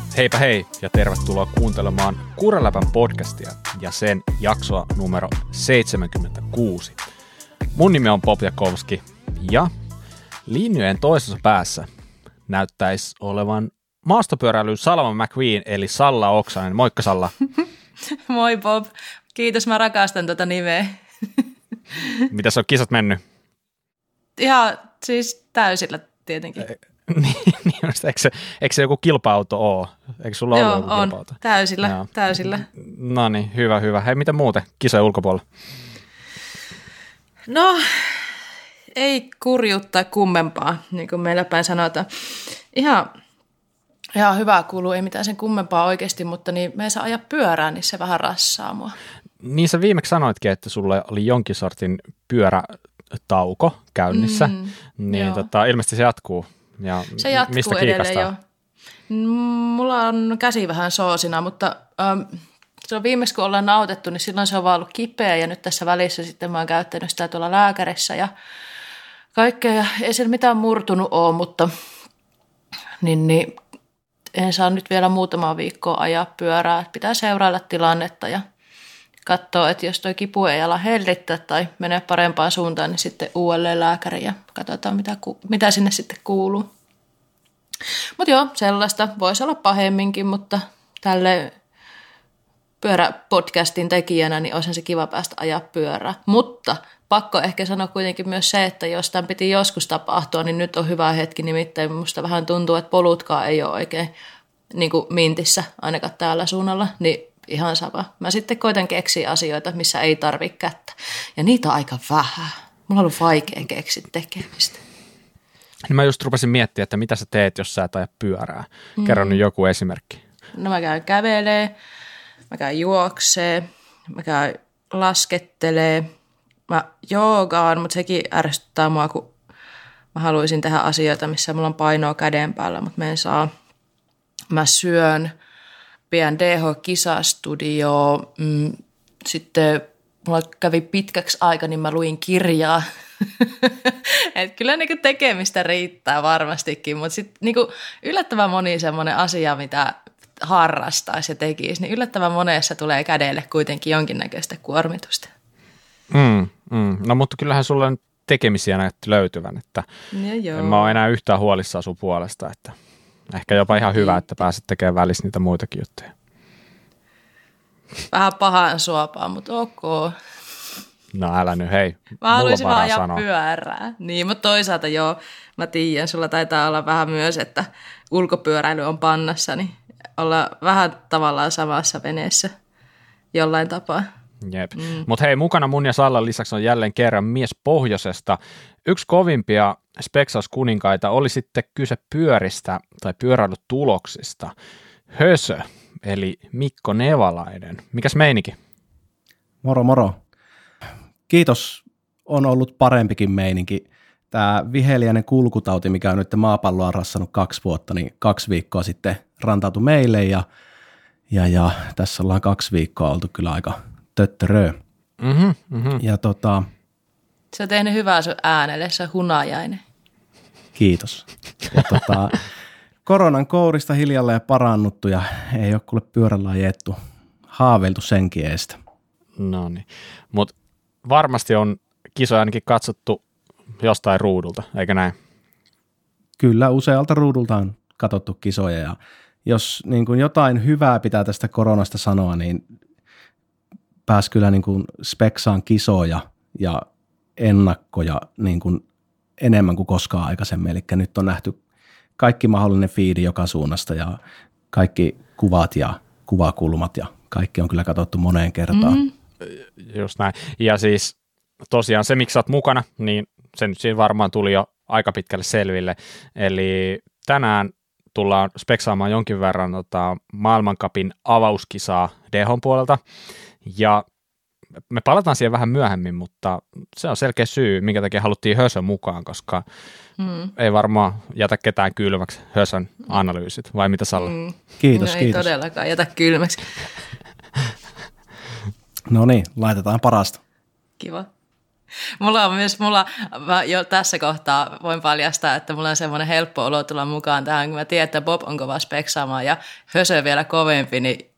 Heipä hei ja tervetuloa kuuntelemaan Kuureläpän podcastia ja sen jaksoa numero 76. Mun nimi on Bob Jakowski ja linjojen toisessa päässä näyttäisi olevan maastopyöräilyn Salama McQueen eli Salla Oksanen. Moikka Salla. Moi Bob. Kiitos, mä rakastan tuota nimeä. Mitäs on kisat mennyt? Ihan siis täysillä tietenkin. Eikö se joku kilpa-auto ole? Eikö sulla ollut joku kilpa-auto? Täysillä. No niin, hyvä. Hei, mitä muuten kisojen ulkopuolella? No, ei kurjuutta kummempaa, niin kuin meillä päin sanotaan. Ihan hyvää kuuluu, ei mitään sen kummempaa oikeasti, mutta niin me ei saa ajaa pyörää, niin se vähän rassaa mua. Niin sä viimeksi sanoitkin, että sulla oli jonkin sortin pyörätauko käynnissä, niin ilmeisesti se jatkuu. Ja se jatkuu mistä edelleen jo. Mulla on käsi vähän soosina, mutta silloin viimeksi kun ollaan nautettu, niin silloin se on vaan ollut kipeä ja nyt tässä välissä sitten mä oon käyttänyt sitä tuolla lääkärissä ja kaikkea. Ja ei siellä mitään murtunut ole, mutta niin en saa nyt vielä muutamaa viikkoa ajaa pyörää. Pitää seurailla tilannetta ja katsoa, että jos toi kipu ei ala hellittää tai menee parempaan suuntaan, niin sitten uudelleen lääkäri ja katsotaan, mitä sinne sitten kuuluu. Mutta joo, sellaista voisi olla pahemminkin, mutta tälle pyöräpodcastin tekijänä niin olisi se kiva päästä ajaa pyörää. Mutta pakko ehkä sanoa kuitenkin myös se, että jos tämän piti joskus tapahtua, niin nyt on hyvä hetki. Nimittäin musta vähän tuntuu, että polutkaan ei ole oikein niin kuin mintissä, ainakaan täällä suunnalla, niin ihan sama. Mä sitten koitan keksiä asioita, missä ei tarvitse kättä. Ja niitä on aika vähän. Mulla on ollut vaikea keksiä tekemistä. Niin mä just rupesin miettimään, että mitä sä teet, jos sä et aja pyörää. Kerro nyt joku esimerkki. No mä käyn kävelee, mä käyn juoksee, mä käyn laskettelee, mä joogaan, mutta sekin ärsyttää mua, kun mä haluaisin tehdä asioita, missä mulla on painoa käden päällä, mutta mä en saa. Mä syön, pidän DH-kisastudioon, sitten mulla kävi pitkäksi aika, niin mä luin kirjaa. Et kyllä niinku tekemistä riittää varmastikin, mutta sitten niinku yllättävän moni semmoinen asia, mitä harrastaisi ja tekisi, niin yllättävän monessa tulee kädelle kuitenkin jonkinnäköistä kuormitusta. No mutta kyllähän sulla on tekemisiä näytti löytyvän, että en mä ole enää yhtään huolissaan sun puolesta, että ehkä jopa ihan hyvä, että pääset tekemään välissä niitä muitakin juttuja. Vähän pahaan suopaa, mutta ok. No älä nyt, hei. Mä haluaisin vaan ajaa pyörää. Niin, mutta toisaalta joo, mä tiedän, sulla taitaa olla vähän myös, että ulkopyöräily on pannassa, niin olla vähän tavallaan samassa veneessä jollain tapaa. Jep. Mutta hei, mukana mun ja Sallan lisäksi on jälleen kerran mies pohjoisesta. Yksi kovimpia speksauskuninkaita oli sitten kyse pyöristä tai pyöräilytuloksista. Hösö, eli Mikko Nevalainen. Mikäs meininki? Moro. Kiitos, on ollut parempikin meininki. Tämä viheliäinen kulkutauti, mikä on nyt maapalloa rassannut 2 vuotta, niin 2 viikkoa sitten rantautui meille ja tässä ollaan 2 viikkoa oltu kyllä aika töttöröö. Ja sä oot tehnyt hyvää sun äänelle, se on hunajainen. Kiitos. Ja koronan kourista hiljalleen parannuttu ja ei ole kuule pyörällä ajettu, haaveiltu senkin eestä. No niin, mutta varmasti on kisoja ainakin katsottu jostain ruudulta, eikö näin? Kyllä, usealta ruudulta on katsottu kisoja ja jos niin kuin jotain hyvää pitää tästä koronasta sanoa, niin pääsi kyllä niin kuin speksaan kisoja ja ennakkoja niin kuin enemmän kuin koskaan aikaisemmin. Eli nyt on nähty kaikki mahdollinen fiidi joka suunnasta ja kaikki kuvat ja kuvakulmat ja kaikki on kyllä katsottu moneen kertaan. Just näin. Ja siis tosiaan se, miksi sä oot mukana, niin se nyt siinä varmaan tuli jo aika pitkälle selville. Eli tänään tullaan speksaamaan jonkin verran maailmancupin avauskisaa DH:n puolelta. Ja me palataan siihen vähän myöhemmin, mutta se on selkeä syy, minkä takia haluttiin Hösön mukaan, koska ei varmaan jätä ketään kylmäksi Hösön analyysit, vai mitä Salla? Kiitos. Ei todellakaan jätä kylmäksi. No niin, laitetaan parasta. Kiva. Mä jo tässä kohtaa voin paljastaa, että mulla on semmoinen helppo olo tulla mukaan tähän, kun mä tiedän, että Bob on kova speksaamaan ja Hösö vielä kovempi, niin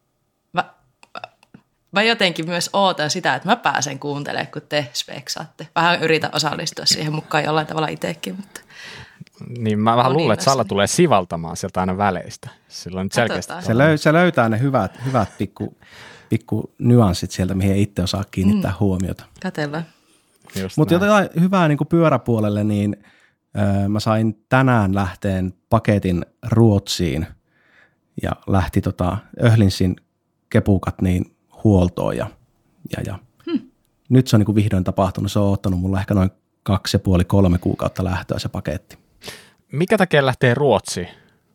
mä jotenkin myös ootan sitä, että mä pääsen kuuntelemaan, kun te speksaatte. Vähän yritän osallistua siihen mukaan jollain tavalla itsekin, mutta... Niin mä vähän luulen, että Salla tulee sivaltamaan sieltä aina väleistä. Silloin selkeästi. Se löytää ne hyvät pikku nyanssit sieltä, mihin itse osaa kiinnittää huomiota. Katellaan. Mutta jotain hyvää niin kuin pyöräpuolelle, niin mä sain tänään lähteen paketin Ruotsiin ja lähti Öhlinsin kepukat niin huoltoon ja nyt se on niin kuin vihdoin tapahtunut. Se on ottanut mulla ehkä noin 2,5-3 kuukautta lähtöä se paketti. Mikä takia lähtee Ruotsiin?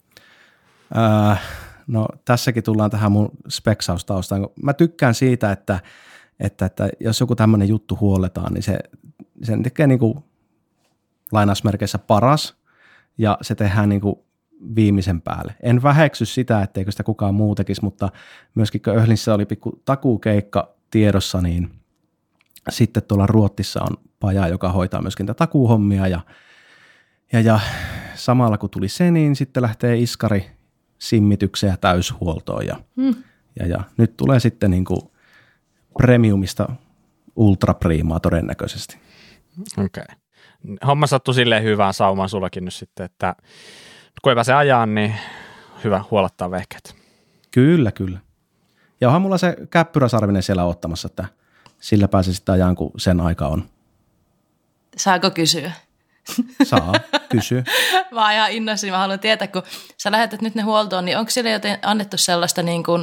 No tässäkin tullaan tähän mun speksaustaustaan. Mä tykkään siitä, että jos joku tämmöinen juttu huolletaan, niin sen tekee niin kuin lainausmerkeissä paras ja se tehdään niin kuin viimeisen päälle. En väheksy sitä, etteikö sitä kukaan muu tekisi, mutta myöskin kun Öhlissä oli pikku takuukeikka tiedossa, niin sitten tuolla Ruotsissa on paja, joka hoitaa myöskin tätä takuuhommia ja samalla kun tuli se, niin sitten lähtee iskari simmitykseen ja täyshuoltoon ja nyt tulee sitten niin kuin premiumista ultrapriimaa todennäköisesti. Okei. Homma sattui silleen hyvään saumaan sullakin nyt sitten, että kun ei pääse ajaan, niin hyvä huolettaa vehkeet. Kyllä. Ja onhan mulla se käppyräsarvinen siellä ottamassa, että sillä pääsee sitten ajaan, kun sen aika on. Saako kysyä? Saa, kysy. Mä oon ihan innoissani, mä haluan tietää, kun sä lähetät nyt ne huoltoon, niin onko siellä joten annettu sellaista niin kuin,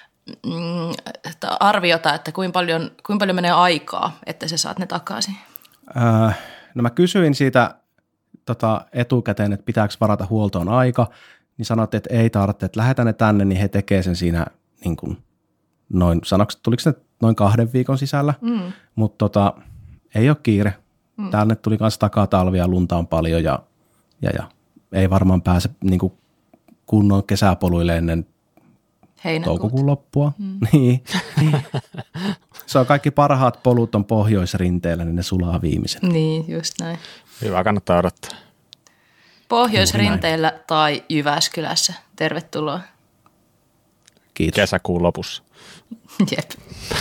arviota, että kuinka paljon menee aikaa, että sä saat ne takaisin? No mä kysyin siitä etukäteen, että pitääkö varata huoltoon aika, niin sanottiin, että ei tarvitse, että lähetän ne tänne, niin he tekee sen siinä niin kuin noin, tuliko se noin 2 viikon sisällä, mutta ei ole kiire. Tänne tuli myös takatalvia, lunta on paljon ja ei varmaan pääse niin kuin kunnon kesäpoluille ennen toukokuun loppua. Niin. Se on kaikki parhaat polut on pohjoisrinteellä, niin ne sulaa viimeisen. Niin, just näin. Hyvä, kannattaa odottaa. Pohjoisrinteellä tai Jyväskylässä. Tervetuloa. Kiitos. Kesäkuun lopussa. Jep.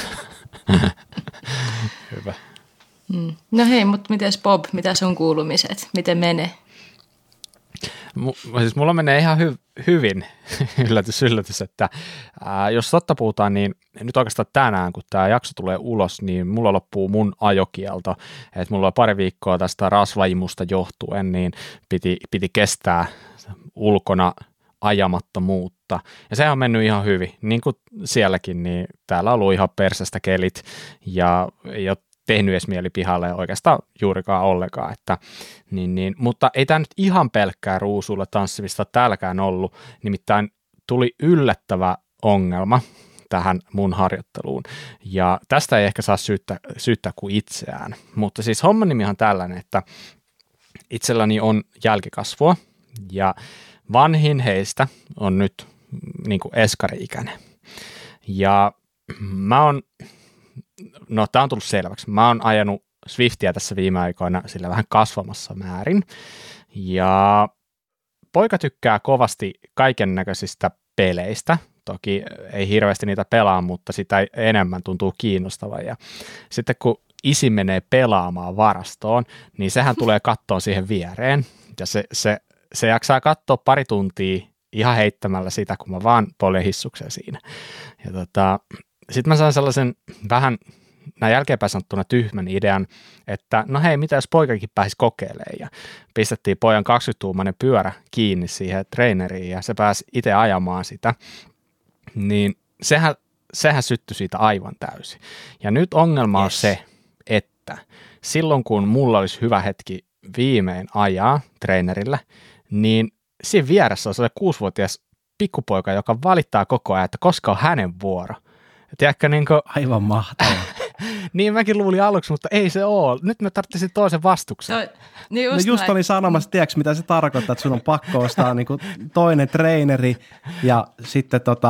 Hyvä. No hei, mutta mites Bob, mitä sun kuulumiset? Miten menee? Siis mulla menee ihan hyvin, yllätys, että jos totta puhutaan, niin nyt oikeastaan tänään, kun tämä jakso tulee ulos, niin mulla loppuu mun ajokielto. Että mulla on 2 viikkoa tästä rasvaimusta johtuen, niin piti kestää ulkona ajamattomuutta. Ja se on mennyt ihan hyvin. Niin kuin sielläkin, niin täällä on ollut ihan persästä kelit ja ei ole tehnyt edes mieli pihalle oikeastaan juurikaan ollenkaan. Mutta ei tämä nyt ihan pelkkää ruusuilla tanssimista täälläkään ollut. Nimittäin tuli yllättävä ongelma tähän mun harjoitteluun. Ja tästä ei ehkä saa syyttää kuin itseään. Mutta siis homman nimi on tällainen, että itselläni on jälkikasvua ja vanhin heistä on nyt niin kuin eskari-ikäinen. Ja tämä on tullut selväksi. Mä oon ajanut Swiftiä tässä viime aikoina sillä vähän kasvamassa määrin. Ja poika tykkää kovasti kaiken näköisistä peleistä. Toki ei hirveästi niitä pelaa, mutta sitä enemmän tuntuu kiinnostavan. Ja sitten kun isi menee pelaamaan varastoon, niin sehän tulee kattoon siihen viereen. Ja se jaksaa katsoa 2 tuntia ihan heittämällä sitä, kun mä vaan poljen hissukseen siinä. Ja sitten mä sain sellaisen vähän näin jälkeenpäin sanottuna tyhmän idean, että no hei, mitä jos poikakin pääsisi kokeilemaan, ja pistettiin pojan 20-tuumainen pyörä kiinni siihen treeneriin, ja se pääsi itse ajamaan sitä, niin sehän syttyi siitä aivan täysin. Ja nyt ongelma on se, että silloin kun mulla olisi hyvä hetki viimein ajaa treenerillä, niin siinä vieressä on se 6-vuotias pikkupoika, joka valittaa koko ajan, että koska on hänen vuoro. Tiedätkö, niin kuin, aivan mahtavaa. Niin mäkin luulin aluksi, mutta ei se ole. Nyt mä tarvitsin toisen vastuksen. Niin just olin sanomassa, tiedätkö mitä se tarkoittaa, että sun on pakko ostaa niin kuin toinen treeneri ja sitten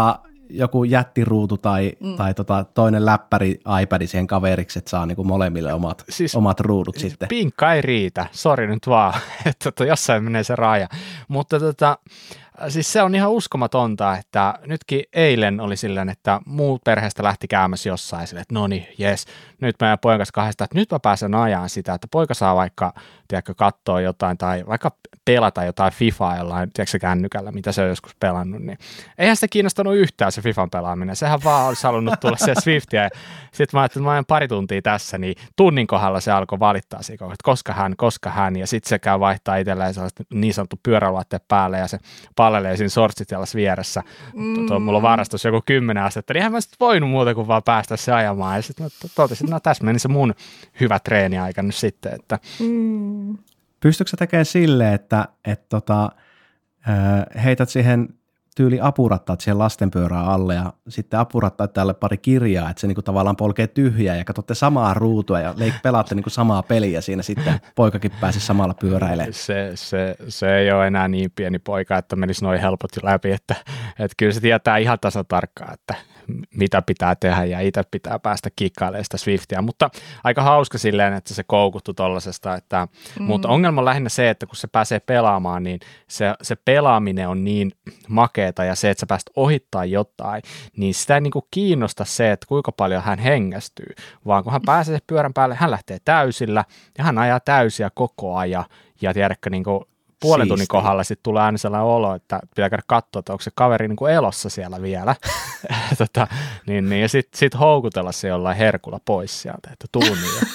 joku jättiruutu tai toinen läppäri iPad siihen kaveriksi, että saa niinku molemmille omat ruudut sitten. Pinkka ei riitä, sori nyt vaan, että jossain menee se raja. Mutta siis se on ihan uskomatonta, että nytkin eilen oli silleen, että muut perheestä lähti käymässä jossain silleen, että no niin, jes, nyt meidän pojan kanssa kahdesta, että nyt mä pääsen ajaan sitä, että poika saa vaikka, tiedätkö, katsoa jotain tai vaikka pelata jotain FIFAa jollain, tiedätkö, kännykällä, mitä se on joskus pelannut, niin eihän sitä kiinnostanut yhtään se FIFAn pelaaminen, sehän vaan olisi halunnut tulla se Swiftia, ja sitten mä ajattelin, että mä ajan pari tuntia tässä, niin tunnin kohdalla se alkoi valittaa siitä, että koska hän, ja sitten se käy vaihtaa itselleen sellaista niin sanottu pyörälaitteet päälle, ja se pallelee siinä sortsitialassa vieressä. Mulla on varastus joku 10 astetta, niin eihän mä sitten voinut muuta kuin vaan päästä se ajamaan, ja sitten mä totesin, että no tässä meni se mun hyvä treeniaika nyt sitten, että Pystytkö sä tekemään silleen, että heität siihen tyyli apurattaat siihen lastenpyörään alle ja sitten apurattaat tälle pari kirjaa, että se niinku tavallaan polkee tyhjää ja katsotte samaa ruutua ja pelaatte niinku samaa peliä siinä sitten poikakin pääsi samalla pyöräilemään. Se ei ole enää niin pieni poika, että menisi noin helpot läpi, että kyllä se tietää ihan tasan tarkkaan, että mitä pitää tehdä ja itse pitää päästä kikkailemaan sitä Swiftia, mutta aika hauska silleen, että se koukuttu tollasesta, että mutta ongelma on lähinnä se, että kun se pääsee pelaamaan, niin se pelaaminen on niin makeeta ja se, että sä pääst ohittaa jotain, niin sitä ei niinku kiinnosta se, että kuinka paljon hän hengästyy, vaan kun hän pääsee pyörän päälle, hän lähtee täysillä ja hän ajaa täysiä koko ajan ja tiedätkö niinku puolen tunnin kohdalla sitten tulee aina sellainen olo, että pitää käydä katsoa, että onko se kaveri niin kuin elossa siellä vielä. Ja sitten houkutella se jollain herkulla pois sieltä, että tuu niin.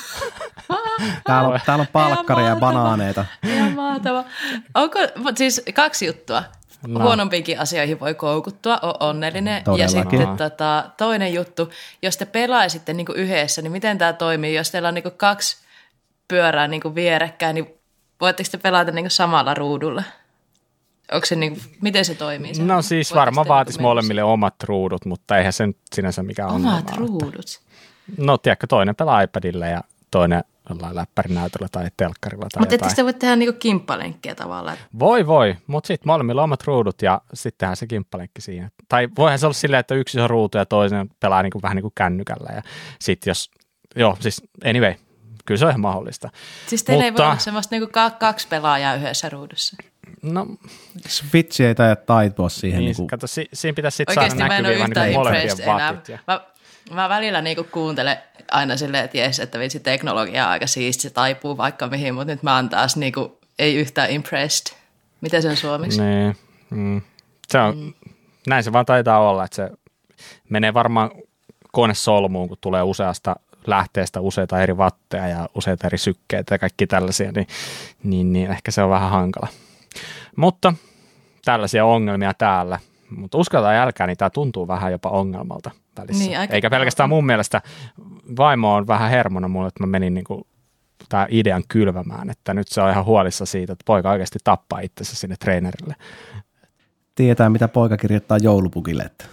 Täällä on palkkaria ja banaaneita. Ihan mahtava. Onko siis 2 juttua? No. Huonompiinkin asioihin voi koukuttua, on onnellinen. Todellakin. Ja sitten toinen juttu, jos te pelaisitte niin kuin yhdessä, niin miten tämä toimii? Jos teillä on niin kuin 2 pyörää niin kuin vierekkäin, niin voitteko te pelata niin kuin samalla ruudulla? Onko se niin kuin, miten se toimii? No siis varmaan vaatisi molemmille omat ruudut, mutta eihän se nyt sinänsä mikään ongelma. Omat ruudut? No tiedätkö, toinen pelaa iPadilla ja toinen jollain läppärinäytöllä tai telkkarilla tai mutta jotain. ettekö te voi tehdä niin kuin kimppalenkkiä tavallaan? Voi, mutta sitten molemmilla omat ruudut ja sittenhän se kimppalenkki siinä. Tai voihan se olla silleen, että yksi on ruutu ja toinen pelaa niin kuin, vähän niin kuin kännykällä ja sitten jos, siis anyway, kyllä se on ihan mahdollista. Siis teillä ei voi olla semmoista niin kuin 2 pelaajaa yhdessä ruudussa? No, Switch ei taipua siihen. Niin, kato, siinä pitäisi sitten saada näkyviä vähän niin molempien vatit. Mä välillä niinku kuuntelen aina silleen, että jes, että vitsi teknologia on aika siisti, se taipuu vaikka mihin, mutta nyt mä oon taas niinku, ei yhtään impressed. Miten se on suomeksi? Niin, se on, näin se vaan taitaa olla, että se menee varmaan konesolmuun, kun tulee useasta lähteestä useita eri vatteja ja useita eri sykkeitä ja kaikki tällaisia, niin ehkä se on vähän hankala. Mutta tällaisia ongelmia täällä. Mutta uskaltaa jälkeen, niin tämä tuntuu vähän jopa ongelmalta välissä. Niin, eikä pelkästään mun mielestä vaimo on vähän hermona mulle, että mä menin niinku tämän idean kylvämään, että nyt se on ihan huolissa siitä, että poika oikeasti tappaa itsensä sinne treenerille. Tietää, mitä poika kirjoittaa joulupukille. Että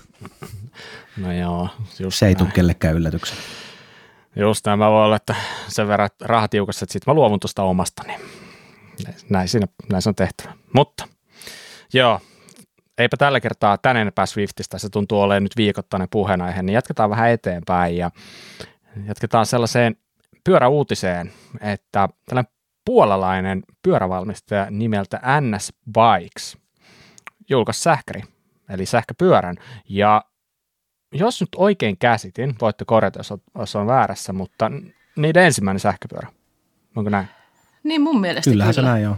no joo. Se ei tule kellekään yllätyksen. Just näin, mä voin olla, että sen verran rahatiukassa, että sitten mä luovun tuosta omasta, niin näin se on tehtävä. Mutta joo, eipä tällä kertaa tän enempää Swiftistä, se tuntuu olemaan nyt viikoittainen puheenaihe, niin jatketaan vähän eteenpäin ja jatketaan sellaiseen pyöräuutiseen, että tällainen puolalainen pyörävalmistaja nimeltä NS Bikes julkaisi sähkäri, eli sähköpyörän, ja jos nyt oikein käsitin, voitte korjata, jos on väärässä, mutta niiden ensimmäinen sähköpyörä, onko näin? Niin mun mielestä Kyllähän se näin on.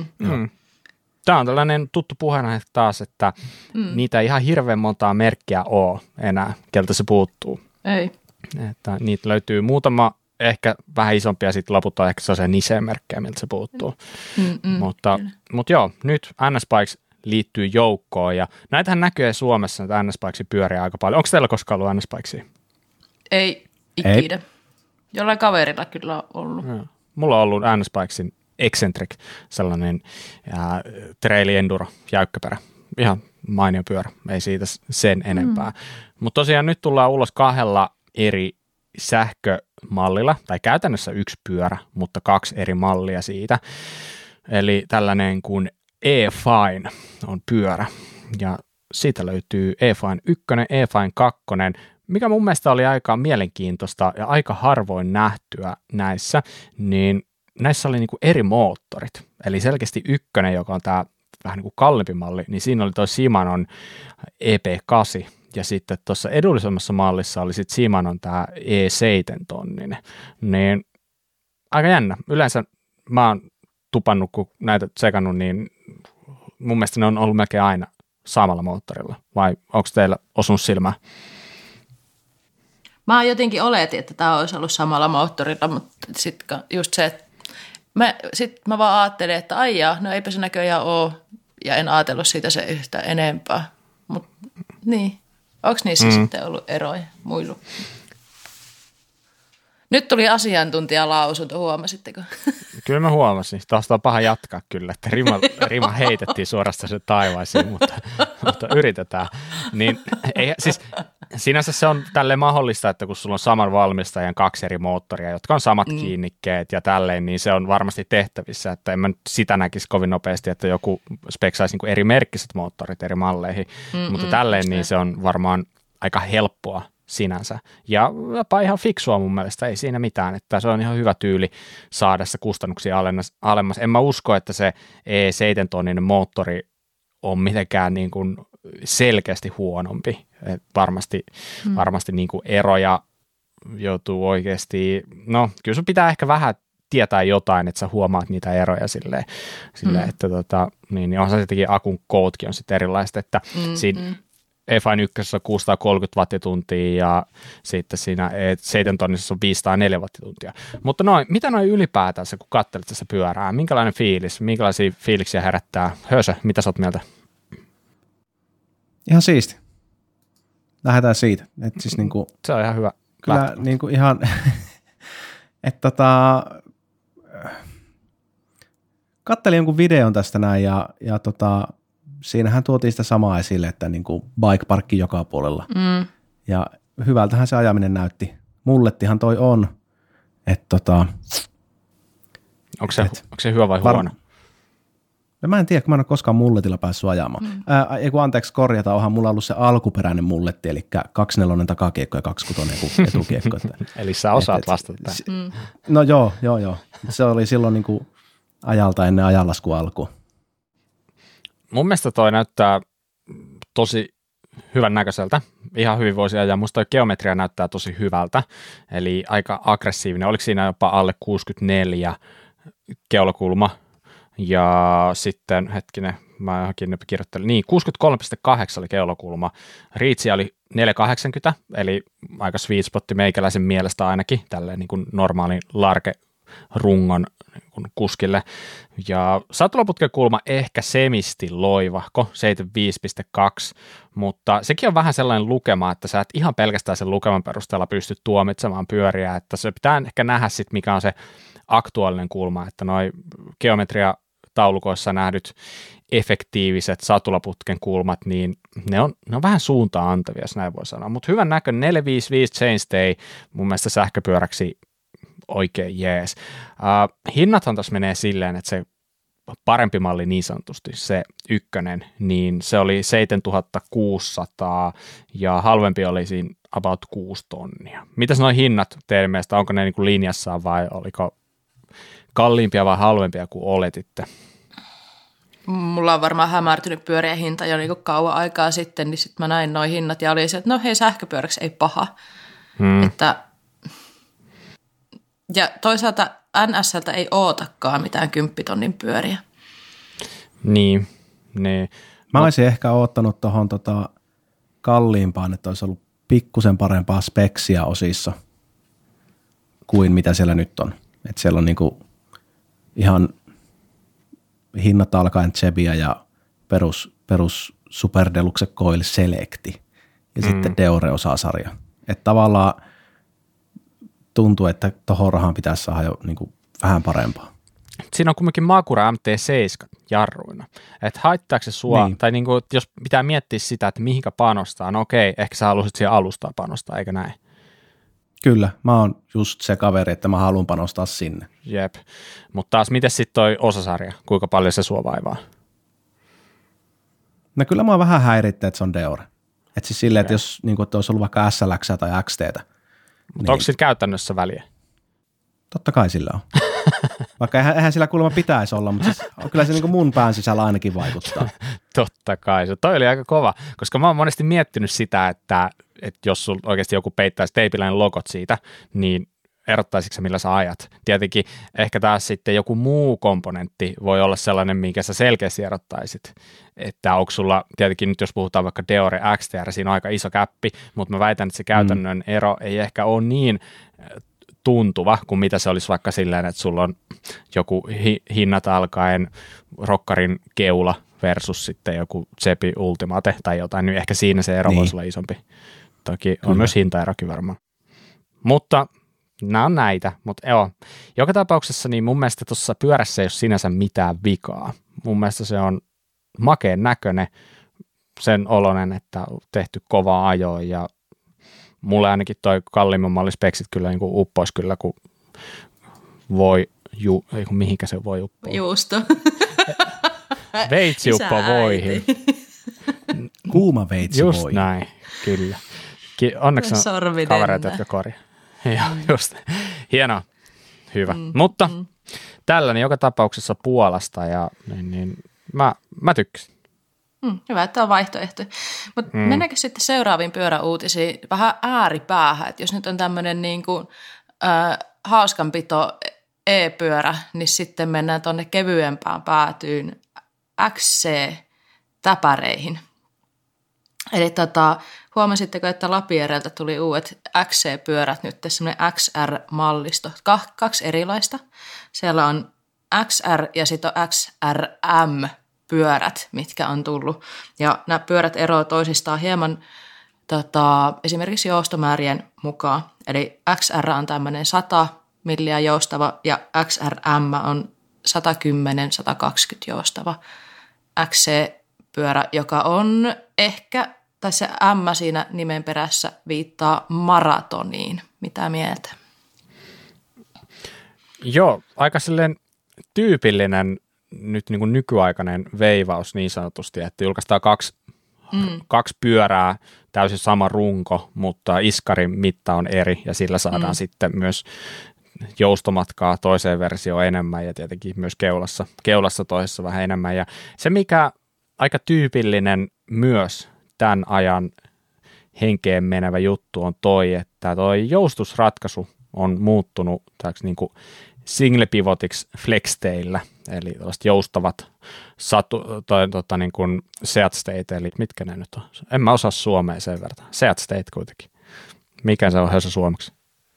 Tämä on tällainen tuttu puheenaihe taas, että niitä ei ihan hirveän montaa merkkiä ole enää, keltä se puuttuu. Ei. Että niitä löytyy muutama, ehkä vähän isompia, sitten loput on ehkä sellaisia niche-merkkejä, miltä se puuttuu. Mutta joo, nyt NS Bikes liittyy joukkoon ja näitähän näkyy Suomessa, että NS Bikesia pyörii aika paljon. Onko teillä koskaan ollut NS Bikesia? Ei ikinä. Jollain kaverilla kyllä on ollut. Ja. Mulla on ollut NS Bikesin Eccentric, sellainen traili enduro jäykkäperä. Ihan mainio pyörä, ei siitä sen enempää. Mutta tosiaan nyt tullaan ulos 2 eri sähkömallilla, tai käytännössä 1 pyörä, mutta 2 eri mallia siitä. Eli tällainen kuin E-Fine on pyörä, ja siitä löytyy E-Fine 1, E-Fine 2, mikä mun mielestä oli aika mielenkiintoista ja aika harvoin nähtyä näissä, niin näissä oli niinku eri moottorit. Eli selkeästi 1, joka on tämä vähän niin kuin kalliimpi malli, niin siinä oli toi Shimanon EP8, ja sitten tuossa edullisemmassa mallissa oli sitten Shimanon tämä E7 tonninen. Niin aika jännä. Yleensä mä oon tupannut, kun näitä tsekannut, niin mun mielestä ne on ollut melkein aina samalla moottorilla. Vai onko teillä osunut silmään? Mä jotenkin oletin, että tämä olisi ollut samalla moottorilla, mutta sitten just se, että mä vaan ajattelin, että aijaa, no eipä se näköjään ole, ja en ajatellut siitä se yhtä enempää. Mutta niin, onko niissä sitten ollut eroja, muilu? Nyt tuli asiantuntijalausunto, huomasitteko? Kyllä mä huomasin. Tuosta on paha jatkaa kyllä, että rima heitettiin suorastaan se taivaisiin, mutta yritetään. Niin, siis sinänsä se on tälleen mahdollista, että kun sulla on saman valmistajan 2 eri moottoria, jotka on samat kiinnikkeet ja tälleen, niin se on varmasti tehtävissä, että en mä nyt sitä näkisi kovin nopeasti, että joku speksaisi niin eri merkkiset moottorit eri malleihin, mutta tälleen niin se on varmaan aika helppoa sinänsä. Ja jopa ihan fiksua mun mielestä, ei siinä mitään, että se on ihan hyvä tyyli saada se kustannuksia alemmas. En mä usko, että se E7-tonninen moottori on mitenkään niin kuin selkeästi huonompi. Et varmasti niin kuin eroja joutuu oikeasti, no kyllä sun pitää ehkä vähän tietää jotain, että sä huomaat niitä eroja silleen että niin on se tietenkin akun kootkin on sitten erilaiset, että siinä E-Fine 1 on 630 wattituntia ja sitten siinä E7 tonnissa on 504 wattituntia. Mutta mitä noin ylipäätänsä, kun katselet tässä pyörää, minkälainen fiilis, minkälaisia fiiliksiä herättää? Hösö, mitä sä oot mieltä? Ihan siisti. Lähdetään siitä. Et siis niinku, se on ihan hyvä. Kyllä niinku ihan, että kattelin jonkun videon tästä näin ja siinähän tuotiin sitä samaa esille, että niinku bike parkki joka puolella. Ja hyvältähän se ajaminen näytti. Mullettihan toi on. Onko se hyvä vai huono? No mä en tiedä, kun mä en ole koskaan mulletilla päässyt ajamaan. Anteeksi, korjata, onhan mulla ollut se alkuperäinen mulletti, eli 24 takakiekko ja 26 etukiekko. Eli sä osaat vastata tähän. No joo. Se oli silloin niinku ajalta ennen ajanlaskun alkua. Mun mielestä toi näyttää tosi hyvän näköiseltä. Ihan hyvin voisi ajaa. Musta toi geometria näyttää tosi hyvältä. Eli aika aggressiivinen. Oliko siinä jopa alle 64 keulakulma? Ja sitten, mä johonkin kirjoittelin, 63,8 oli keulakulma. Riitsi oli 480, eli aika sweet spotti meikäläisen mielestä ainakin, tälleen niin kuin normaalin large-rungon niin kuskille. Ja satulaputken kulma ehkä semisti loivahko, 75,2, mutta sekin on vähän sellainen lukema, että sä et ihan pelkästään sen lukeman perusteella pysty tuomitsemaan pyöriä, että se pitää ehkä nähdä sitten, mikä on se aktuaalinen kulma, että noi geometriataulukoissa nähdyt efektiiviset satulaputken kulmat, niin ne on vähän suuntaan antavia, jos näin voi sanoa, mutta hyvän näköinen 455 chainstay mun mielestä sähköpyöräksi oikein jees. Hinnathan tässä menee silleen, että se parempi malli niin sanotusti, se 1, niin se oli 7600 ja halvempi oli siinä about 6 tonnia. Mitäs nuo hinnat teidän mielestä, onko ne niin kuin linjassa vai oliko kalliimpia vai halvempia kuin oletitte? Mulla on varmaan hämärtynyt pyörien hinta jo niin kauan aikaa sitten, niin sitten mä näin nuo hinnat ja oli se, että no hei, sähköpyöräksi ei paha. Ja toisaalta NS:ltä ei ootakaan mitään 10 tonnin pyöriä. Niin. Mä olisin ehkä oottanut tuohon kalliimpaan, että olisi ollut pikkusen parempaa speksiä osissa kuin mitä siellä nyt on. Että siellä on niinku ihan hinnat alkaen Chebia ja perus Super Deluxe Coil Selecti ja sitten Deore-osasarja. Että tavallaan tuntuu, että tohon rahaan pitäisi saada jo niinku vähän parempaa. Siinä on kuitenkin Makura MT7 jarruina. Että haittaako se sua, tai niinku, jos pitää miettiä sitä, että mihinkä panostaa, no okei, ehkä sä haluaisit siihen alustaan panostaa, eikä näin? Kyllä, mä oon just se kaveri, että mä haluan panostaa sinne. Jep, mutta taas miten sitten toi osasarja, kuinka paljon se sua vaivaa? No kyllä mua vähän häirittää, että se on Deore. Että siis silleen, että jos niin kuin, että olisi ollut vaikka SLX tai XTtä. Mutta niin, onko sillä käytännössä väliä? Totta kai sillä on. Vaikka eihän sillä kuulemma pitäisi olla, mutta siis, kyllä se niin kuin mun pään sisällä ainakin vaikuttaa. Totta kai. Se toi oli aika kova, koska mä oon monesti miettinyt sitä, että jos sulla oikeasti joku peittäisi teipillä ne logot siitä, niin erottaisitko sä, millä sä ajat? Tietenkin ehkä taas sitten joku muu komponentti voi olla sellainen, minkä sä selkeästi erottaisit. Että onko sulla, tietenkin nyt jos puhutaan vaikka Deore XTR, siinä on aika iso käppi, mutta mä väitän, että se käytännön ero ei ehkä ole niin tuntuva kuin mitä se olisi vaikka silleen, että sulla on joku hinnat alkaen rokkarin keula versus sitten joku Zepi Ultimate tai jotain, niin ehkä siinä se ero niin voisi olla isompi. Toki on myös hintaerokin varmaan. Mutta nämä on näitä, mutta joo. Joka tapauksessa niin mun mielestä tuossa pyörässä ei ole sinänsä mitään vikaa. Mun mielestä se on makeen näköinen, sen oloinen, että on tehty kovaa ajoa ja mulle ainakin toi kalliimman mallin speksit kyllä niin kuin uppoisi kyllä, kun voi, mihinkä se voi uppoa? Juusto. Veitsi uppoo voihin. Kuuma veitsi just voihin. Näin, kyllä. Onneksi on kavereita, jotka korjaa. Joo, just. Hienoa. Hyvä. Mutta tällainen joka tapauksessa Puolasta ja niin mä tykkäsin. Hyvä, että on vaihtoehto. Mutta mennäänkö sitten seuraaviin pyöräuutisiin vähän ääripäähän, että jos nyt on tämmöinen niin kuin, hauskanpito e-pyörä, niin sitten mennään tuonne kevyempään päätyyn XC-täpäreihin. Eli huomasitteko, että Lapierreltä tuli uudet XC-pyörät nyt, semmoinen XR-mallisto, kaksi erilaista. Siellä on XR ja sitten on XRM-pyörät, mitkä on tullut. Ja nämä pyörät eroavat toisistaan hieman esimerkiksi joustomäärien mukaan. Eli XR on tämmöinen 100 milliä joustava ja XRM on 110-120 joustava XC-pyörä, joka on ehkä, tai se M siinä nimen perässä viittaa maratoniin. Mitä mieltä? Joo, aika silleen tyypillinen nyt niin kuin nykyaikainen veivaus niin sanotusti, että julkaistaan kaksi pyörää, täysin sama runko, mutta iskarin mitta on eri ja sillä saadaan sitten myös joustomatkaa toiseen versioon enemmän ja tietenkin myös keulassa toisessa vähän enemmän. Ja se, mikä aika tyypillinen myös tämän ajan henkeen menevä juttu on että toi joustusratkaisu on muuttunut niin kuin single pivotiksi flexteillä, eli tällaiset joustavat niin kuin Seat State, eli mitkä ne nyt on? En mä osaa suomea sen verran. Seat State kuitenkin. Mikä se on suomeksi?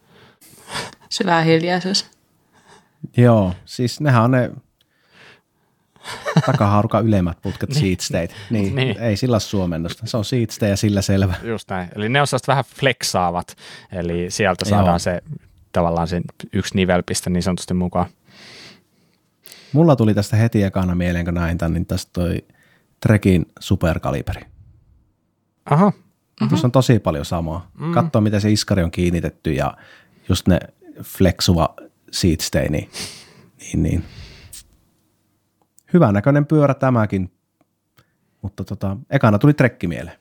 Syvä hiljaisuus. Joo, siis nehän on ne takahaarukan ylemmät putket Seat State. Niin, ei sillä ole suomennosta. Se on Seat State ja sillä selvä. Just näin. Eli ne on sellaiset vähän flexaavat, eli sieltä saadaan se tavallaan sen yksi nivelpiste niin sanotusti mukaan. Mulla tuli tästä heti ekana mieleen, kun näin tämän, niin tästä toi Trekin superkaliberi. Aha. Tuossa on tosi paljon samaa. Katsoo, miten se iskari on kiinnitetty ja just ne flexuva seat stay, niin. Hyvän näköinen pyörä tämäkin, mutta ekana tuli Trekki mieleen.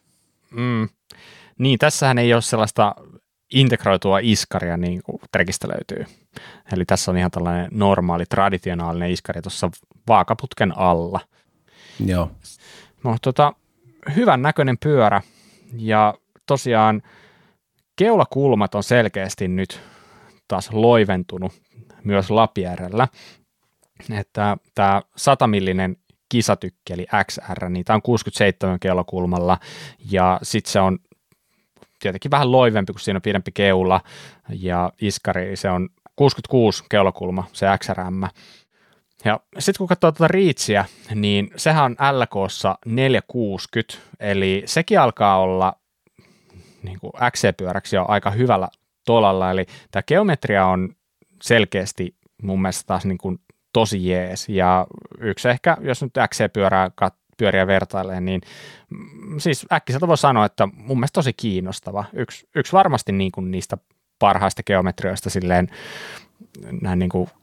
Niin, tässähän ei ole sellaista integroitua iskaria niin kuin Trekistä löytyy. Eli tässä on ihan tällainen normaali, traditionaalinen iskari tuossa vaakaputken alla. Joo. No, hyvän näköinen pyörä ja tosiaan keulakulmat on selkeästi nyt taas loiventunut myös Lapierrellä. Että tämä 100-millinen kisatykki eli XR, niin tämä on 67 keulakulmalla ja sitten se on tietenkin vähän loivempi, kun siinä on pidempi keula ja iskari, se on 66 keulakulma, se XRM. Ja sitten kun katsoo tuota Reachia, niin sehän on LK:ssa 460, eli sekin alkaa olla niin kuin XC-pyöräksi jo aika hyvällä tolalla, eli tämä geometria on selkeästi mun mielestä taas niin kuin tosi jees, ja yksi ehkä, jos nyt XC-pyöriä vertailee, niin siis äkkiseltä voi sanoa, että mun mielestä tosi kiinnostava. Yksi varmasti niin kuin niistä parhaista geometrioista silleen näin niin kuin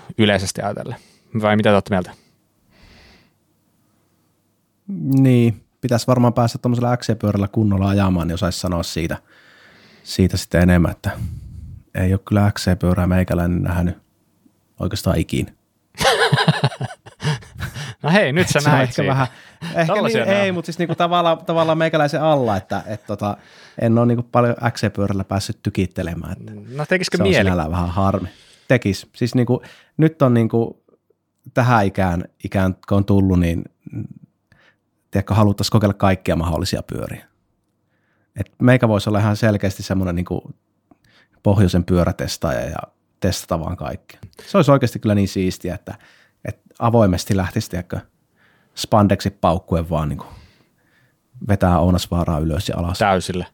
yleisesti ajatellen. Vai mitä te olette mieltä? Niin, pitäisi varmaan päästä tuollaisella XC-pyörällä kunnolla ajamaan, niin osaisi sanoa siitä sitten enemmän, että ei ole kyllä XC-pyörää meikäläinen nähnyt oikeastaan ikinä. No hei, nyt sä näet ehkä vähän, ehkä niin, ei, mutta siis niinku tavallaan meikäläisen alla, että en ole niinku paljon XC-pyörällä päässyt tykittelemään. Että no tekisikö mieli? Se on sinällään vähän harmi. Tekis. Siis niinku, nyt on niinku tähän ikään kun on tullut, niin tiedätkö, haluttaisiin kokeilla kaikkia mahdollisia pyöriä. Et meikä voisi olla ihan selkeästi semmoinen niinku pohjoisen pyörätestaaja ja testata vaan kaikkea. Se olisi oikeasti kyllä niin siistiä, että avoimesti lähtisi, tiedätkö, spandexit paukkuen vaan niin kuin vetää Ounasvaaraa ylös ja alas. Täysillä.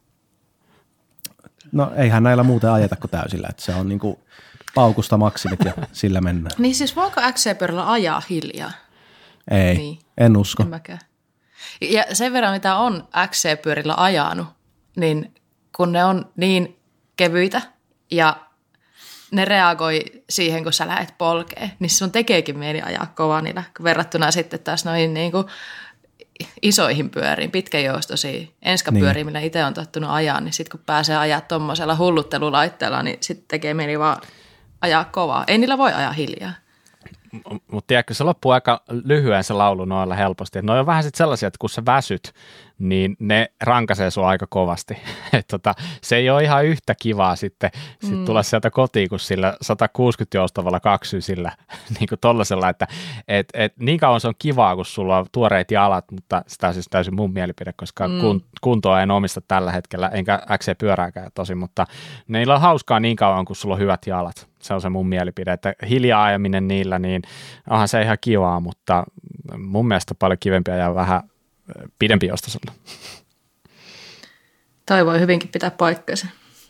No eihän näillä muuten ajeta kuin täysillä, että se on niin kuin paukusta maksimit ja sillä mennään. Niin siis voiko XC-pyörällä ajaa hiljaa? Ei, niin. En usko. En mäkään. Ja sen verran, mitä on XC-pyörillä ajanut, niin kun ne on niin kevyitä ja ne reagoi siihen, kun sä lähdet polkeen, niin sun tekeekin mieli ajaa kovaa niillä, verrattuna sitten taas noihin niin kuin isoihin pyöriin, pitkäjoustosiin enskapyöriin, millä itse on tottunut ajaa, niin sitten kun pääsee ajaa tuommoisella hulluttelulaitteella, niin sitten tekee mieli vaan ajaa kovaa. Ei niillä voi ajaa hiljaa. Mutta tiedätkö, se loppuu aika lyhyen se laulu noilla helposti. Ne on vähän sitten sellaisia, että kun sä väsyt, niin ne rankaisee sua aika kovasti. Se ei ole ihan yhtä kivaa sitten tulla sieltä kotiin kuin sillä 160 joustavalla 2.9, niin kuin tollasella, että niin kauan se on kivaa, kun sulla on tuoreet jalat, mutta sitä on siis täysin mun mielipide, koska kuntoa en omista tällä hetkellä, enkä XC-pyörääkään tosi, mutta niillä on hauskaa niin kauan, kun sulla on hyvät jalat. Se on se mun mielipide, että hiljaa ajaminen niillä, niin onhan se ihan kivaa, mutta mun mielestä paljon kivempiä ja vähän pidempi joustosella. Toi voi hyvinkin pitää paikkansa.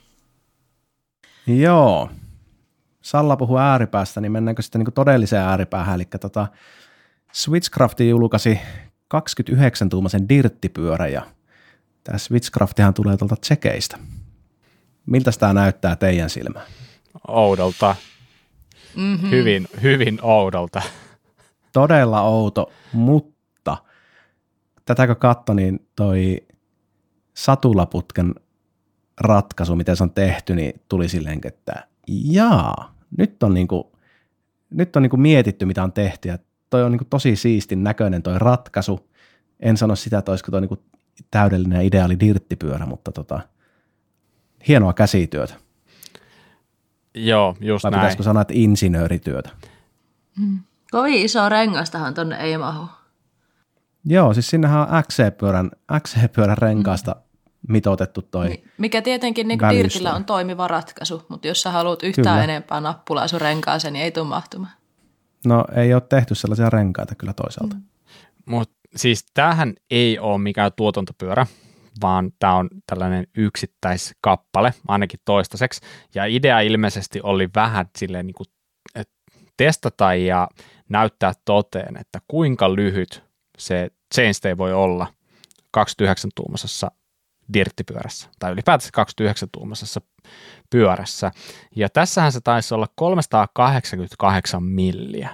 Joo. Salla puhui ääripäästä, niin mennäänkö sitten niin todelliseen ääripäähän, eli Switchcraft julkaisi 29-tuumaisen dirttipyörä, ja tämä Switchcraftihan tulee tuolta Tsekeistä. Miltä tämä näyttää teidän silmään? Oudolta. Mm-hmm. Hyvin oudolta. Todella outo, mutta tätäkö katso, niin toi satulaputken ratkaisu, miten se on tehty, niin tuli silleen, että nyt on niinku mietitty, mitä on tehty, ja toi on niinku tosi siistin näköinen toi ratkaisu. En sano sitä, että olisiko toi niinku täydellinen ja ideaali dirttipyörä, mutta hienoa käsityötä. Joo, just vai näin. Pitäisikö sanoa, että insinöörityötä? Kovin iso rengastahan tonne ei mahu. Joo, siis sinnehän on XC-pyörän renkaasta mitoitettu toi mikä tietenkin niin dirtillä on toimiva ratkaisu, mutta jos sä haluat yhtään enempää nappulaa sun renkaaseen, niin ei tule mahtumaan. No ei ole tehty sellaisia renkaita kyllä toisaalta. Mutta siis tämähän ei ole mikään tuotantopyörä, vaan tämä on tällainen yksittäiskappale, ainakin toistaiseksi. Ja idea ilmeisesti oli vähän silleen niin kuin testata ja näyttää toteen, että kuinka lyhyt se chainstay voi olla 29-tuumaisessa dirttipyörässä, tai ylipäätänsä 29-tuumaisessa pyörässä. Ja tässähän se taisi olla 388 milliä.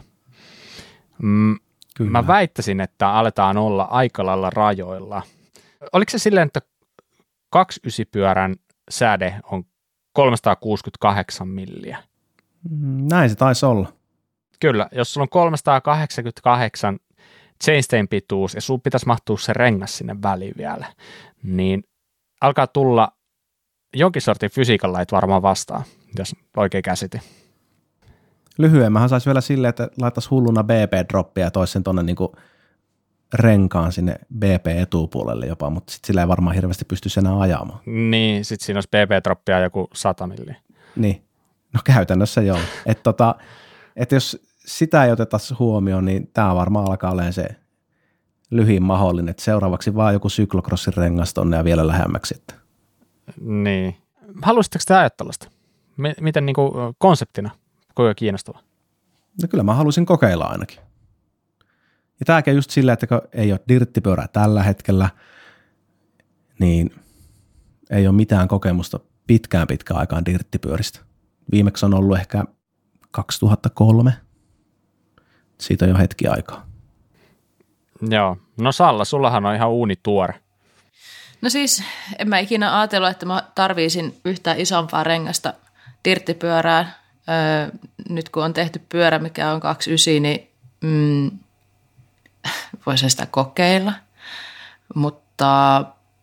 Mä väittäisin, että aletaan olla aika lailla rajoilla. Oliko se silleen, että 29-pyörän säde on 368 milliä? Näin se taisi olla. Kyllä, jos sulla on 388 chainstayn pituus ja sun pitäisi mahtua se rengas sinne väliin vielä, niin alkaa tulla jonkin sortin fysiikan lait varmaan vastaan, jos oikein käsitin. Lyhyemmähän saisi vielä silleen, että laittaisi hulluna BP-droppia ja toisi sen tuonne niinku renkaan sinne BP-etupuolelle jopa, mutta sitten sillä ei varmaan hirveästi pystyisi enää ajamaan. Niin, sitten siinä olisi BP-droppia joku 100 milliä. Niin, no käytännössä joo. Että jos sitä ei oteta huomioon, niin tämä varmaan alkaa olemaan se lyhin mahdollinen, että seuraavaksi vaan joku syklocrossin rengas tonne ja vielä lähemmäksi. Että. Niin. Haluaisitteko te ajatella tällaista? Miten niin kuin konseptina? Kuinka kiinnostava? No kyllä mä haluaisin kokeilla ainakin. Ja tämäkin just silleen, että kun ei ole dirttipyörää tällä hetkellä, niin ei ole mitään kokemusta pitkään aikaan dirttipyöristä. Viimeksi on ollut ehkä 2003. Siitä on jo hetki aikaa. Joo, No Salla, sullahan on ihan uunituore. No siis, en mä ikinä ajatellut, että mä tarviisin yhtään isompaa rengasta dirttipyörään. Nyt kun on tehty pyörä, mikä on 29, niin voisi sitä kokeilla. Mutta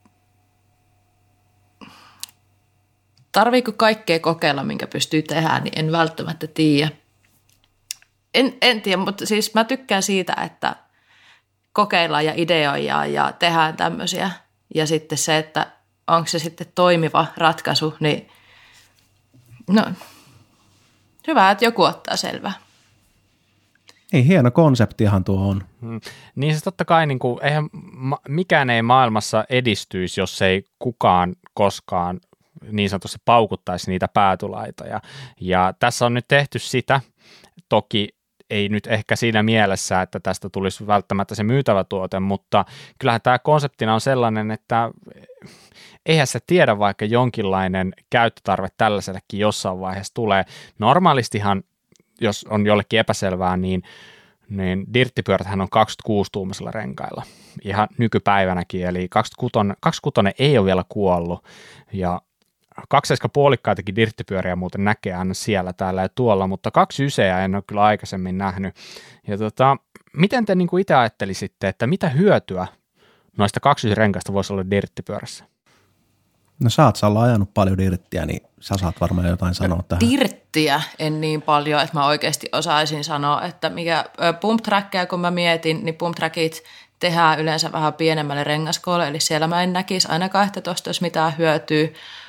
tarviiko kaikkea kokeilla, minkä pystyy tehdä, niin en välttämättä tiedä. En tiedä, mutta siis mä tykkään siitä, että kokeillaan ja ideoidaan ja tehdään tämmöisiä. Ja sitten se, että onko se sitten toimiva ratkaisu, niin no hyvä, että joku ottaa selvää. Niin, hieno konseptihan tuo on. Niin se totta kai, niin kuin, eihän mikään ei maailmassa edistyisi, jos ei kukaan koskaan niin sanotusti paukuttaisi niitä päätulaitoja. Ja tässä on nyt tehty sitä, toki ei nyt ehkä siinä mielessä, että tästä tulisi välttämättä se myytävä tuote, mutta kyllähän tämä konseptina on sellainen, että eihän se tiedä, vaikka jonkinlainen käyttötarve tällaisellekin jossain vaiheessa tulee. Normaalistihan, jos on jollekin epäselvää, niin dirttipyöräthän on 26-tuumaisilla renkailla ihan nykypäivänäkin, eli 26 ei ole vielä kuollut, ja 2,5-puolikkaitakin dirttipyöriä muuten näkee aina siellä, täällä ja tuolla, mutta 29 en ole kyllä aikaisemmin nähnyt. Ja miten te niin kuin itse ajattelisitte, että mitä hyötyä noista 29 renkaista voisi olla dirttipyörässä? No sä oot Salla ajanut paljon dirttiä, niin sä saat varmaan jotain sanoa tähän. Dirttiä en niin paljon, että mä oikeasti osaisin sanoa, että mikä pump trackia kun mä mietin, niin pump trackit tehdään yleensä vähän pienemmälle rengaskoolle, eli siellä mä en näkisi ainakaan, että tuosta olisi mitään hyötyä.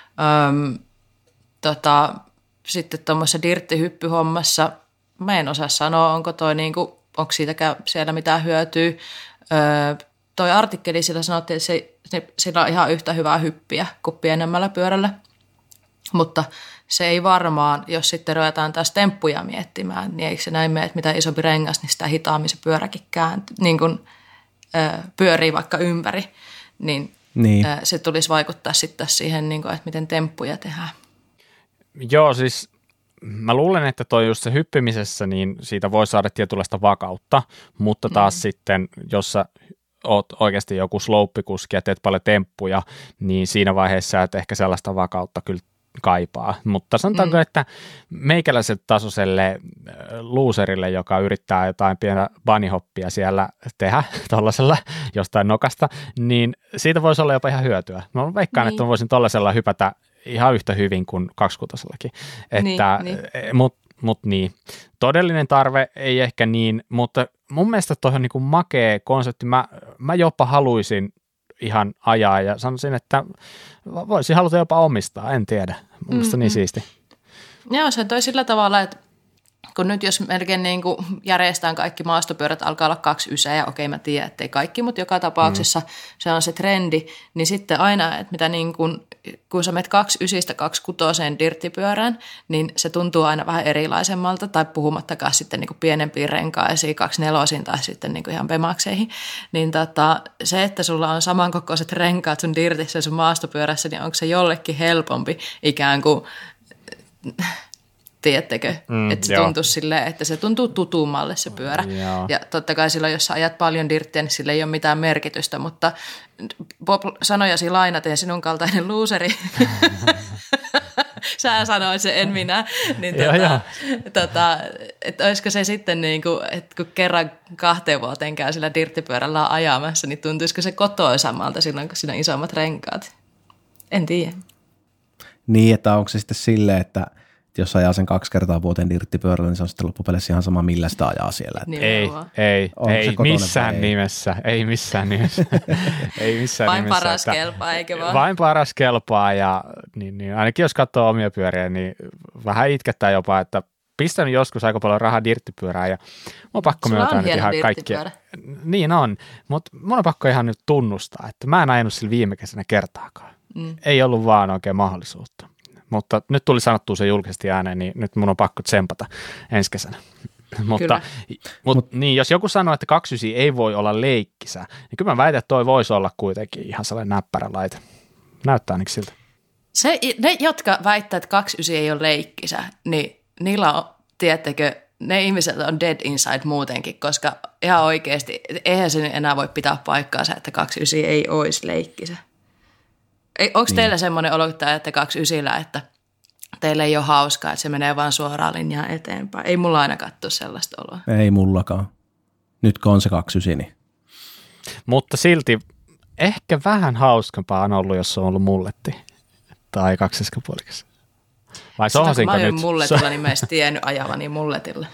Sitten tuommoisessa dirttihyppyhommassa mä en osaa sanoa, onko siitä siellä mitään hyötyä. Toi artikkeli sillä sanottiin, että sillä on ihan yhtä hyvää hyppiä kuin pienemmällä pyörällä, mutta se ei varmaan, jos sitten ruvetaan taas temppuja miettimään, niin eikö se näin mene, että mitä isompi rengas, niin sitä hitaammin se pyöräkin pyörii vaikka ympäri, niin. Se tulisi vaikuttaa sitten siihen, että miten temppuja tehdään. Joo, siis mä luulen, että toi just se hyppimisessä, niin siitä voi saada tietynlaista vakautta, mutta taas sitten, jos sä oot oikeasti joku sloppikuski ja teet paljon temppuja, niin siinä vaiheessa et ehkä sellaista vakautta kyllä kaipaa. Mutta sanotaanko, että meikäläiselle tasoiselle loserille, joka yrittää jotain pientä bunnyhoppia siellä tehdä tuollaisella jostain nokasta, niin siitä voisi olla jopa ihan hyötyä. Mä veikkaan, että mä voisin tuollaisella hypätä ihan yhtä hyvin kuin 26-sellakin. Mutta todellinen tarve ei ehkä niin, mutta mun mielestä toi on niin makea konsepti. Mä jopa haluaisin ihan ajaa ja sanoisin, että voisin haluta jopa omistaa, en tiedä. Mun mielestä niin siisti. Joo, se toi sillä tavalla, että kun nyt jos melkein niin kuin järjestään kaikki maastopyörät alkaa olla 29, ja okei mä tiedän, ettei kaikki, mutta joka tapauksessa se on se trendi, niin sitten aina, että mitä niin kuin, kun sä menet 29-26 dirttipyörään, niin se tuntuu aina vähän erilaisemmalta, tai puhumattakaan sitten niin kuin pienempiin renkaisiin, 24 tai sitten niin kuin ihan pemakseihin, niin se, että sulla on samankokoiset renkaat sun dirtissä ja sun maastopyörässä, niin onko se jollekin helpompi ikään kuin tiedättekö, että se tuntuu silleen, että se tuntuu tutummalle se pyörä. Ja totta kai silloin, jos sä ajat paljon dirttiä, niin sillä ei ole mitään merkitystä, mutta Bob sanojasi lainaten sinun kaltainen luuseri. Sä sanoit se, en minä. Niin että olisiko se sitten niin kuin, että kun kerran 2 vuoteen käy sillä dirttipyörällä ajamassa, niin tuntuisiko se kotoisammalta silloin, kun siinä on isommat renkaat? En tiedä. Niin, että onko se sitten silleen, että jos ajaa sen 2 kertaa vuoteen dirttipyörällä, niin se on sitten loppupeleissä ihan sama, millä sitä ajaa siellä. Ei missään nimessä. Ei missään nimessä. Vain paras kelpaa, eikö vaan? Vain paras kelpaa ja niin, ainakin jos katsoo omia pyöriä, niin vähän itkettää jopa, että pistänyt joskus aika paljon rahaa dirttipyörään ja mun on pakko myöntää nyt ihan kaikkia. Niin on, mutta mun on pakko ihan nyt tunnustaa, että mä en ajanut sillä viime kesänä kertaakaan. Ei ollut vaan oikein mahdollisuutta. Mutta nyt tuli sanottua se julkisesti ääneen, niin nyt mun on pakko tsempata ensi kesänä. mutta niin, jos joku sanoo, että 29 ei voi olla leikkisä, niin kyllä mä väitän, että toi voisi olla kuitenkin ihan sellainen näppärä laite. Näyttää ainakin siltä. Ne, jotka väittää, että 29 ei ole leikkisä, niin niillä on, tiedättekö, ne ihmiset on dead inside muutenkin, koska ihan oikeasti, eihän se enää voi pitää paikkaansa, että 29 ei olisi leikkisä. Onko teillä semmoinen olo, että 29, että teillä ei ole hauskaa, että se menee vaan suoraan linjaan eteenpäin? Ei mulla aina katso sellaista oloa. Ei mullakaan. Nyt kun on se 29. Niin. Mutta silti ehkä vähän hauskempaa on ollut, jos on ollut mulletti tai kaksiskepuolikas. Vai sohasinko nyt? Mä ajoin mulletilla, niin mä en tiennyt ajavani mulletilla.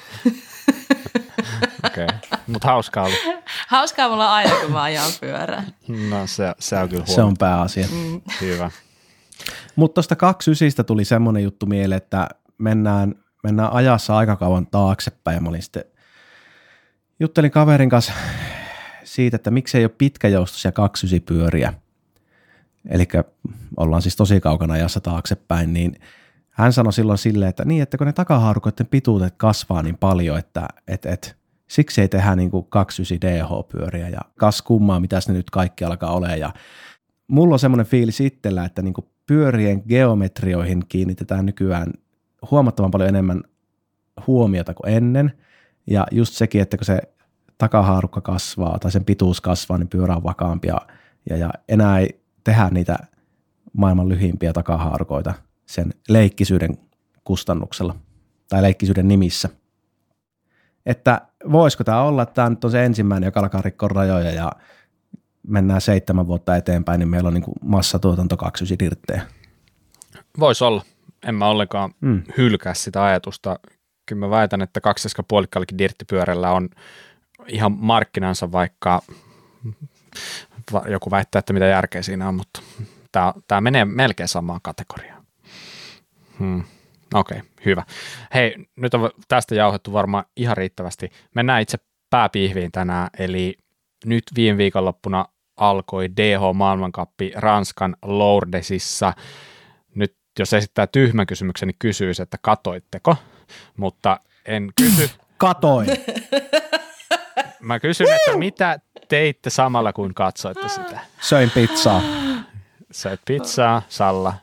Okei, mutta hauskaa ollut. Hauskaa mulla on aina, kun mä ajan pyörää. No se on kyllä huono. Se on pääasia. Hyvä. Mutta tuosta 29 tuli semmoinen juttu mieleen, että mennään ajassa aika kauan taaksepäin. Mä olin sitten, juttelin kaverin kanssa siitä, että miksei ole pitkäjoustoisia 29 pyöriä. Eli ollaan siis tosi kaukana ajassa taaksepäin, niin hän sanoi silloin silleen, että niin, että kun ne takahaarukoiden pituudet kasvaa niin paljon, että siksi ei tehdä niin kuin 29 DH-pyöriä ja kas kummaa, mitäs ne nyt kaikki alkaa olemaan. Ja mulla on semmoinen fiilis itsellä, että niin kuin pyörien geometrioihin kiinnitetään nykyään huomattavan paljon enemmän huomiota kuin ennen. Ja just sekin, että kun se takahaarukka kasvaa tai sen pituus kasvaa, niin pyörä on vakaampi ja enää ei tehdä niitä maailman lyhimpiä takahaarukoita sen leikkisyyden kustannuksella tai leikkisyyden nimissä. Että voisiko tämä olla, että tämä nyt on se ensimmäinen, joka alkaa rikkoa rajoja ja mennään 7 vuotta eteenpäin, niin meillä on niin kuin massatuotanto 29 dirttejä. Voisi olla. En mä ollenkaan hylkää sitä ajatusta. Kyllä mä väitän, että 2,5 dirttipyörällä on ihan markkinansa, vaikka joku väittää, että mitä järkeä siinä on, mutta tämä menee melkein samaan kategoriaan. Okei, hyvä. Hei, nyt on tästä jauhettu varmaan ihan riittävästi. Mennään itse pääpihviin tänään, eli nyt viime viikonloppuna alkoi DH-maailmankappi Ranskan Lourdesissa. Nyt jos esittää tyhmän kysymyksen, niin kysyisi, että katoitteko, mutta en kysy. Katoin. Mä kysyn, että mitä teitte samalla, kun katsoitte sitä? Söin pizzaa. Söit pizzaa, Salla.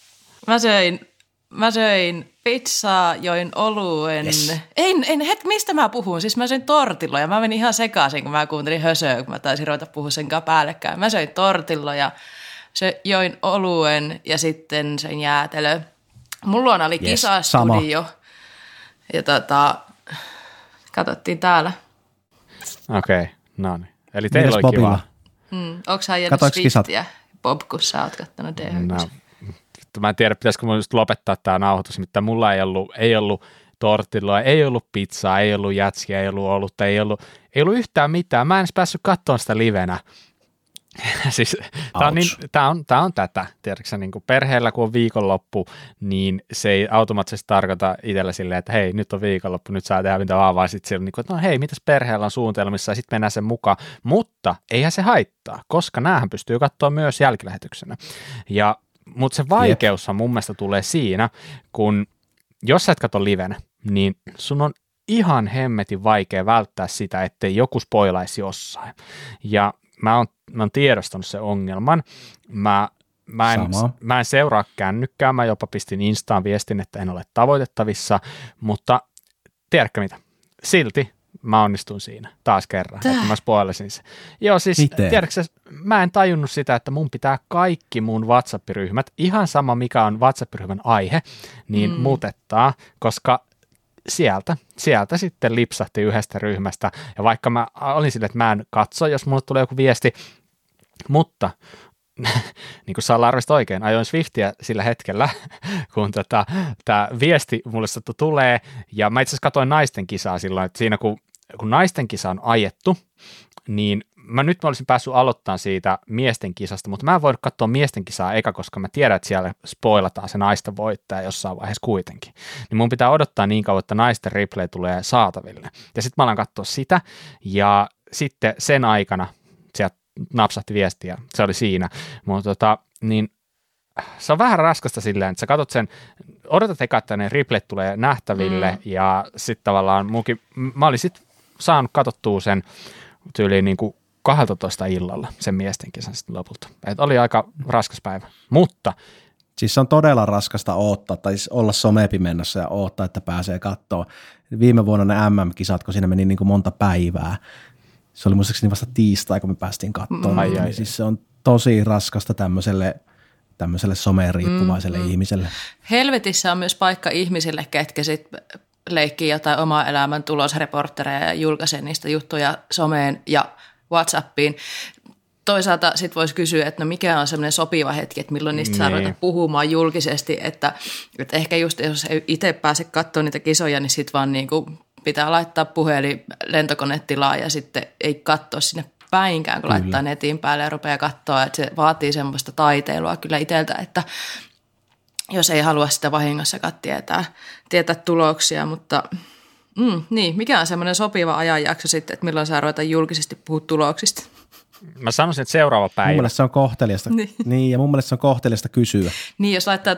Mä söin pizzaa, join oluen. Yes. Mistä mä puhun? Siis mä söin tortilloja. Mä menin ihan sekaisin, kun mä kuuntelin hösöä, kun mä taisin ruveta puhua sen päällekkäin. Mä söin tortilloja, join oluen ja sitten söin jäätelö. Mulla oli kisastudio. Ja katsottiin täällä. Okei, no niin. Eli teillä oli kiva. Onko sä ajanut Swiftiä, Bob, kun sä oot kattonut DH? Mä en tiedä, pitäisikö mun just lopettaa tämä nauhoitus, mutta mulla ei ollut tortilloa, ei ollut pizzaa, ei ollut jätskiä, ei ollut olutta, ei ollut yhtään mitään. Mä en edes päässyt katsomaan sitä livenä. Siis, tämä on tätä, tiedätkö, niin kuin perheellä kun on viikonloppu, niin se ei automaattisesti tarkoita itsellä silleen, että hei, nyt on viikonloppu, nyt saa tehdä mitä vaan sitten siellä, niin kuin, että no hei, mitäs perheellä on suunnitelmissa, ja sitten mennään sen mukaan, mutta eihän se haittaa, koska näähän pystyy katsoa myös jälkilähetyksenä, mutta se vaikeus mun mielestä tulee siinä, kun jos sä et katso livenä, niin sun on ihan hemmetin vaikea välttää sitä, ettei joku spoilaisi jossain, ja mä oon tiedostanut sen ongelman. Mä en seuraa kännykkää, mä jopa pistin Instaan viestin, että en ole tavoitettavissa, mutta tiedätkö mitä? Silti mä onnistun siinä taas kerran, että mä spoilasin sen. Joo, siis tiedätkö, mä en tajunnut sitä, että mun pitää kaikki mun WhatsApp-ryhmät, ihan sama mikä on WhatsApp-ryhmän aihe, niin muutettaa, koska sieltä sitten lipsahti yhdestä ryhmästä, ja vaikka mä olin sille, että mä en katso, jos mulle tulee joku viesti, mutta niin kuin Salla arvasti oikein, ajoin Swiftiä sillä hetkellä, kun tämä viesti mulle tulee, ja mä itse asiassa katsoin naisten kisaa silloin, että siinä kun naisten kisa on ajettu, niin mä olisin päässyt aloittamaan siitä miesten kisasta, mutta mä en voinut katsoa miesten kisaa eka, koska mä tiedän, että siellä spoilataan se naisten voittaja jossain vaiheessa kuitenkin. Niin mun pitää odottaa niin kauan, että naisten replay tulee saataville. Ja sitten mä alan katsoa sitä, ja sitten sen aikana sieltä napsahti viestiä, se oli siinä. Mutta niin se on vähän raskasta silleen, että sä katsot sen, odotat eka, että ne replayt tulee nähtäville, ja sitten tavallaan mä olin sitten saanut katsottua sen tyyliin niin kuin 12 illalla sen miesten kisan sitten lopulta. Et oli aika raskas päivä, mutta Siis se on todella raskasta odottaa, tai siis olla somepimennässä ja odottaa, että pääsee katsoa. Viime vuonna ne MM-kisat, kun siinä meni niin kuin monta päivää. Se oli muistaakseni vasta tiistai, kun me päästiin katsomaan. Niin siis se on tosi raskasta tämmöiselle someen riippuvaiselle ihmiselle. Helvetissä on myös paikka ihmisille, ketkä sitten leikkii jotain omaa elämän tulosreporttereja ja julkaisee niistä juttuja someen ja WhatsAppiin. Toisaalta sitten voisi kysyä, että no mikä on semmoinen sopiva hetki, että milloin niistä saa ruveta puhumaan julkisesti, että ehkä just jos ei itse pääse katsomaan niitä kisoja, niin sitten vaan niin kuin pitää laittaa puhelin lentokonetilaan ja sitten ei katsoa sinne päinkään, kun laittaa netin päälle ja rupeaa katsoa, että se vaatii semmoista taiteilua kyllä itseltä, että jos ei halua sitä vahingossakaan tietää tuloksia, mutta niin, mikä on semmoinen sopiva ajanjakso sitten, että milloin saa ruveta julkisesti puhua tuloksista? Mä sanoisin, että seuraava päivä. Mun mielestä se on kohteliasta. Niin, ja mun mielestä se on kohteliasta kysyä. Niin,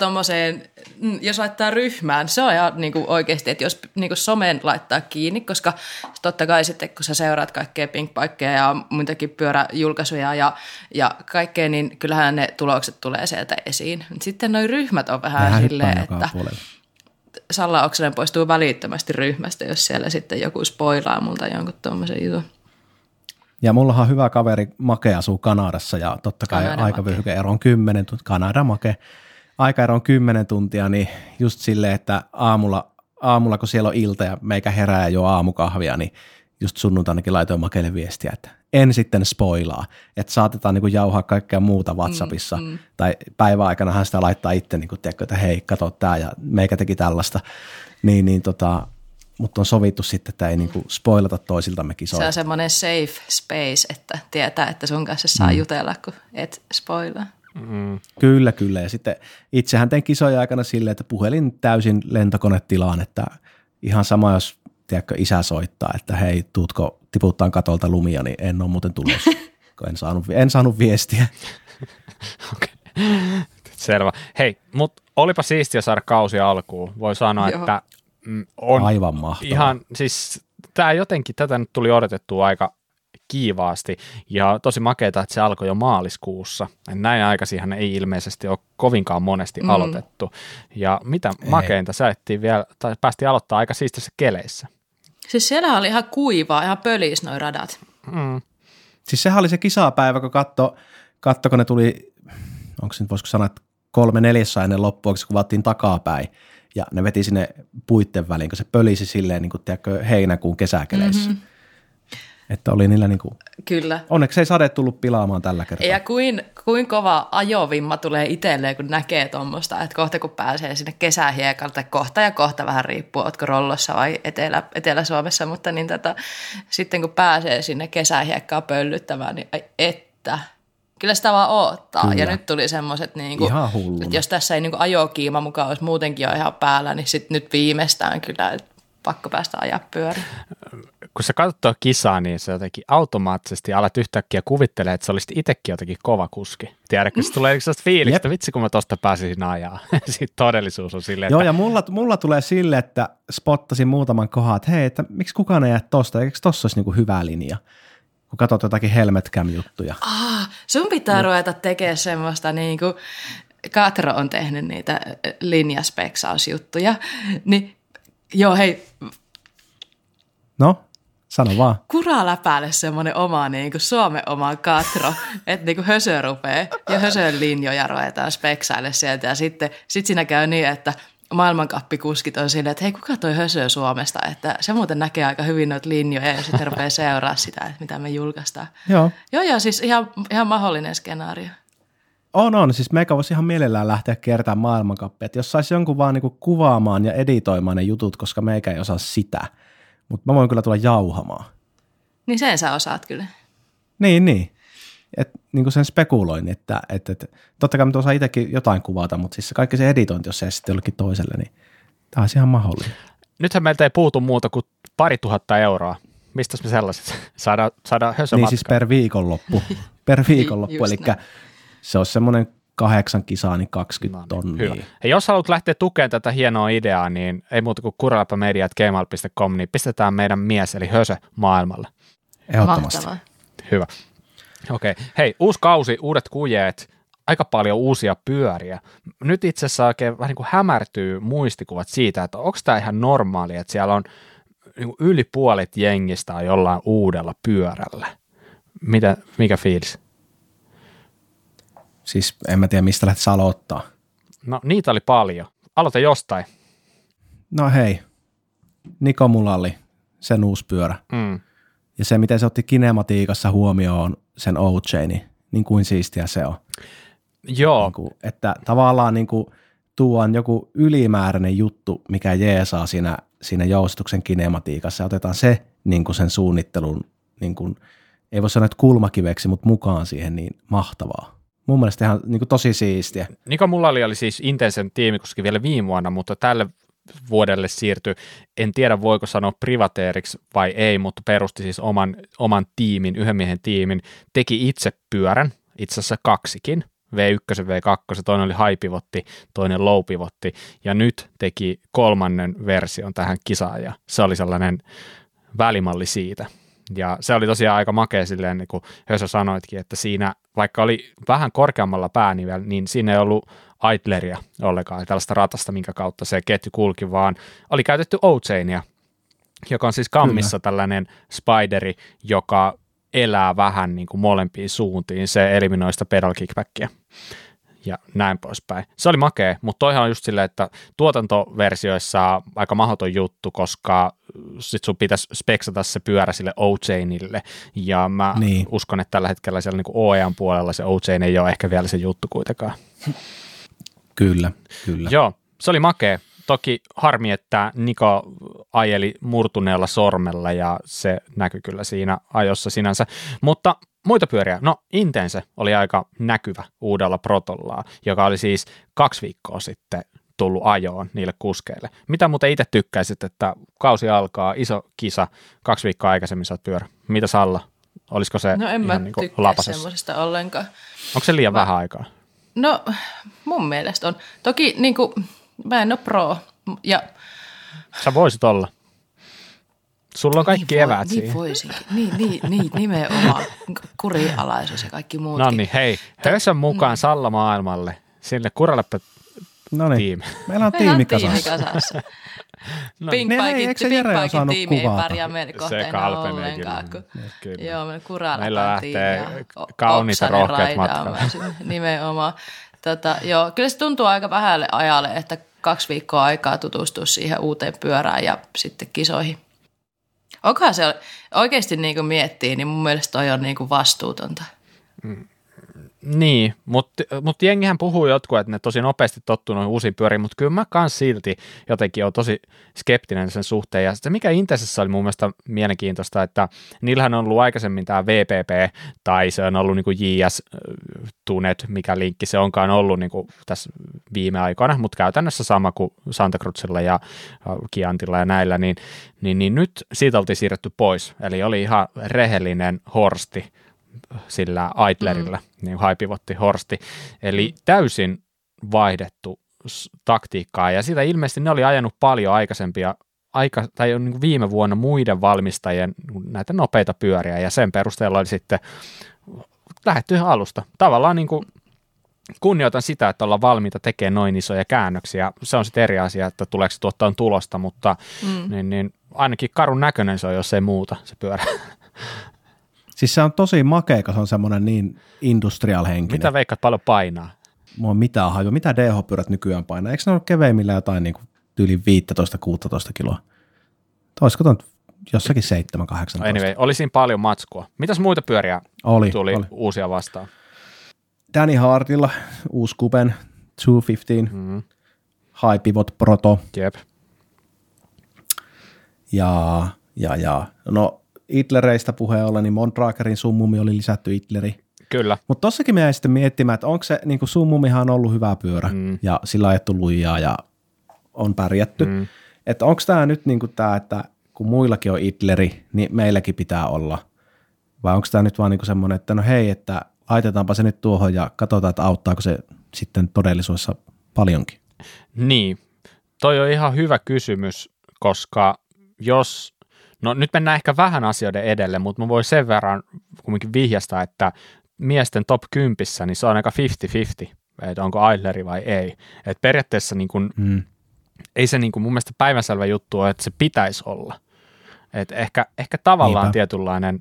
jos laittaa ryhmään, se on ihan niin kuin oikeasti, että jos niin kuin somen laittaa kiinni, koska totta kai sitten, kun sä seuraat kaikkea pinkpaikkeja ja muitakin pyöräjulkaisuja ja kaikkea, niin kyllähän ne tulokset tulee sieltä esiin. Sitten noi ryhmät on vähän silleen, että Salla Oksanen poistuu välittömästi ryhmästä, jos siellä sitten joku spoilaa multa jonkun tuommoisen jutun. Ja mullahan on hyvä kaveri, Make asuu Kanadassa ja totta kai aikavyöhyke-ero on 10 tuntia, Kanada Make, aikaero on 10 tuntia, niin just silleen, että aamulla kun siellä on ilta ja meikä herää ja juo aamukahvia, niin just sunnuntainakin laitoin Makelle viestiä, että en sitten spoilaa, että saatetaan niinku jauhaa kaikkea muuta WhatsAppissa tai päiväaikanahan sitä laittaa itse, niin tiedätkö, että hei, kato tää ja meikä teki tällaista, mutta on sovittu sitten, että ei niinku spoilata toisiltamme kisoja. Se on semmoinen safe space, että tietää, että sun kanssa saa jutella, kun et spoilaa. Kyllä. Ja sitten itsehän tein kisoja aikana silleen, että puhelin täysin lentokonetilaan, että ihan sama, jos tiedätkö, isä soittaa, että hei, tuutko tiputtaan katolta lumia, niin en ole muuten tulossa, kun en saanut viestiä. Okei. Selvä. Hei, mutta olipa siistiä saada kausi alkuun. Voi sanoa, että on aivan mahtavaa. Ihan, siis tämä jotenkin, tätä nyt tuli odotettua aika kiivaasti ja tosi makeeta, että se alkoi jo maaliskuussa. Näin aikaisihan ei ilmeisesti ole kovinkaan monesti aloitettu. Ja mitä makeinta päästiin aloittaa aika siistissä keleissä. Siis siellä oli ihan kuivaa, ihan pölis noi radat. Siis sehän oli se kisapäivä, kun kun ne tuli, onko se nyt voisiko sanoa, että 3/4 ennen loppua, kun se kuvattiin takapäin. Ja ne veti sinne puitten väliin, kun se pölisi silleen, niin kuin tiedätkö, heinäkuun kesäkeleissä. Että oli niillä niin kuin, kyllä. Onneksi ei sade tullut pilaamaan tällä kertaa. Ja kuin kova ajovimma tulee itselleen, kun näkee tuommoista, että kohta kun pääsee sinne kesähiekalle, kohta vähän riippuu, ootko Rollossa vai Etelä-Suomessa, mutta niin sitten kun pääsee sinne kesähiekkaa pöllyttämään, niin että kyllä sitä vaan oottaa. Kyllä. Ja nyt tuli semmoiset, niin että jos tässä ei niin ajokiima mukaan olisi muutenkin jo ihan päällä, niin sitten nyt viimeistään kyllä pakko päästä ajaa pyöriin. Kun sä katsot tuo kisaa, niin sä jotenkin automaattisesti alat yhtäkkiä kuvittelemaan, että sä olisit itsekin jotenkin kova kuski. Tiedätkö, se tulee sellaista fiilistä, että vitsi kun mä tosta pääsisin ajaa. Sitten todellisuus on silleen, joo, ja mulla tulee sille, että spottasin muutaman kohdan, että hei, että miksi kukaan ei jää tosta, eikö tossa olisi niinku hyvä linja? Kun katsot jotakin Helmet Cam-juttuja. Sun pitää ruveta tekemään semmoista, niin kuin Katro on tehnyt niitä linjaspeksausjuttuja, niin joo hei. No, sano vaan. Kuraa läpäälle semmoinen oma, niin kuin Suomen oma Katro, että niin kuin hösö rupeaa ja hösön linjoja ruvetaan speksaille sieltä ja sitten siinä käy niin, että maailmankappikuskit on silleen, että hei, kuka toi hösö Suomesta, että se muuten näkee aika hyvin noita linjoja ja sitten rupeaa seuraa sitä, että mitä me julkaistaan. Joo, siis ihan mahdollinen skenaario. On. Siis meikä voisi ihan mielellään lähteä kiertämään maailmankappia, että jos saisi jonkun vaan niinku kuvaamaan ja editoimaan ne jutut, koska meikä ei osaa sitä, mutta mä voin kyllä tulla jauhamaan. Niin sen sä osaat kyllä. Niin. Niin kuin sen spekuloin, että totta kai mä osaan itsekin jotain kuvata, mutta siis kaikki se editointi, jos se ei sitten jollekin toiselle, niin tämä olisi ihan mahdollinen. Nythän meiltä ei puutu muuta kuin 2,000 euroa. Mistäs me sellaiset saadaan hösömatka? Niin siis per viikonloppu. Eli se olisi semmoinen 8 kisaa, niin 20 tonnia. Hyvä. Ja jos haluat lähteä tukemaan tätä hienoa ideaa, niin ei muuta kuin kuralapamedia@gmail.com, niin pistetään meidän mies, eli hösö maailmalle. Ehdottomasti. Mahtavaa. Hyvä. Okei. Hei, uusi kausi, uudet kujeet. aika paljon uusia pyöriä. Nyt itse asiassa oikein vähän niin kuin hämärtyy muistikuvat siitä, että onko tämä ihan normaalia, että siellä on niin kuin yli puolet jengistä on jollain uudella pyörällä. Mikä fiilis? Siis en mä tiedä, mistä lähtisi aloittaa. No niitä oli paljon. Aloita jostain. No hei, Niko Mulalli, sen uusi pyörä. Ja se, miten se otti kinematiikassa huomioon sen O-chainin, niin kuin siistiä se on. Joo. Niin kuin, että tavallaan niin kuin tuon joku ylimääräinen juttu, mikä jeesaa siinä joustuksen kinematiikassa, ja otetaan se niin kuin sen suunnittelun, niin kuin, ei voi sanoa, että kulmakiveksi, mutta mukaan siihen, niin mahtavaa. Mun mielestä ihan niin kuin tosi siistiä. Niko Mulalli oli siis Intensen tiimikuskin vielä viime vuonna, mutta tälle vuodelle siirtyi, en tiedä voiko sanoa privateeriksi vai ei, mutta perusti siis oman tiimin, yhden miehen tiimin, teki itse pyörän, itse asiassa kaksikin, V1, V2, toinen oli high pivotti, toinen low pivotti, ja nyt teki kolmannen version tähän kisaan, ja se oli sellainen välimalli siitä. Ja se oli tosiaan aika makea silleen, niin kuin Hösö sanoitkin, että siinä, vaikka oli vähän korkeammalla päänivel, niin siinä ei ollut idleria ollenkaan, tällaista ratasta, minkä kautta se ketju kulki, vaan oli käytetty O-chainia, joka on siis kammissa tällainen spideri, joka elää vähän niin kuin molempiin suuntiin, se eliminoi sitä pedal kickbackia ja näin poispäin. Se oli makea, mutta toihan on just silleen, että tuotantoversioissa aika mahdoton juttu, koska sit sun pitäisi speksata se pyörä sille O-chainille, ja mä uskon, että tällä hetkellä siellä niin kuin OEAn puolella se O-chain ei ole ehkä vielä se juttu kuitenkaan. Kyllä. Joo, se oli makea. Toki harmi, että Niko ajeli murtuneella sormella ja se näkyi kyllä siinä ajossa sinänsä, mutta muita pyöriä. No Intense oli aika näkyvä uudella Protollaa, joka oli siis 2 viikkoa sitten tullut ajoon niille kuskeille. Mitä muuten itse tykkäisit, että kausi alkaa, iso kisa, 2 viikkoa aikaisemmin saat pyörä. Mitä Salla? Olisiko se no en ihan mä niin kuin tykkää semmoisesta ollenkaan. Onko se liian vähän aikaa? No mun mielestä on. Toki niin kuin, mä en ole pro. Ja sä voisit olla. Sulla on kaikki eväät siihen. Niin voisinkin. Niin nimenomaan. Kurialaisuus ja kaikki muutkin. No niin, hei. Hösön mukaan Salla maailmalle. Sinne Kuraleppä tiimi. Meillä on tiimi kasassa. No, Pinkpaikin tiimi ei pärjää meidän kohteena ollenkaan. Joo, me kuralataan tiimi. Meillä lähtee kauniit ja rohkeat matkat. Nimenomaan. Joo, kyllä se tuntuu aika vähälle ajalle, että 2 viikkoa aikaa tutustua siihen uuteen pyörään ja sitten kisoihin. Onkohan se oikeasti niin kuin miettii, niin mun mielestä toi on niin kuin vastuutonta. Niin, mutta jengihän puhuu jotkut, että ne tosi nopeasti tottuu noihin uusiin pyöriin, mutta kyllä mä kans silti jotenkin on tosi skeptinen sen suhteen. Ja se mikä Intesessä oli mun mielestä mielenkiintoista, että niillähän on ollut aikaisemmin tämä VPP, tai se on ollut niin kuin JS Tunet, mikä linkki se onkaan ollut niin kuin tässä viime aikoina, mutta käytännössä sama kuin Santa Cruzilla ja Chiantilla ja näillä, niin nyt siitä oltiin siirretty pois. Eli oli ihan rehellinen Horsti sillä idlerillä, niin high pivotti Horsti, eli täysin vaihdettu taktiikkaa, ja sitä ilmeisesti ne oli ajanut paljon aikaisempia, tai niin viime vuonna muiden valmistajien näitä nopeita pyöriä, ja sen perusteella oli sitten lähdetty ihan alusta. Tavallaan niin kuin kunnioitan sitä, että ollaan valmiita tekemään noin isoja käännöksiä, se on sitten eri asia, että tuleeko se tuottaa tulosta, mutta niin ainakin karun näköinen se on, jos ei muuta se pyörä. Siis se on tosi makea, kun se on semmoinen niin industrial-henkinen. Mitä veikkaat paljon painaa? Mua on mitään hajua. Mitä DH-pyörät nykyään painaa? Eikö ne ole keveimmillä jotain niin kuin yli 15-16 kiloa? Olisiko tuon jossakin 7-18? Anyway, oli siinä paljon matskua. Mitäs muita pyöriä tuli uusia vastaan? Danny Hartilla uusi Kuben 215, High Pivot Proto. Jep. Ja no Idlereistä puheen ollen, niin Mondrakerin summumi oli lisätty Idleri. Kyllä. Mutta tossakin me jäi sitten miettimään, että onko se, niin kuin summumihan on ollut hyvä pyörä ja sillä on ajettu lujaa ja on pärjätty. Että onko tämä nyt niin kuin tämä, että kun muillakin on Idleri, niin meilläkin pitää olla. Vai onko tämä nyt vaan niin kuin semmoinen, että no hei, että laitetaanpa se nyt tuohon ja katsotaan, että auttaako se sitten todellisuudessa paljonkin. Niin, toi on ihan hyvä kysymys, koska no nyt mennään ehkä vähän asioiden edelle, mutta mä voin sen verran kumminkin vihjasta, että miesten top 10, niin se on aika 50-50, että onko Eidleri vai ei. Et periaatteessa niin kuin, ei se niin kuin mun mielestä päivänselvä juttu ole, että se pitäisi olla. Et ehkä tavallaan tietynlainen,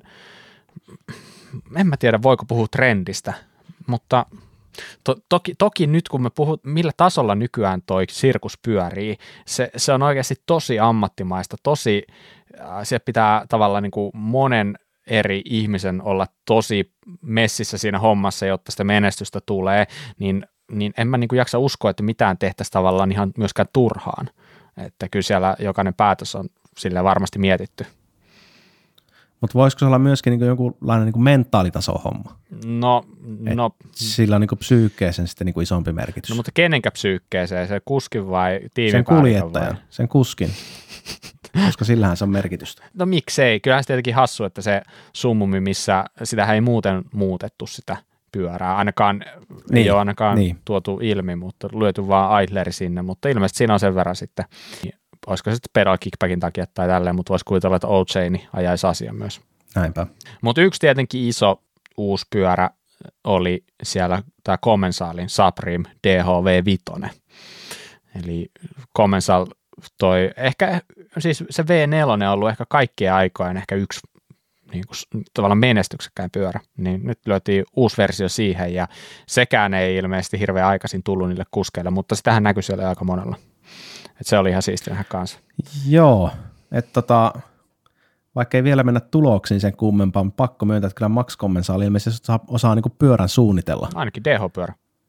en mä tiedä voiko puhua trendistä, mutta toki nyt kun me puhut, millä tasolla nykyään toi sirkus pyörii, se on oikeasti tosi ammattimaista, se pitää tavallaan niin kuin monen eri ihmisen olla tosi messissä siinä hommassa, jotta sitä menestystä tulee, niin en mä niin kuin jaksa uskoa, että mitään tehtäisiin tavallaan ihan myöskään turhaan, että kyllä siellä jokainen päätös on sille varmasti mietitty. Mutta voisiko se olla myöskin niin jonkunlainen niin mentaalitaso homma? No. Sillä on niin psyykkeeseen sitten niin isompi merkitys. No mutta kenenkä psyykkeeseen? Se kuskin vai tiimin? Sen kuljettajan, sen kuskin, koska sillähän se on merkitystä. No miksei? Kyllähän se tietenkin hassu, että se summumi, missä sitä ei muuten muutettu sitä pyörää, ei ole ainakaan tuotu ilmi, mutta lyöty vaan Eidleri sinne, mutta ilmeisesti siinä on sen verran sitten, olisiko se sitten pedal kickbackin takia tai tälleen, mutta voisi kuvitella, että O-Chaini ajaisi asian myös. Näinpä. Mutta yksi tietenkin iso uusi pyörä oli siellä tämä Commensalin Supreme DHV5, eli Commensal toi, ehkä siis se V4 on ollut ehkä kaikkien aikojen ehkä yksi niin kuin, tavallaan menestyksekkäin pyörä, niin nyt löytiin uusi versio siihen, ja sekään ei ilmeisesti hirveän aikaisin tullut niille kuskeille, mutta sitähän näkyi siellä aika monella. Et se oli ihan siistiä nähdä kanssa. Joo, että vaikka ei vielä mennä tuloksiin sen kummempaan, pakko myöntää, että kyllä Max Commensal ilmeisesti osaa niin kuin pyörän suunnitella. Ainakin DH-pyörä.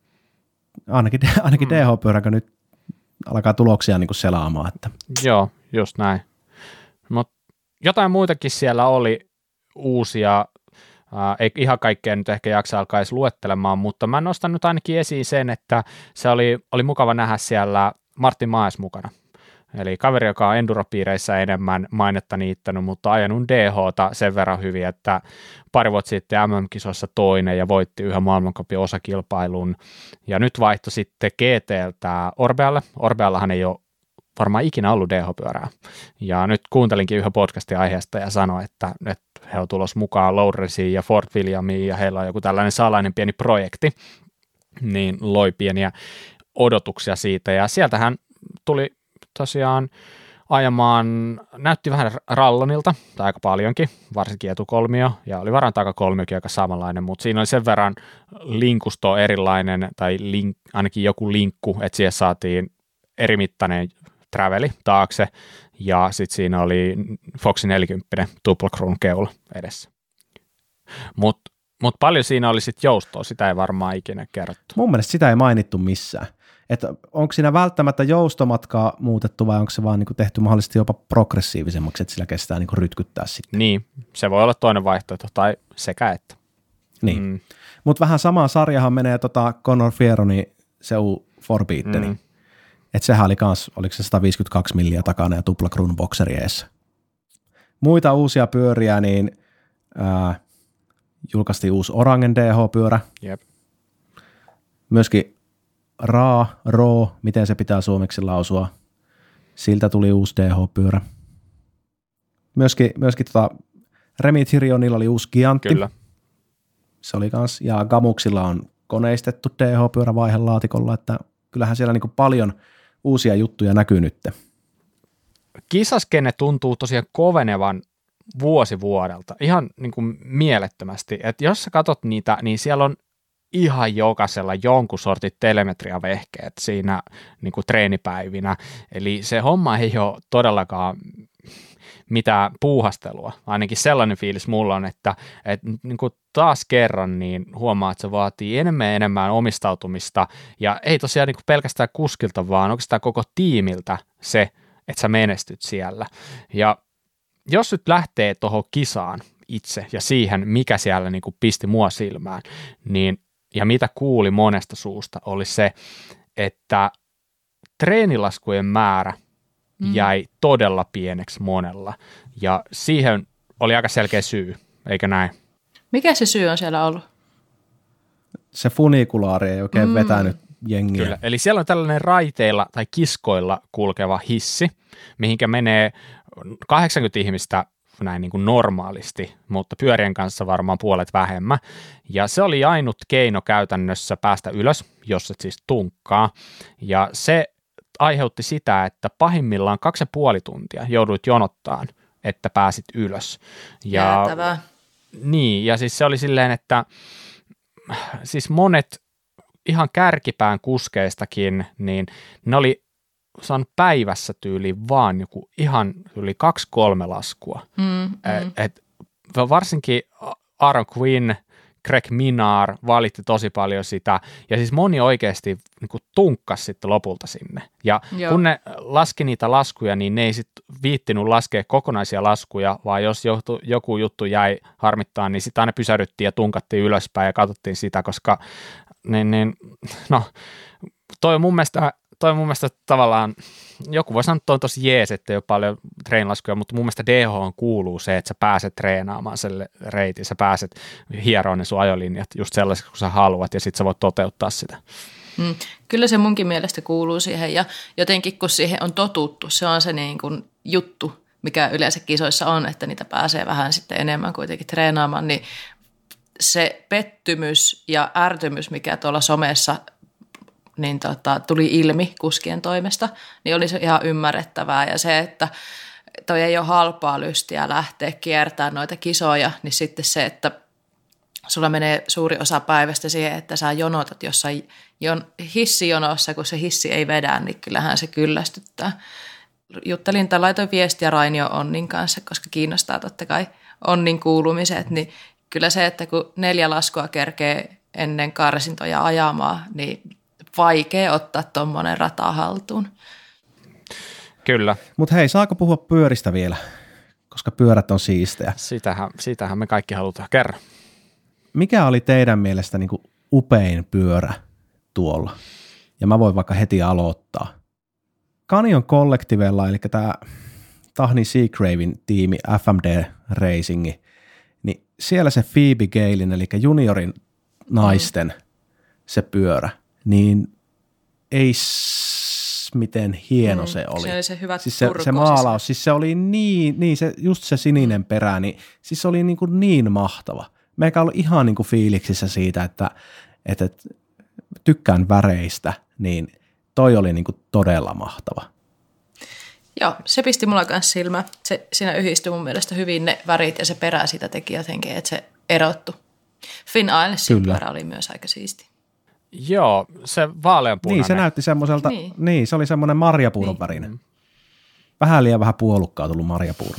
Ainakin DH-pyörä, kun nyt alkaa tuloksia niin kuin selaamaan. Että. Joo, just näin. Mutta jotain muitakin siellä oli uusia, ei ihan kaikkea nyt ehkä jaksa alkaa edes luettelemaan, mutta mä nostan nyt ainakin esiin sen, että se oli mukava nähdä siellä Martin Maes mukana. Eli kaveri, joka on enduropiireissä enemmän mainetta niittänyt, mutta ajanut DH:ta sen verran hyvin, että pari vuotta sitten MM-kisoissa toinen ja voitti yhden maailmancupin osakilpailun. Ja nyt vaihtoi sitten GT:ltä Orbealle. Orbeallahan ei ole varmaan ikinä ollut DH-pyörää. Ja nyt kuuntelinkin yhden podcastin aiheesta ja sanoin, että he on tulossa mukaan Lowresiin ja Fort Williamiin ja heillä on joku tällainen salainen pieni projekti, niin loi pieniä odotuksia siitä. Ja sieltähän tuli tosiaan ajamaan, näytti vähän rallonilta, tai aika paljonkin, varsinkin etukolmio, ja oli varantakakolmiokin aika samanlainen, mutta siinä oli sen verran linkusto erilainen, tai ainakin joku linkku, että siihen saatiin erimittainen traveli taakse, ja sitten siinä oli Foxy 40 tuplakruun keula edessä. Mutta paljon siinä oli sitten joustoa, sitä ei varmaan ikinä kerrottu. Mun mielestä sitä ei mainittu missään. Että onko siinä välttämättä joustomatkaa muutettu vai onko se vaan niin kuin tehty mahdollisesti jopa progressiivisemmaksi, että sillä kestää niin kuin rytkyttää sitten? Niin, se voi olla toinen vaihtoehto tai sekä että. Niin, mutta vähän samaan sarjahan menee Conor Fierronin se Forbidden. Että sehän oli kans, oliko se 152 milliä takana ja tuplakruun bokseri eessä. Muita uusia pyöriä, niin julkaistiin uusi Orangen DH-pyörä. Jep. Myöskin Raw, miten se pitää suomeksi lausua. Siltä tuli uusi DH-pyörä. Myöskin Remi Thirionilla oli uusi Giantti. Kyllä. Se oli kans, ja Gamuksilla on koneistettu DH-pyörä vaihelaatikolla, että kyllähän siellä niinku paljon uusia juttuja näkyy nyt. Kisaskenne tuntuu tosiaan kovenevan vuosi vuodelta, ihan niin kuin mielettömästi. Että jos sä katot niitä, niin siellä on ihan jokaisella jonkun sortin telemetriavehkeet siinä niin kuin treenipäivinä. Eli se homma ei ole todellakaan mitään puuhastelua. Ainakin sellainen fiilis mulla on, että niin kuin taas kerran niin huomaa, että se vaatii enemmän omistautumista ja ei tosiaan niin kuin pelkästään kuskilta, vaan oikeastaan koko tiimiltä se, että sä menestyt siellä. Ja jos nyt lähtee tuohon kisaan itse ja siihen, mikä siellä niin kuin pisti mua silmään, niin ja mitä kuuli monesta suusta, oli se, että treenilaskujen määrä jäi todella pieneksi monella. Ja siihen oli aika selkeä syy, eikö näin? Mikä se syy on siellä ollut? Se funikulaari ei oikein vetänyt jengiä. Kyllä, eli siellä on tällainen raiteilla tai kiskoilla kulkeva hissi, mihinkä menee 80 ihmistä näin niin kuin normaalisti, mutta pyörien kanssa varmaan puolet vähemmän. Ja se oli ainut keino käytännössä päästä ylös, jos et siis tunkkaa. Ja se aiheutti sitä, että pahimmillaan 2,5 tuntia jouduit jonottaan, että pääsit ylös. Jäätävää. Niin, ja siis se oli silleen, että siis monet ihan kärkipään kuskeistakin, niin ne oli saanut päivässä tyyliin vaan joku ihan yli 2-3 laskua. Varsinkin Aaron Quinn, Greg Minnaar valitti tosi paljon sitä, ja siis moni oikeasti niin kuin tunkkasi sitten lopulta sinne. Ja kun ne laski niitä laskuja, niin ne ei sitten viittinyt laskea kokonaisia laskuja, vaan jos joku juttu jäi harmittaa, niin sitten aina pysähdyttiin ja tunkattiin ylöspäin ja katsottiin sitä, koska no, toi on mun mielestä tavallaan, joku voi sanoa, että on tosi jees, että ei ole paljon treenlaskuja, mutta mun mielestä DH kuuluu se, että sä pääset treenaamaan selle reitin, sä pääset hieroon ne sun ajolinjat just sellaisiksi, kun sä haluat, ja sit sä voit toteuttaa sitä. Kyllä se munkin mielestä kuuluu siihen, ja jotenkin kun siihen on totuttu, se on se niin kuin juttu, mikä yleensä kisoissa on, että niitä pääsee vähän sitten enemmän kuitenkin treenaamaan, niin se pettymys ja ärtymys, mikä tuolla somessa niin tuli ilmi kuskien toimesta, niin oli se ihan ymmärrettävää. Ja se, että toi ei ole halpaa lystiä lähteä kiertämään noita kisoja, niin sitten se, että sulla menee suuri osa päivästä siihen, että sä jonotat jossain hissijonossa, kun se hissi ei vedä, niin kyllähän se kyllästyttää. Juttelin tai laitoin viestiä Rainio Onnin kanssa, koska kiinnostaa totta kai Onnin kuulumiset, niin kyllä se, että kun 4 laskua kerkee ennen karsintoja ajamaan, niin vaikea ottaa tuommoinen rata haltuun. Kyllä. Mutta hei, saako puhua pyöristä vielä, koska pyörät on siistejä? Sitähän me kaikki halutaan. Kerran. Mikä oli teidän mielestä niin kuin upein pyörä tuolla? Ja mä voin vaikka heti aloittaa. Canyon Collectivella, eli tämä Tahni Seagravin tiimi FMD Racing, niin siellä se Phoebe Galein, eli juniorin naisten se pyörä, niin ei miten hieno se oli. Se oli se hyvä siis se maalaus, siis se oli niin se, just se sininen perä, niin siis se oli niin mahtava. Meikä oli ihan niin kuin fiiliksissä siitä, että tykkään väreistä, niin toi oli niin kuin todella mahtava. Joo, se pisti mulla kanssa silmä. Siinä yhdistyi mun mielestä hyvin ne värit ja se perä siitä teki jotenkin, että se erottu. Finn Islesin pyörä oli myös aika siisti. Joo, se vaaleanpunainen. Niin, se näytti semmoiselta, niin se oli semmoinen marjapuuron värinen. Vähän liian vähän puolukkaa tullut marjapuuroa.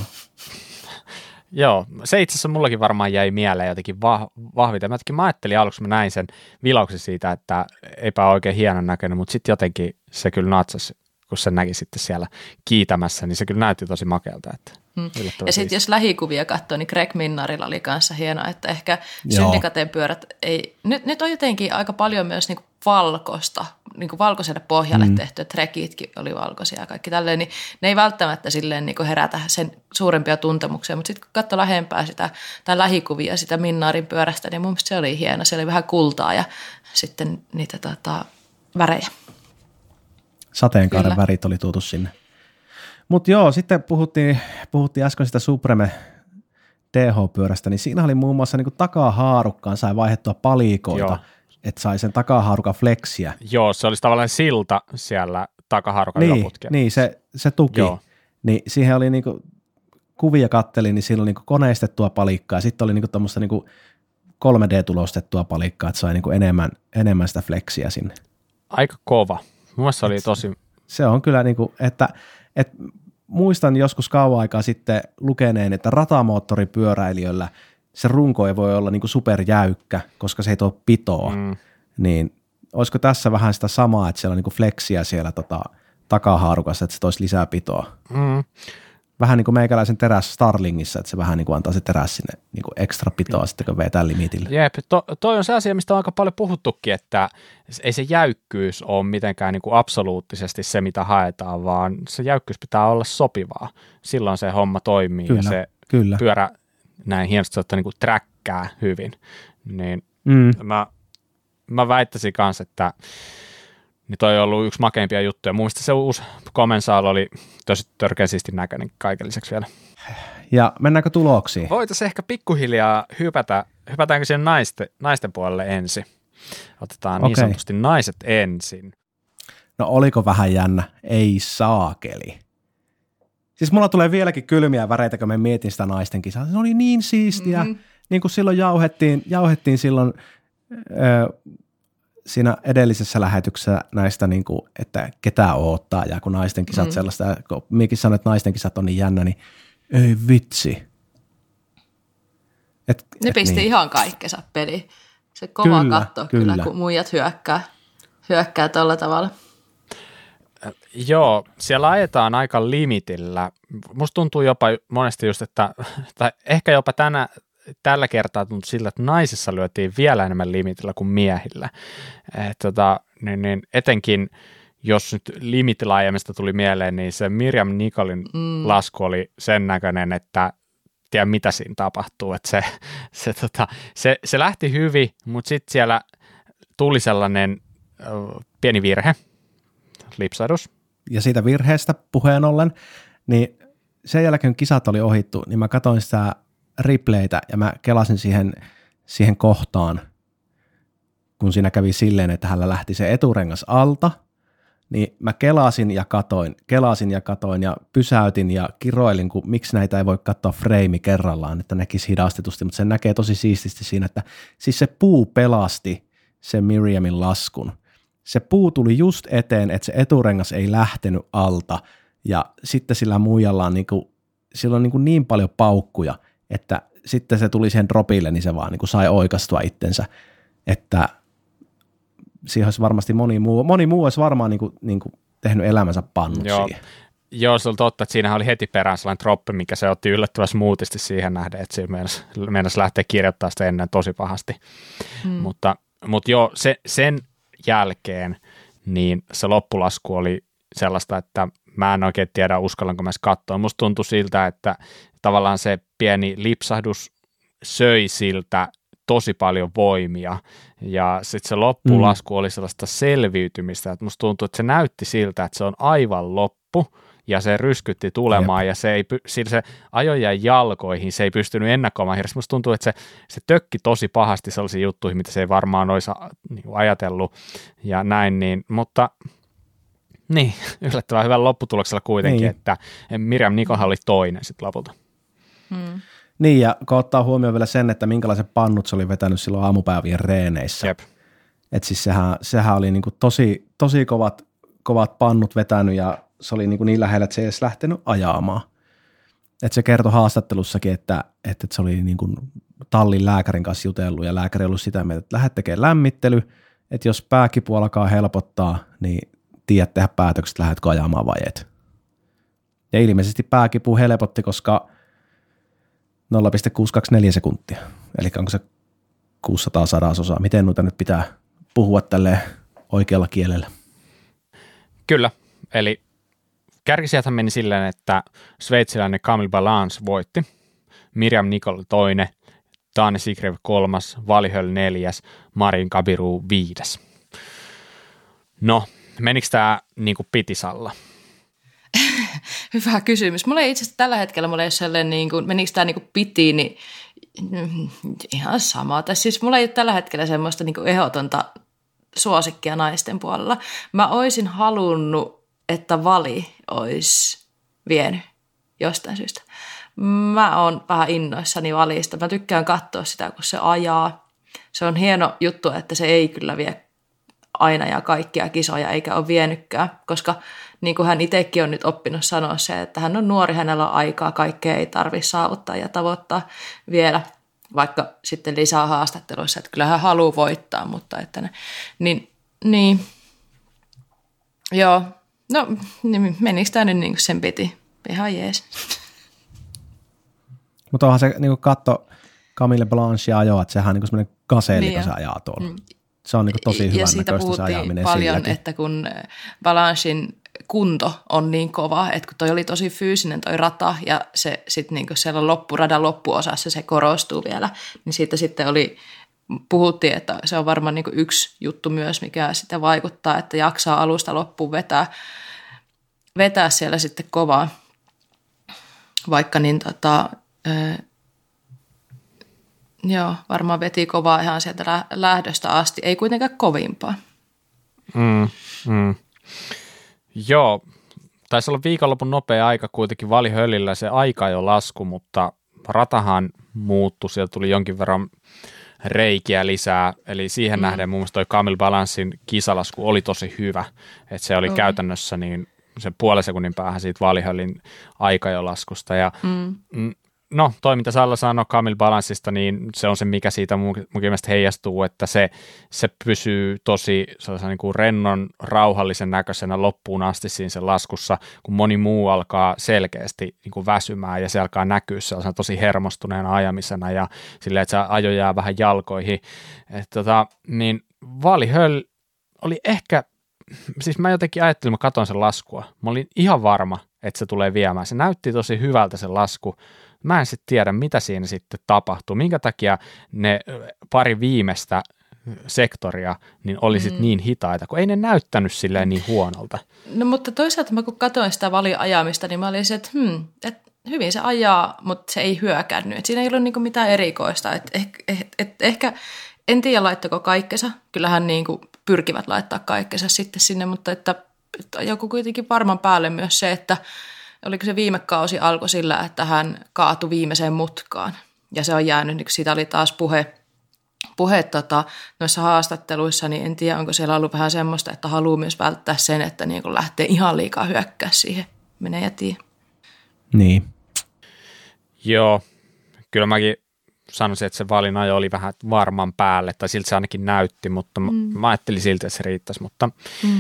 Joo, se itse asiassa mullakin varmaan jäi mieleen jotenkin vahviten. Mä ajattelin aluksi, mä näin sen vilauksen siitä, että eipä oikein hienon näköinen, mutta sitten jotenkin se kyllä natsasi, kun se näki sitten siellä kiitämässä, niin se kyllä näytti tosi makealta. Että ja sitten jos lähikuvia katsoo, niin Greg Minnarilla oli kanssa hienoa, että ehkä Syndikaten pyörät ei, nyt on jotenkin aika paljon myös niinku valkoista, niinku valkoiselle pohjalle tehty, että trekitkin oli valkoisia ja kaikki tälleen, niin ne ei välttämättä silleen niinku herätä sen suurempia tuntemuksia, mutta sitten kun katsoo lähempää sitä, tai lähikuvia sitä Minnarin pyörästä, niin mun mielestä se oli hieno, se oli vähän kultaa ja sitten niitä värejä. Sateenkaaren värit oli tuotu sinne. Mutta joo, sitten puhuttiin äsken sitä Supreme DH-pyörästä, niin siinä oli muun muassa niin takahaarukkaan sai vaihdettua palikoita, että sai sen takahaarukan fleksiä. Joo, se olisi tavallaan silta siellä takahaarukan yläputkella. Niin, se tuki. Joo. Niin siihen oli niinku, kuvia kattelin, niin siinä oli niinku koneistettua palikkaa, ja sitten oli niinku tuommoista niinku 3D-tulostettua palikkaa, että sai niinku enemmän sitä fleksiä sinne. Aika kova. Mun mielestä oli tosi... Se on kyllä niinku, että muistan joskus kauan aikaa sitten lukeneen, että ratamoottoripyöräilijöllä se runko ei voi olla niinku superjäykkä, koska se ei tuo pitoa. Niin olisiko tässä vähän sitä samaa, että siellä on niinku fleksiä siellä takahaarukassa, että se toisi lisää pitoa? Vähän niin kuin meikäläisen teräs Starlingissa, että se vähän niin kuin antaa se teräs sinne niin kuin ekstra pitoa sitten, kun vetää limitille. Jep, toi on se asia, mistä on aika paljon puhuttukin, että ei se jäykkyys ole mitenkään niin kuin absoluuttisesti se, mitä haetaan, vaan se jäykkyys pitää olla sopivaa. Silloin se homma toimii ja se pyörä näin hienosti, että niin kuin träkkää hyvin. Niin mä väittäisin kanssa, että Niin toi on ollut yksi makeimpia juttuja. Mun mielestä se uusi Commencal oli tosi törkeä siistin näköinen kaiken lisäksi vielä. Ja mennäänkö tuloksiin? Voitaisiin ehkä pikkuhiljaa hypätäänkö siihen naisten puolelle ensin? Otetaan niin sanotusti naiset ensin. No oliko vähän jännä? Ei saakeli. Siis mulla tulee vieläkin kylmiä väreitä, kun mä mietin sitä naisten kisaa. Se oli niin siistiä. Niin kuin silloin jauhettiin silloin siinä edellisessä lähetyksessä näistä, niin kuin, että ketä odottaa. Ja kun naisten kisat sellaista, kun minäkin sanoin, että naisten kisat on niin jännä, niin ei vitsi. Ne pisti niin ihan kaikkensa peliin. Se kova katto kyllä, kun muijat hyökkää tuolla tavalla. Joo, siellä ajetaan aika limitillä. Musta tuntuu jopa monesti just, että tai ehkä jopa tällä kertaa tuntuu siltä, että naisissa lyötiin vielä enemmän limitillä kuin miehillä. Niin etenkin, jos nyt limitillä ajamista tuli mieleen, niin se Miriam Nicolin lasku oli sen näköinen, että tiedä mitä siinä tapahtuu. Että se lähti hyvin, mutta sitten siellä tuli sellainen pieni virhe, lipsahdus. Ja siitä virheestä puheen ollen, niin sen jälkeen kun kisat oli ohittu, niin mä katsoin sitä replaytä ja mä kelasin siihen kohtaan, kun siinä kävi silleen, että hänellä lähti se eturengas alta, niin mä kelasin ja katoin ja pysäytin ja kiroilin, kun miksi näitä ei voi katsoa frame kerrallaan, että näkisi hidastetusti, mutta sen näkee tosi siististi siinä, että siis se puu pelasti sen Miriamin laskun. Se puu tuli just eteen, että se eturengas ei lähtenyt alta ja sitten sillä muijalla on sillä on niin paljon paukkuja, että sitten se tuli siihen dropille, niin se vaan sai oikastua itsensä, että siihen olisi varmasti moni muu olisi varmaan tehnyt elämänsä pannut siihen. Joo, se oli totta, että siinähän oli heti perään sellainen droppi, mikä se otti yllättävän smoothisti siihen nähden, että siinä meinasi lähteä kirjoittamaan sitä ennen tosi pahasti. Mutta joo, sen jälkeen niin se loppulasku oli sellaista, että mä en oikein tiedä, uskallanko mä katsoa. Musta tuntui siltä, että tavallaan se pieni lipsahdus söi siltä tosi paljon voimia, ja sitten se loppulasku oli sellaista selviytymistä, että musta tuntuu, että se näytti siltä, että se on aivan loppu, ja se ryskytti tulemaan, ja se ajoi jäi jalkoihin, se ei pystynyt ennakoimaan hirveästi. Musta tuntuu, että se tökki tosi pahasti sellaisiin juttuihin, mitä se ei varmaan olisi ajatellut, ja näin, mutta niin, yllättävän hyvällä lopputuloksella kuitenkin, että Miriam Nicol oli toinen sitten lopulta. Niin, ja kun ottaa huomioon vielä sen, että minkälaiset pannut se oli vetänyt silloin aamupäivien reeneissä. Jep. Että siis sehän oli tosi kovat pannut vetänyt, ja se oli niin lähellä, että se ei edes lähtenyt ajamaan. Että se kertoi haastattelussakin, että se oli tallin lääkärin kanssa jutellut, ja lääkäri ollut sitä mieltä, että lähde tekemään lämmittely, että jos pääkipu alkaa helpottaa, niin tiedät tehdä päätökset, lähdetkö ajamaan vai et. Ja ilmeisesti pääkipu helpotti, koska 0,624 sekuntia, eli onko se 600 sadasosaa, miten noita nyt pitää puhua tälleen oikealla kielellä? Kyllä, eli kärkisijathan meni silleen, että sveitsiläinen Camille Balance voitti, Miriam Nicol toinen, Dane Sigrev 3, Valihöl 4, Marin Gabiru 5. No, menikö tämä niin kuin pitisalla? Hyvä kysymys. Mulla ei itse asiassa tällä hetkellä, menikö tämä piti, niin ihan sama. Tai siis mulla ei ole tällä hetkellä semmoista ehdotonta suosikkia naisten puolella. Mä oisin halunnut, että Vali olisi vienyt jostain syystä. Mä oon vähän innoissani Valista. Mä tykkään katsoa sitä, kun se ajaa. Se on hieno juttu, että se ei kyllä vie aina ja kaikkia kisoja, eikä ole vienytkään, koska niin kuin hän itsekin on nyt oppinut sanoa se, että hän on nuori, hänellä on aikaa, kaikkea ei tarvitse saavuttaa ja tavoittaa vielä, vaikka sitten lisää haastatteluissa, että kyllä hän haluaa voittaa, mutta että niin, joo, no menikö tämä nyt niin kuin sen piti, ihan jees. Mutta onhan se niin kuin katto Camille Blanchia ajoa, että sehän on niin semmoinen kaseeli, kun se ajaa tuolla. Se on tosi hyvän näköistä se ajaminen paljon, silläkin. että kun Balanchin kunto on niin kova, että kun toi oli tosi fyysinen toi rata ja se sitten niinku siellä radan loppuosassa se korostuu vielä, niin siitä sitten oli puhuttiin, että se on varmaan niin kuin yksi juttu myös, mikä sitä vaikuttaa, että jaksaa alusta loppuun vetää siellä sitten kovaa, vaikka niin joo, varmaan veti kovaa ihan sieltä lähdöstä asti, ei kuitenkaan kovimpaa. Joo, taisi olla viikonlopun nopea aika kuitenkin Valihöllillä se aika jo lasku, mutta ratahan muuttui, sieltä tuli jonkin verran reikiä lisää, eli siihen nähden mun mielestä toi Camille Balancein kisalasku oli tosi hyvä, että se oli käytännössä niin sen puolen sekunnin päähän siitä Valihöllin aikajolaskusta ja no, toi mitä Salla sanoi Camille Balanceista, niin se on se, mikä siitä mun mielestä heijastuu, että se pysyy tosi niin kuin rennon, rauhallisen näköisenä loppuun asti siinä sen laskussa, kun moni muu alkaa selkeästi niin kuin väsymään ja se alkaa näkyä sellaisena tosi hermostuneena ajamisena ja silleen, että se ajo jää vähän jalkoihin. Niin Valihöll oli ehkä, siis mä jotenkin ajattelin, mä katson sen laskua, mä olin ihan varma, että se tulee viemään. Se näytti tosi hyvältä se lasku. Mä en sitten tiedä, mitä siinä sitten tapahtuu, minkä takia ne pari viimeistä sektoria niin oli sitten niin hitaita, kun ei ne näyttänyt silleen niin huonolta. No mutta toisaalta mä kun katsoin sitä valiajamista, niin mä olin se, että hyvin se ajaa, mutta se ei hyökännyt. Et siinä ei ollut niinku mitään erikoista. Ehkä, en tiedä laittako kaikkensa, kyllähän niinku pyrkivät laittaa kaikkensa sitten sinne, mutta että joku kuitenkin varman päälle myös se, että oliko se viime kausi alkoi sillä, että hän kaatui viimeiseen mutkaan. Ja se on jäänyt, niin siitä oli taas puhe noissa haastatteluissa, niin en tiedä, onko siellä ollut vähän semmoista, että haluaa myös välttää sen, että niin kun lähtee ihan liikaa hyökkää siihen. Menee ja tiedä. Niin. Joo, kyllä mäkin sanoisin, että se valinajo oli vähän varman päälle, tai siltä se ainakin näytti, mutta mä ajattelin siltä, että se riittäisi, mutta...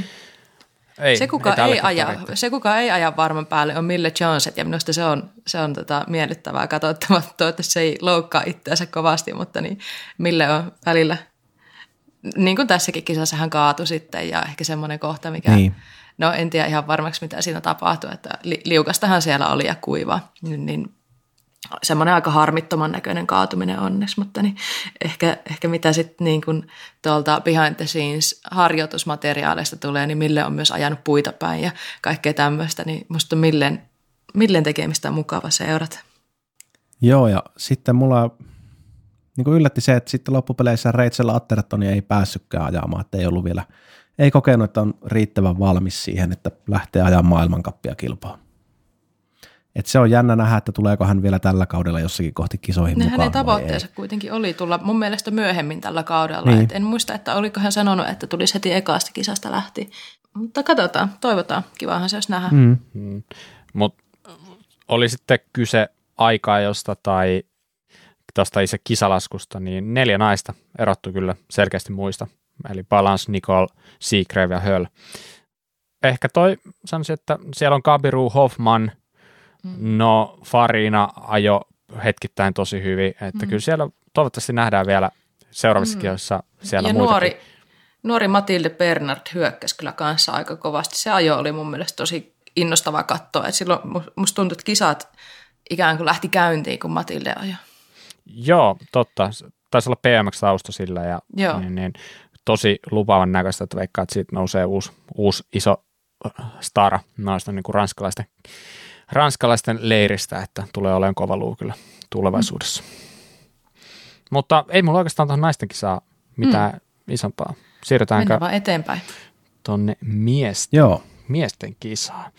Se, kuka ei aja varman päälle, on Mille Johnset, ja minusta se on miellyttävää katsottavaa. Toivottavasti se ei loukkaa itseänsä kovasti, mutta niin Mille on välillä, niin kuin tässäkin kisassa hän kaatui sitten, ja ehkä semmoinen kohta, mikä, no en tiedä ihan varmaksi mitä siinä tapahtui, että liukastahan siellä oli ja kuiva, niin semmoinen aika harmittoman näköinen kaatuminen onneksi, mutta niin ehkä mitä sitten niin kun tuolta behind the scenes harjoitusmateriaaleista tulee, niin Mille on myös ajanut puita päin ja kaikkea tämmöistä, niin musta Millen tekemistä on mukava seurata. Joo, ja sitten mulla niin yllätti se, että sitten loppupeleissä Rachel Athertoni ei päässytkään ajamaan, että ei kokenut, että on riittävän valmis siihen, että lähtee ajamaan maailmankappia kilpaa. Että se on jännä nähdä, että tuleeko hän vielä tällä kaudella jossakin kohti kisoihin mukaan. Hänen tavoitteensa kuitenkin oli tulla mun mielestä myöhemmin tällä kaudella. Niin. En muista, että oliko hän sanonut, että tulisi heti ekasta kisasta lähti. Mutta katsotaan, toivotaan. Kivahan se olisi nähdä. Mutta oli sitten kyse aika-ajosta tai tuosta itse kisalaskusta, niin 4 naista erottu kyllä selkeästi muista. Eli Balance, Nicole, Seagrave ja Höll. Ehkä sanoisin, että siellä on Gabiru, Hoffman. No Farina ajo hetkittäin tosi hyvin, että kyllä siellä toivottavasti nähdään vielä seuraavissa kisoissa siellä muitakin. Nuori Matilde Bernard hyökkäsi kyllä kanssa aika kovasti. Se ajo oli mun mielestä tosi innostava katsoa. Et silloin musta tuntui, että kisat ikään kuin lähti käyntiin, kun Matilde ajoi. Joo, totta. Taisi olla PMX-tausta sillä ja niin, tosi lupaavan näköistä, että veikkaa, että siitä nousee uusi iso stara noista niin kuin ranskalaisten leiristä, että tulee olemaan kova luu kyllä tulevaisuudessa. Mutta ei mulla oikeastaan tuohon naistenkin saa mitään isompaa. Siirrytäänkö mennään vaan eteenpäin tuonne miesten kisaan.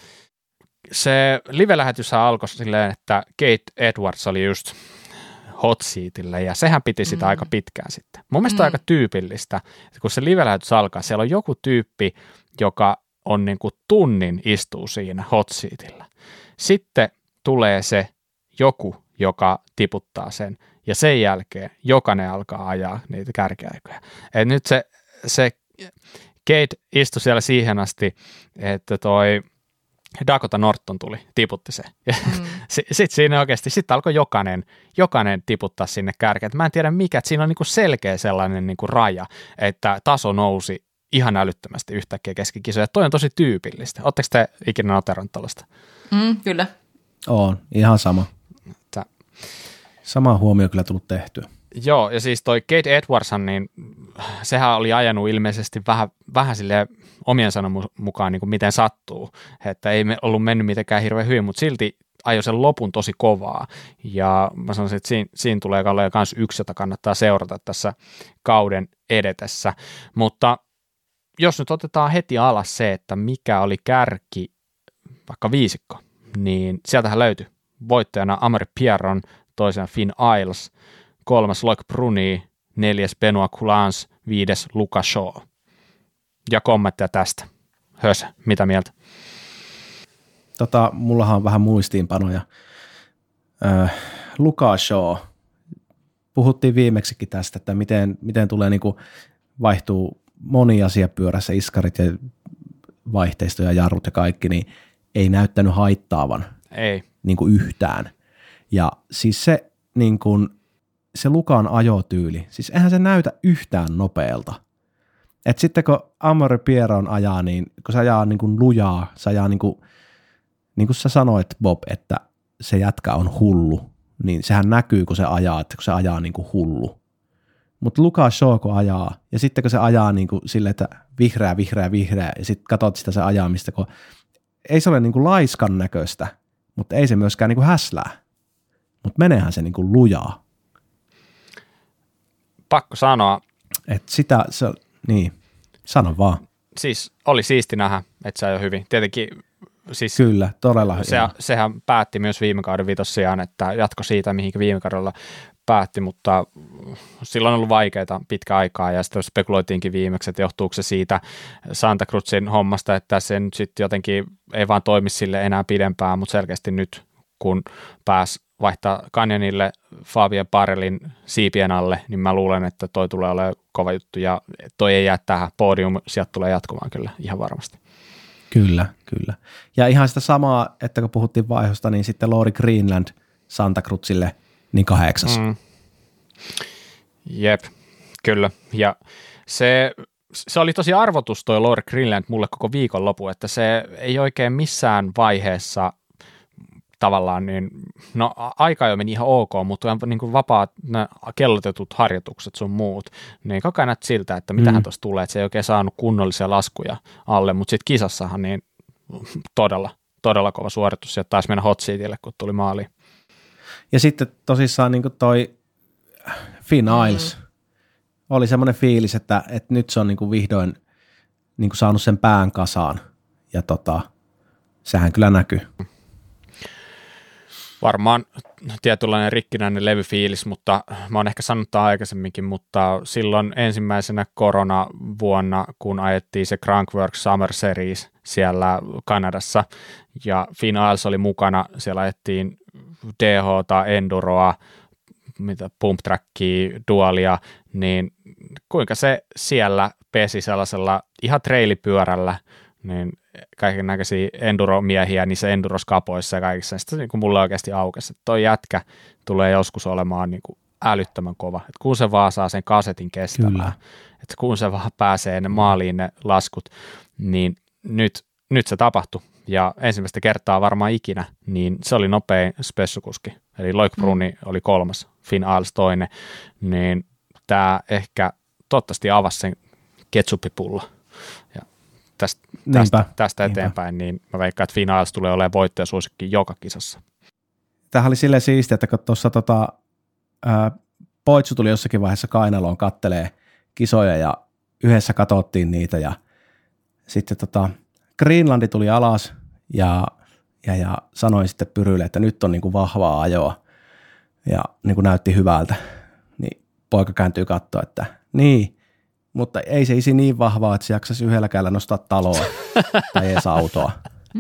Se live-lähetys alkoi silleen, että Kate Edwards oli just hot seatillä ja sehän piti sitä aika pitkään sitten. Mun mielestä on aika tyypillistä, että kun se live-lähetys alkaa, siellä on joku tyyppi, joka on niin kuin tunnin istuu siinä hot seatillä. Sitten tulee se joku, joka tiputtaa sen, ja sen jälkeen jokainen alkaa ajaa niitä kärkiaikoja. Et nyt se Kate istui siellä siihen asti, että toi Dakota Norton tiputti se. Sitten siinä oikeasti, alkoi jokainen tiputtaa sinne kärkeen. Mä en tiedä mikä, että siinä on niinku selkeä sellainen niinku raja, että taso nousi ihan älyttömästi yhtäkkiä keskikisoja. Toi on tosi tyypillistä. Oletteko te ikinä noterannut tällaista? Kyllä. On, ihan sama. Sama huomio kyllä tullut tehtyä. Joo, ja siis toi Kate Edwardshan, niin sehän oli ajanut ilmeisesti vähän silleen omien sanon mukaan niin kuin miten sattuu, että ei ollut mennyt mitenkään hirveän hyvin, mutta silti ajoi sen lopun tosi kovaa, ja mä sanoisin, että siinä tulee olla myös yksi, jota kannattaa seurata tässä kauden edetessä, mutta jos nyt otetaan heti alas se, että mikä oli kärki, vaikka viisikko, niin sieltähän löytyi voittajana Amaury Pierron, toisena Finn Isles, kolmas Loic Bruni, neljäs Benoit Coulans, viides Lucas Shaw. Ja kommentteja tästä. Hös, mitä mieltä? Mullahan on vähän muistiinpanoja. Lucas Shaw. Puhuttiin viimeksikin tästä, että miten tulee niinku vaihtuu moni asia pyörässä, iskarit ja vaihteisto ja jarrut ja kaikki, niin ei näyttänyt haittaavan niinku yhtään. Ja siis se Lukan ajotyyli, siis eihän se näytä yhtään nopealta. Et sitten kun Amaury Pierron ajaa, niin kun se ajaa niin kuin lujaa, se ajaa niin kuin sä sanoit Bob, että se jätkä on hullu, niin sehän näkyy kun se ajaa, että kun se ajaa niin kuin hullu. Mutta Lucas Shaw kun ajaa, ja sitten kun se ajaa niin kuin silleen, että vihreä, ja sitten katsot sitä se ajamista, kun ei se ole niin kuin laiskan näköistä, mutta ei se myöskään niin kuin häslää. Mutta meneehän se niin kuin lujaa. Pakko sanoa. Että niin, sano vaan. Siis oli siisti nähdä, että se ajoi hyvin. Tietenkin siis kyllä, todella hyvin. Sehän päätti myös viime kauden vitossijaan, että jatko siitä, mihinkä viime kaudella päätti, mutta silloin on ollut vaikeita pitkä aikaa, ja sitten spekuloitiinkin viimeksi, että johtuuko se siitä Santa Cruzin hommasta, että se nyt sitten jotenkin ei vaan toimi sille enää pidempään, mutta selkeästi nyt, kun pääsi vaihtaa Canyonille Fabien Barelin siipien alle, niin mä luulen, että toi tulee olemaan kova juttu, ja toi ei jää tähän podium, sieltä tulee jatkumaan kyllä ihan varmasti. Kyllä. Ja ihan sitä samaa, että kun puhuttiin vaihosta, niin sitten Laurie Greenland Santa Cruzille, niin 8. Jep, kyllä. Ja se oli tosi arvotus toi Laurie Greenland mulle koko viikonloppu, että se ei oikein missään vaiheessa tavallaan, niin, no aika jo meni ihan ok, mutta niin kuin vapaat kellotetut harjoitukset sun muut, niin koko ajan siltä, että mitähän tuossa tulee, että se ei oikein saanut kunnollisia laskuja alle, mutta sitten kisassahan niin todella kova suoritus ja taisi mennä hot seatille, kun tuli maaliin. Ja sitten tosissaan niin kuin toi Finn Isles oli semmoinen fiilis, että nyt se on niin kuin vihdoin niin kuin saanut sen pään kasaan ja sehän kyllä näkyy. Varmaan tietynlainen rikkinäinen levyfiilis, mutta mä oon ehkä sanonut tämän aikaisemminkin, mutta silloin ensimmäisenä koronavuonna, kun ajettiin se Crankworx Summer Series siellä Kanadassa, ja Finn Isles oli mukana, siellä ajettiin DH:ta, Enduroa, pump trackia, dualia, niin kuinka se siellä pesi sellaisella ihan treilipyörällä, niin kaiken näköisiä enduromiehiä niissä enduroskapoissa ja kaikissa. Sitten niin kuin mulle oikeasti aukesi, että toi jätkä tulee joskus olemaan niin kuin älyttömän kova. Että kun se vaan saa sen kasetin kestämään, että kun se vaan pääsee ne maaliin ne laskut, niin nyt se tapahtui. Ja ensimmäistä kertaa varmaan ikinä, niin se oli nopein spessukuski. Eli Loic Bruni oli 3, Finn Isles 2, niin tämä ehkä toivottavasti avasi sen ketsuppipullo. Ja tästä eteenpäin, niin mä veikkaan, että Finn Isles tulee olemaan voittajasuosikki joka kisassa. Tämähän oli silleen siistiä, että kun tuossa Poitsu tuli jossakin vaiheessa kainaloon kattelee kisoja ja yhdessä katsottiin niitä ja sitten Greenlandi tuli alas ja sanoi sitten Pyrylle, että nyt on niin kuin vahvaa ajoa ja niin kuin näytti hyvältä, niin poika kääntyy katsoa, että niin, mutta ei se isi niin vahvaa, että se jaksaisi yhdellä kädellä nostaa taloa tai edes autoa.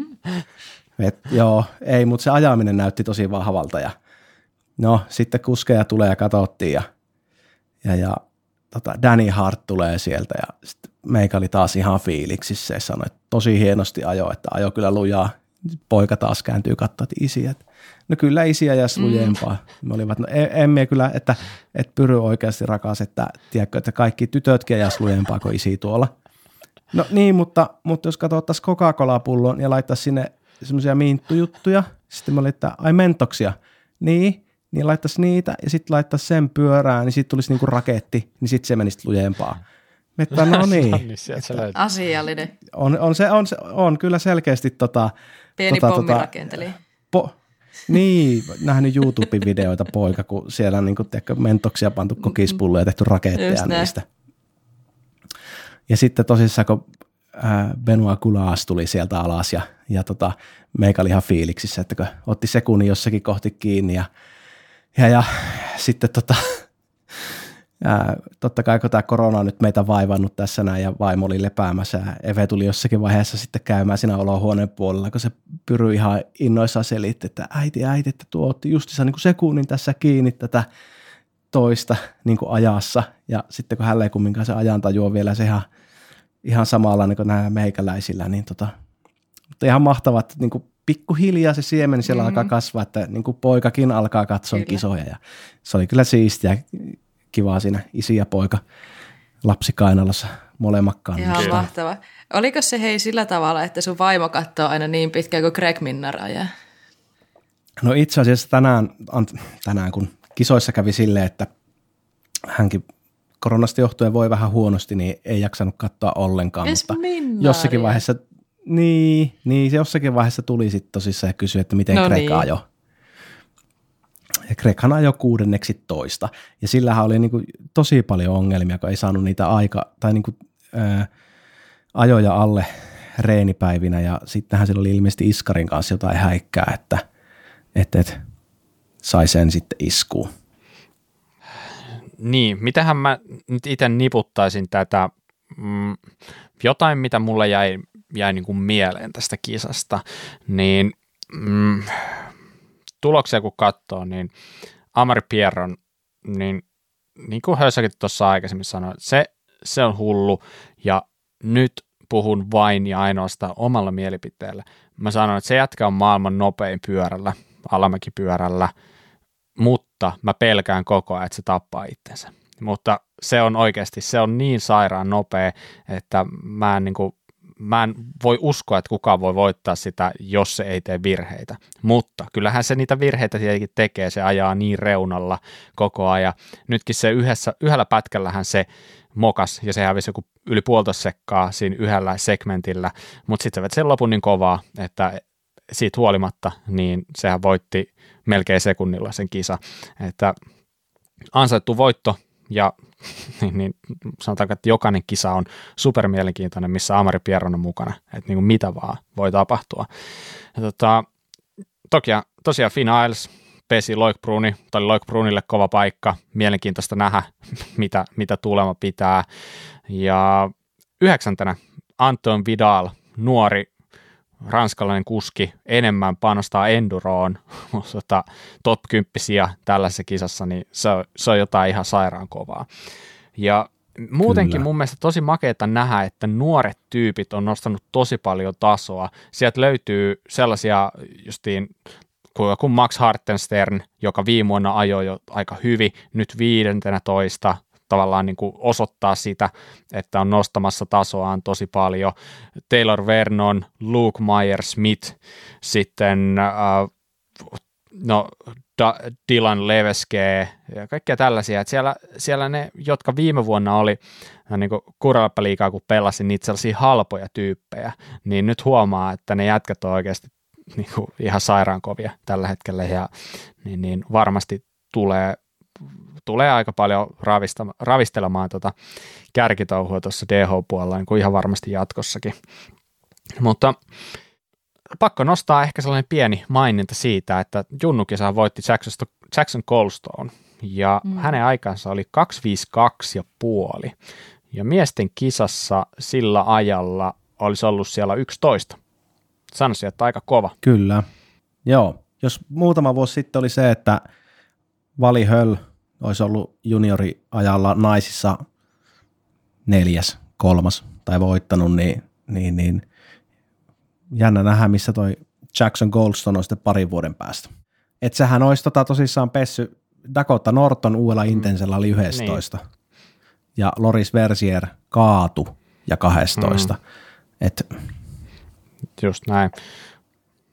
Joo, ei, mutta se ajaminen näytti tosi vahvalta ja no sitten kuskeja tulee ja katsottiin ja Danny Hart tulee sieltä ja sitten meikä oli taas ihan fiiliksissä ja sanoi, että tosi hienosti että ajo kyllä lujaa. Poika taas kääntyy katsoa, että isi, että no kyllä isi ajaisi lujempaa. Me olivat, no emme kyllä, että Pyry oikeasti rakas, että tiedätkö, että kaikki tytötkin ajaisi lujempaa kuin isi tuolla. No niin, mutta jos katsottaisiin Coca-Cola-pullon ja laittaisi sinne semmoisia minttujuttuja, sitten me oli, että ai mentoksia. Niin, niin laittaisi niitä ja sitten laittaisi sen pyörään, niin sitten tulisi niinku raketti, niin sitten se menisi lujempaa. Että no niin. Asiallinen. On kyllä selkeästi pieni pommirakenteli. Niin, nähnyt YouTube-videoita poika, kun siellä on niin mentoksia pantu kokispulloja ja tehty raketteja niistä. Ja sitten tosissaan, kun Benoit Coulas tuli sieltä alas ja meikä oli ihan fiiliksissä, että kun otti sekunnin jossakin kohti kiinni ja sitten totta kai kun tämä korona on nyt meitä vaivannut tässä näin ja vaimo oli lepäämässä ja Eve tuli jossakin vaiheessa sitten käymään siinä olohuoneen puolella, kun se Pyry ihan innoissaan selitti, että äiti, että tuo otti justissa niin kuin sekunnin tässä kiinni tätä toista niin kuin ajassa ja sitten kun hänellä ei kumminkaan se ajantaju on vielä se ihan samalla niin kuin nämä meikäläisillä, niin mutta ihan mahtavaa, että niin kuin pikkuhiljaa se siemen siellä alkaa kasvaa, että niin kuin poikakin alkaa katsoa kisoja ja se oli kyllä siistiä. Kivaa siinä isi ja poika lapsikainalossa molemmakkaan. Ihan mahtava. Oliko se sillä tavalla, että sun vaimo katsoo aina niin pitkään kuin Greg Minnar ajaa? No itse asiassa tänään kun kisoissa kävi silleen, että hänkin koronasta johtuen voi vähän huonosti, niin ei jaksanut katsoa ollenkaan. Mutta jossakin vaiheessa, niin jossakin vaiheessa tuli sitten tosissaan ja kysyi, että miten Greg ajoi. Ja Greghan ajoi 16. Ja sillähän oli niin kuin tosi paljon ongelmia, kun ei saanut niitä ajoja alle reenipäivinä. Ja sittenhän sillä oli ilmeisesti iskarin kanssa jotain häikkää, että sai sen sitten iskuun. Niin, mitähän mä nyt itse niputtaisin tätä, jotain mitä mulle jäi niin kuin mieleen tästä kisasta, niin tuloksia kun katsoo, niin Amaury Pierron, niin kuin Hössäkin tuossa aikaisemmin sanoi, se on hullu, ja nyt puhun vain ja ainoastaan omalla mielipiteellä. Mä sanon, että se jätkä on maailman nopein pyörällä, alamäkipyörällä, mutta mä pelkään koko ajan, että se tappaa itsensä. Mutta se on oikeasti, se on niin sairaan nopea, että mä en voi uskoa, että kukaan voi voittaa sitä, jos se ei tee virheitä. Mutta kyllähän se niitä virheitä tietenkin tekee, se ajaa niin reunalla koko ajan. Nytkin se yhdellä pätkällähän se mokas, ja se hävisi joku yli 1,5 sekkaa siinä yhdellä segmentillä, mutta sitten se veti sen lopun niin kovaa, että siitä huolimatta, niin sehän voitti melkein sekunnilla sen kisa. Että ansaittu voitto, ja niin sanotaanko, että jokainen kisa on supermielenkiintoinen, missä Amaury Pierron on mukana, että niin kuin mitä vaan voi tapahtua. Ja tosiaan Finn Isles pesi Loic-Bruni, tämä oli Loic-Brunille kova paikka, mielenkiintoista nähdä, mitä tulema pitää. Ja 9. Antoine Vidal, nuori ranskalainen kuski, enemmän panostaa enduroon, mutta top 10 tällaisessa kisassa, niin se on jotain ihan sairaan kovaa. Ja muutenkin Kyllä. Mun mielestä tosi makeata nähdä, että nuoret tyypit on nostanut tosi paljon tasoa. Sieltä löytyy sellaisia justiin kuin Max Hartenstern, joka viime vuonna ajoi jo aika hyvin, nyt 15. tavallaan niin kuin osoittaa sitä, että on nostamassa tasoaan tosi paljon. Taylor Vernon, Luke Meyer-Smith, sitten Dylan Leveske ja kaikkea tällaisia. Että siellä ne, jotka viime vuonna oli niin Kuralappa-liigaa, kun pelasin niitä sellaisia halpoja tyyppejä, niin nyt huomaa, että ne jätkät on oikeasti niin kuin ihan sairaankovia tällä hetkellä ja niin varmasti tulee aika paljon ravistelemaan kärkitouhua tuossa DH-puolella niin kuin ihan varmasti jatkossakin. Mutta pakko nostaa ehkä sellainen pieni maininta siitä, että Junnukisa voitti Jackson Goldstone ja hänen aikansa oli 2:52,5 ja miesten kisassa sillä ajalla olisi ollut siellä 11. Sanoisin, että aika kova. Kyllä, joo. Jos muutama vuosi sitten oli se, että Vali Höll olisi ollut junioriajalla naisissa 4., 3. tai voittanut, niin jännä nähdä, missä toi Jackson Goldstone on sitten parin vuoden päästä. Että sehän olisi tosissaan pessy, Dakota Norton uudella Intensellä oli 11. Niin. Ja Loris Versier kaatu ja 12. Just näin.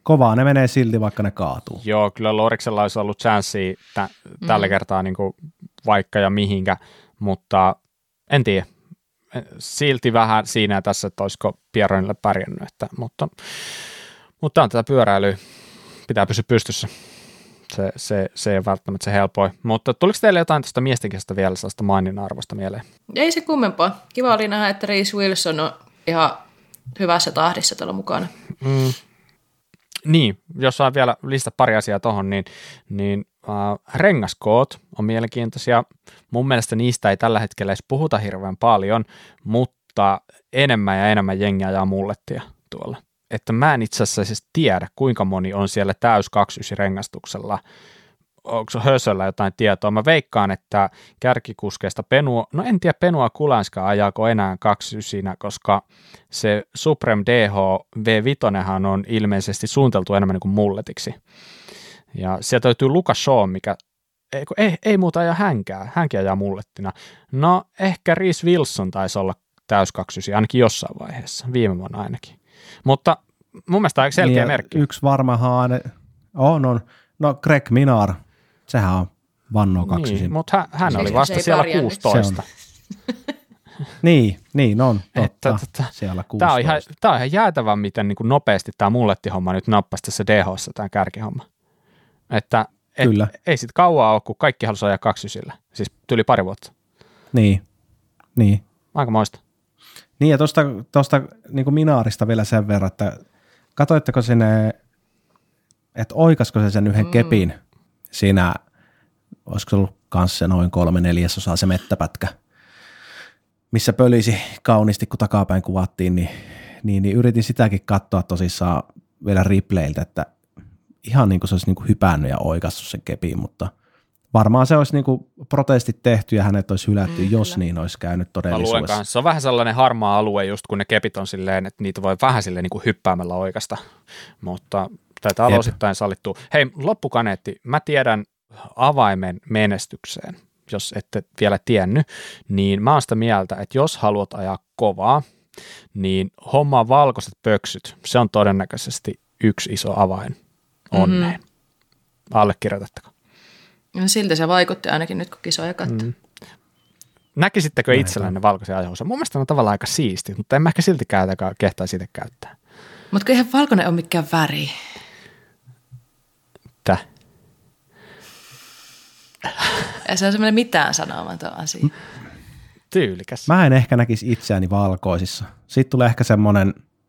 kovaa ne menee silti, vaikka ne kaatuu. Joo, kyllä Loriksella olisi ollut chanssia tällä kertaa niin kuin vaikka ja mihinkä, mutta en tiedä. Silti vähän siinä tässä, että olisiko Pierronille pärjännyt, mutta on tätä pyöräilyä, pitää pysyä pystyssä. Se ei ole välttämättä se helpoin. Mutta tuliko teille jotain tuosta miestenkestä vielä sellaista maininnan arvosta mieleen? Ei se kummempaa. Kiva oli nähdä, että Reese Wilson on ihan hyvässä tahdissa tällä mukana. Niin, jos saan vielä listata pari asiaa tuohon, niin rengaskoot on mielenkiintoisia. Mun mielestä niistä ei tällä hetkellä edes puhuta hirveän paljon, mutta enemmän ja enemmän jengiä ajaa mullettia tuolla. Että mä en itse asiassa tiedä, kuinka moni on siellä täys 29 rengastuksella. Onko Hösöllä jotain tietoa? Mä veikkaan, että kärkikuskeista no en tiedä Penua Kulanska ajaako enää 29, koska se Supreme DH V5 on ilmeisesti suunniteltu enemmän niin kuin mulletiksi. Ja sieltä löytyy Lucas Shaw, mikä ei muuta ajaa hänkin ajaa mullettina. No ehkä Reese Wilson taisi olla täys 29, ainakin jossain vaiheessa, viime vuonna ainakin. Mutta mun mielestä aika selkeä niin, merkki. Yksi varma haane on. No Greg Minnaar, sehän on vannoo 29. Niin, mutta hän oli vasta siellä 16. niin on, totta. Siellä 16. Tämä on ihan jäätävä, miten niin kuin nopeasti tämä mullettihomma nyt nappasi tässä DH:ssa, tämä kärkihomma. Että ei sit kauaa ole, kun kaikki halusi ajaa 29, siis tuli pari vuotta. Niin. Aika moista. Niin ja tuosta niin Minnaarista vielä sen verran, että katoitteko sinne, että oikasko se sen yhden kepin siinä, olisiko se ollut kanssa noin 3/4 se mettäpätkä, missä pölisi kauniisti, kun takapäin kuvattiin, niin yritin sitäkin katsoa tosissaan vielä replayltä, että ihan niin kuin se olisi niin kuin hypännyt ja oikassut sen kepiin, mutta varmaan se olisi niin kuin protestit tehty ja hänet olisi hylätty, jos niin olisi käynyt todellisuudessa. Se on vähän sellainen harmaa alue, just kun ne kepit on silleen, että niitä voi vähän silleen niin kuin hyppäämällä oikasta, mutta tätä on osittain sallittu. Hei, loppukaneetti, mä tiedän avaimen menestykseen, jos ette vielä tiennyt, niin mä oon sitä mieltä, että jos haluat ajaa kovaa, niin hommaa valkoiset pöksyt, se on todennäköisesti yksi iso avain onneen. Allekirjoitatteko? No siltä se vaikutti ainakin nyt, kun kisoja katsoi. Näkisittekö itsellänne valkoisen ajohousun? Mun mielestä on tavallaan aika siisti, mutta en mä ehkä silti kehtaa siitä käyttää. Mutta eihän valkoinen ole mikään väri. Täh? Ja se on semmoinen mitään sanomaton asia. Tyylikäs. Mä en ehkä näkisi itseäni valkoisissa. Sitten tulee ehkä semmoinen,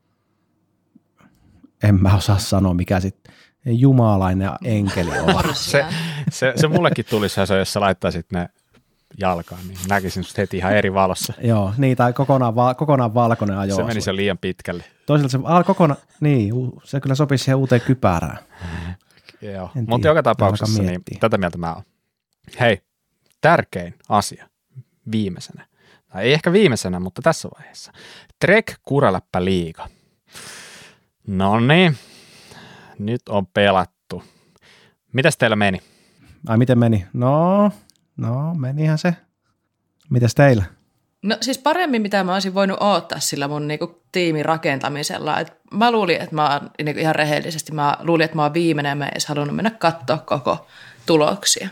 en mä osaa sanoa mikä sitten, jumalainen enkeli on. se mullekin tulisi, jos sä laittaisit ne jalkaan, niin näkisin sut heti ihan eri valossa. Joo, niin, tai kokonaan valkoinen ajo. Se menisi jo liian pitkälle. Toisaalta se kyllä sopisi siihen uuteen kypärään. Joo, mutta joka tapauksessa niin, tätä mieltä mä oon. Hei, tärkein asia viimeisenä, tai ei ehkä viimeisenä, mutta tässä vaiheessa. Trek Kuraläppä Liiga. Noniin, nyt on pelattu. Mitäs teillä meni? Ai miten meni? No menihän se. Mitäs teillä? No siis paremmin, mitä mä olisin voinut odottaa sillä mun niinku tiimin rakentamisella. Et mä luulin, että mä oon niinku ihan rehellisesti, mä luulin, että mä oon viimeinen ja mä en edes halunnut mennä katsoa koko tuloksia.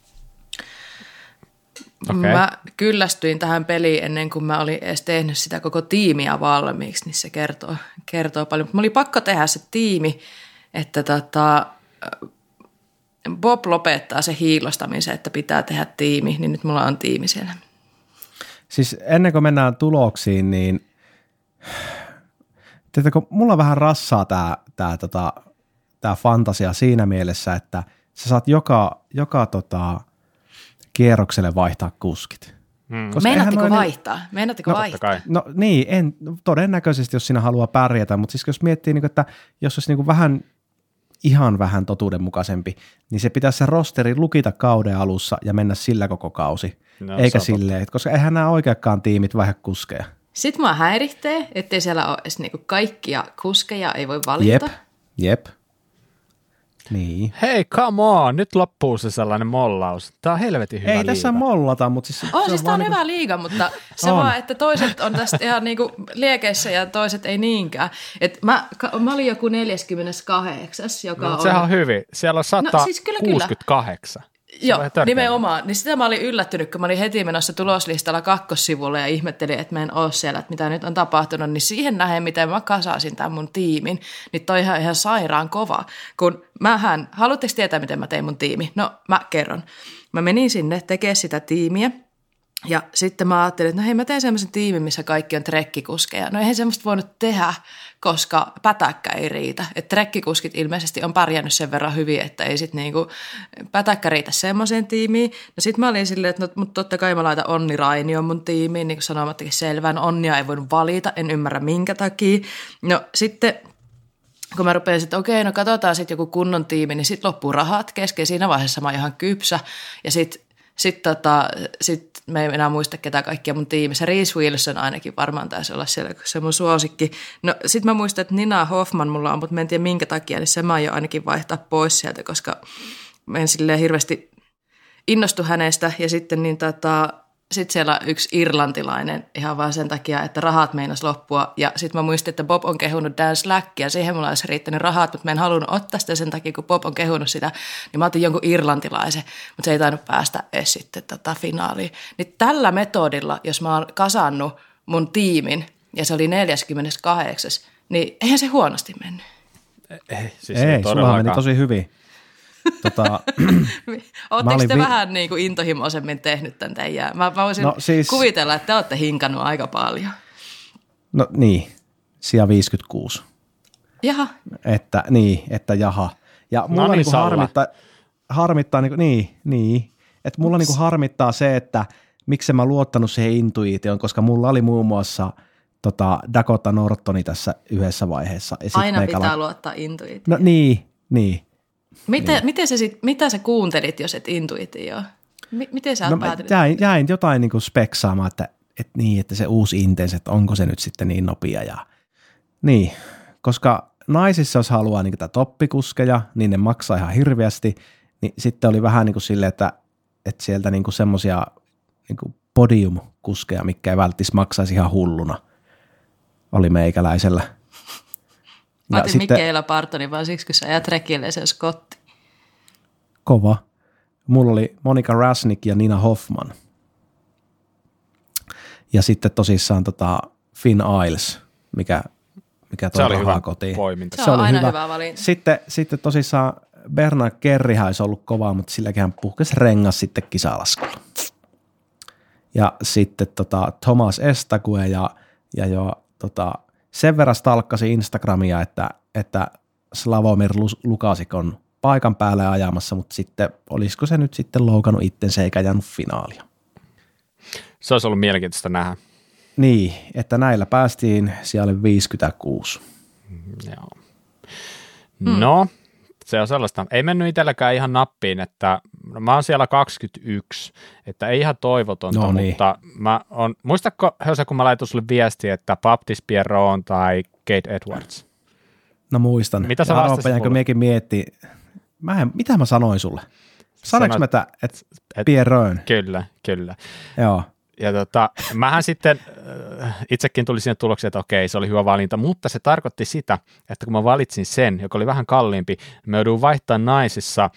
Okay. Mä kyllästyin tähän peliin ennen kuin mä olin edes tehnyt sitä koko tiimiä valmiiksi, niin se kertoo paljon. Mä oli pakko tehdä se tiimi, että Bob lopettaa se hiilostamisen, että pitää tehdä tiimi, niin nyt mulla on tiimi siellä. Siis ennen kuin mennään tuloksiin, niin tiedätkö, mulla on vähän rassaa tää fantasia siinä mielessä, että sä saat joka kierrokselle vaihtaa kuskit. Meinatteko vaihtaa? Kai. No niin, todennäköisesti, jos sinä haluaa pärjätä, mutta siis jos miettii, että jos olisi ihan vähän totuudenmukaisempi, niin se pitäisi se rosteri lukita kauden alussa ja mennä sillä koko kausi. No, eikä silleen, koska eihän nämä oikeakaan tiimit vaihda kuskeja. Sitten mua häiritsee, ettei siellä ole edes kaikkia kuskeja, ei voi valita. Jep. Niin. Hei, come on, nyt loppuu se sellainen mollaus. Tää on helvetin hyvä Ei liiga. tässä mollata, mutta siis... Siis tää on hyvä liiga, mutta se vaan, että toiset on tästä ihan niinku liekeissä ja toiset ei niinkään. Et mä olin joku 48, joka on... Sehän on hyvin. Siellä on 168. Joo, nimenomaan. Niin sitä mä olin yllättynyt, kun mä olin heti menossa tuloslistalla kakkossivulle ja ihmettelin, että mä en ole siellä, että mitä nyt on tapahtunut. Niin siihen nähden, miten mä kasasin tämän mun tiimin, niin toi ihan sairaan kova. Kun haluatteko tietää, miten mä tein mun tiimi? No, mä kerron. Mä menin sinne tekemään sitä tiimiä. Ja sitten mä ajattelin, että no hei, mä teen semmoisen tiimin, missä kaikki on trekkikuskeja. No eihän semmoista voinut tehdä, koska pätäkkä ei riitä. Että trekkikuskit ilmeisesti on pärjännyt sen verran hyvin, että ei sitten niinku pätäkkä riitä semmoiseen tiimiin. No sitten mä olin silleen, että no, mutta totta kai mä laitan Onni Rainion mun tiimiin, niin kuin sanomattakin selvän. Onnia ei voinut valita, en ymmärrä minkä takia. No sitten... Kun mä rupesin, että okei, no katsotaan sitten joku kunnon tiimi, niin sitten loppuu rahat kesken. Siinä vaiheessa mä oon ihan kypsä. Ja sitten mä en enää muista ketä kaikkia mun tiimissä. Reese Wilson ainakin varmaan taisi olla siellä, kun se mun suosikki. No sitten mä muistan, että Nina Hoffman mulla on, mutta mä en tiedä minkä takia, niin se mä aion ainakin vaihtaa pois sieltä, koska mä en silleen hirveästi innostu hänestä. Ja sitten sitten siellä on yksi irlantilainen ihan vaan sen takia, että rahat meinas loppua. Ja sitten mä muistin, että Bob on kehunut Dan Slackia. Siihen mulla olisi riittänyt rahat, mutta mä en halunnut ottaa sitä sen takia, kun Bob on kehunut sitä. Niin mä otin jonkun irlantilaisen, mutta se ei tainnut päästä edes sitten finaaliin. Niin tällä metodilla, jos mä oon kasannut mun tiimin, ja se oli 48, niin eihän se huonosti mennyt. Ei sulla meni tosi hyvin. Oletteko te vähän niin kuin intohimoisemmin tehnyt tämän teidän? Mä voisin kuvitella, että te olette hinkannut aika paljon. No niin, sija 56. Jaha. Että jaha. Ja mulla niinku harmittaa että mulla niinku harmittaa se, että miksi mä luottanut siihen intuitioon, koska mulla oli muun muassa Dakota Nortoni tässä yhdessä vaiheessa. Ja aina pitää luottaa intuitioon. No niin. Mitä sä kuuntelit, jos et intuitio? Miten sä päätynyt? Jäin jotain niin kuin speksaamaan, että se uusi Intense, että onko se nyt sitten niin nopea. Niin, koska naisissa jos haluaa niin tätä toppikuskeja, niin ne maksaa ihan hirveästi, niin sitten oli vähän niin kuin silleen, että sieltä niin semmoisia niin podium-kuskeja, mikä ei välttis maksaisi ihan hulluna, oli meikäläisellä. Mä otin Mikaela Partoni vaan siksi, kun sä ajat rekille sen Scotti. Kova. Mulla oli Monica Rasnik ja Nina Hoffman. Ja sitten tosissaan Finn Isles, mikä tuo rahaa kotiin. Poiminta. Se on aina hyvä valinta. Sitten tosissaan Bernard Kerrihän olisi ollut kovaa, mutta silläkin hän puhkesi rengas sitten kisalaskulla. Ja sitten Thomas Estague ja sen verran stalkkasi Instagramia, että Slavomir Lukasik on paikan päälle ajamassa, mutta sitten olisiko se nyt sitten loukannut itsensä eikä jäänyt finaalia. Se olisi ollut mielenkiintoista nähdä. Niin, että näillä päästiin siellä 56. Joo. No, se on sellaista. Ei mennyt itselläkään ihan nappiin, että mä oon siellä 21, että ei ihan toivotonta, mutta mä on, muistatko Hösä, kun mä laitoin sulle viestiä, että Baptiste Pierron tai Kate Edwards? No muistan. Mitä sä vastasit mulle? Kun miekin miettii, mitä mä sanoin sulle? Sanoinko mä, että Pierron? Kyllä. Joo. Ja mähän sitten itsekin tuli siihen tulokseen, että okei, se oli hyvä valinta, mutta se tarkoitti sitä, että kun mä valitsin sen, joka oli vähän kalliimpi, mä joudun vaihtamaan naisissa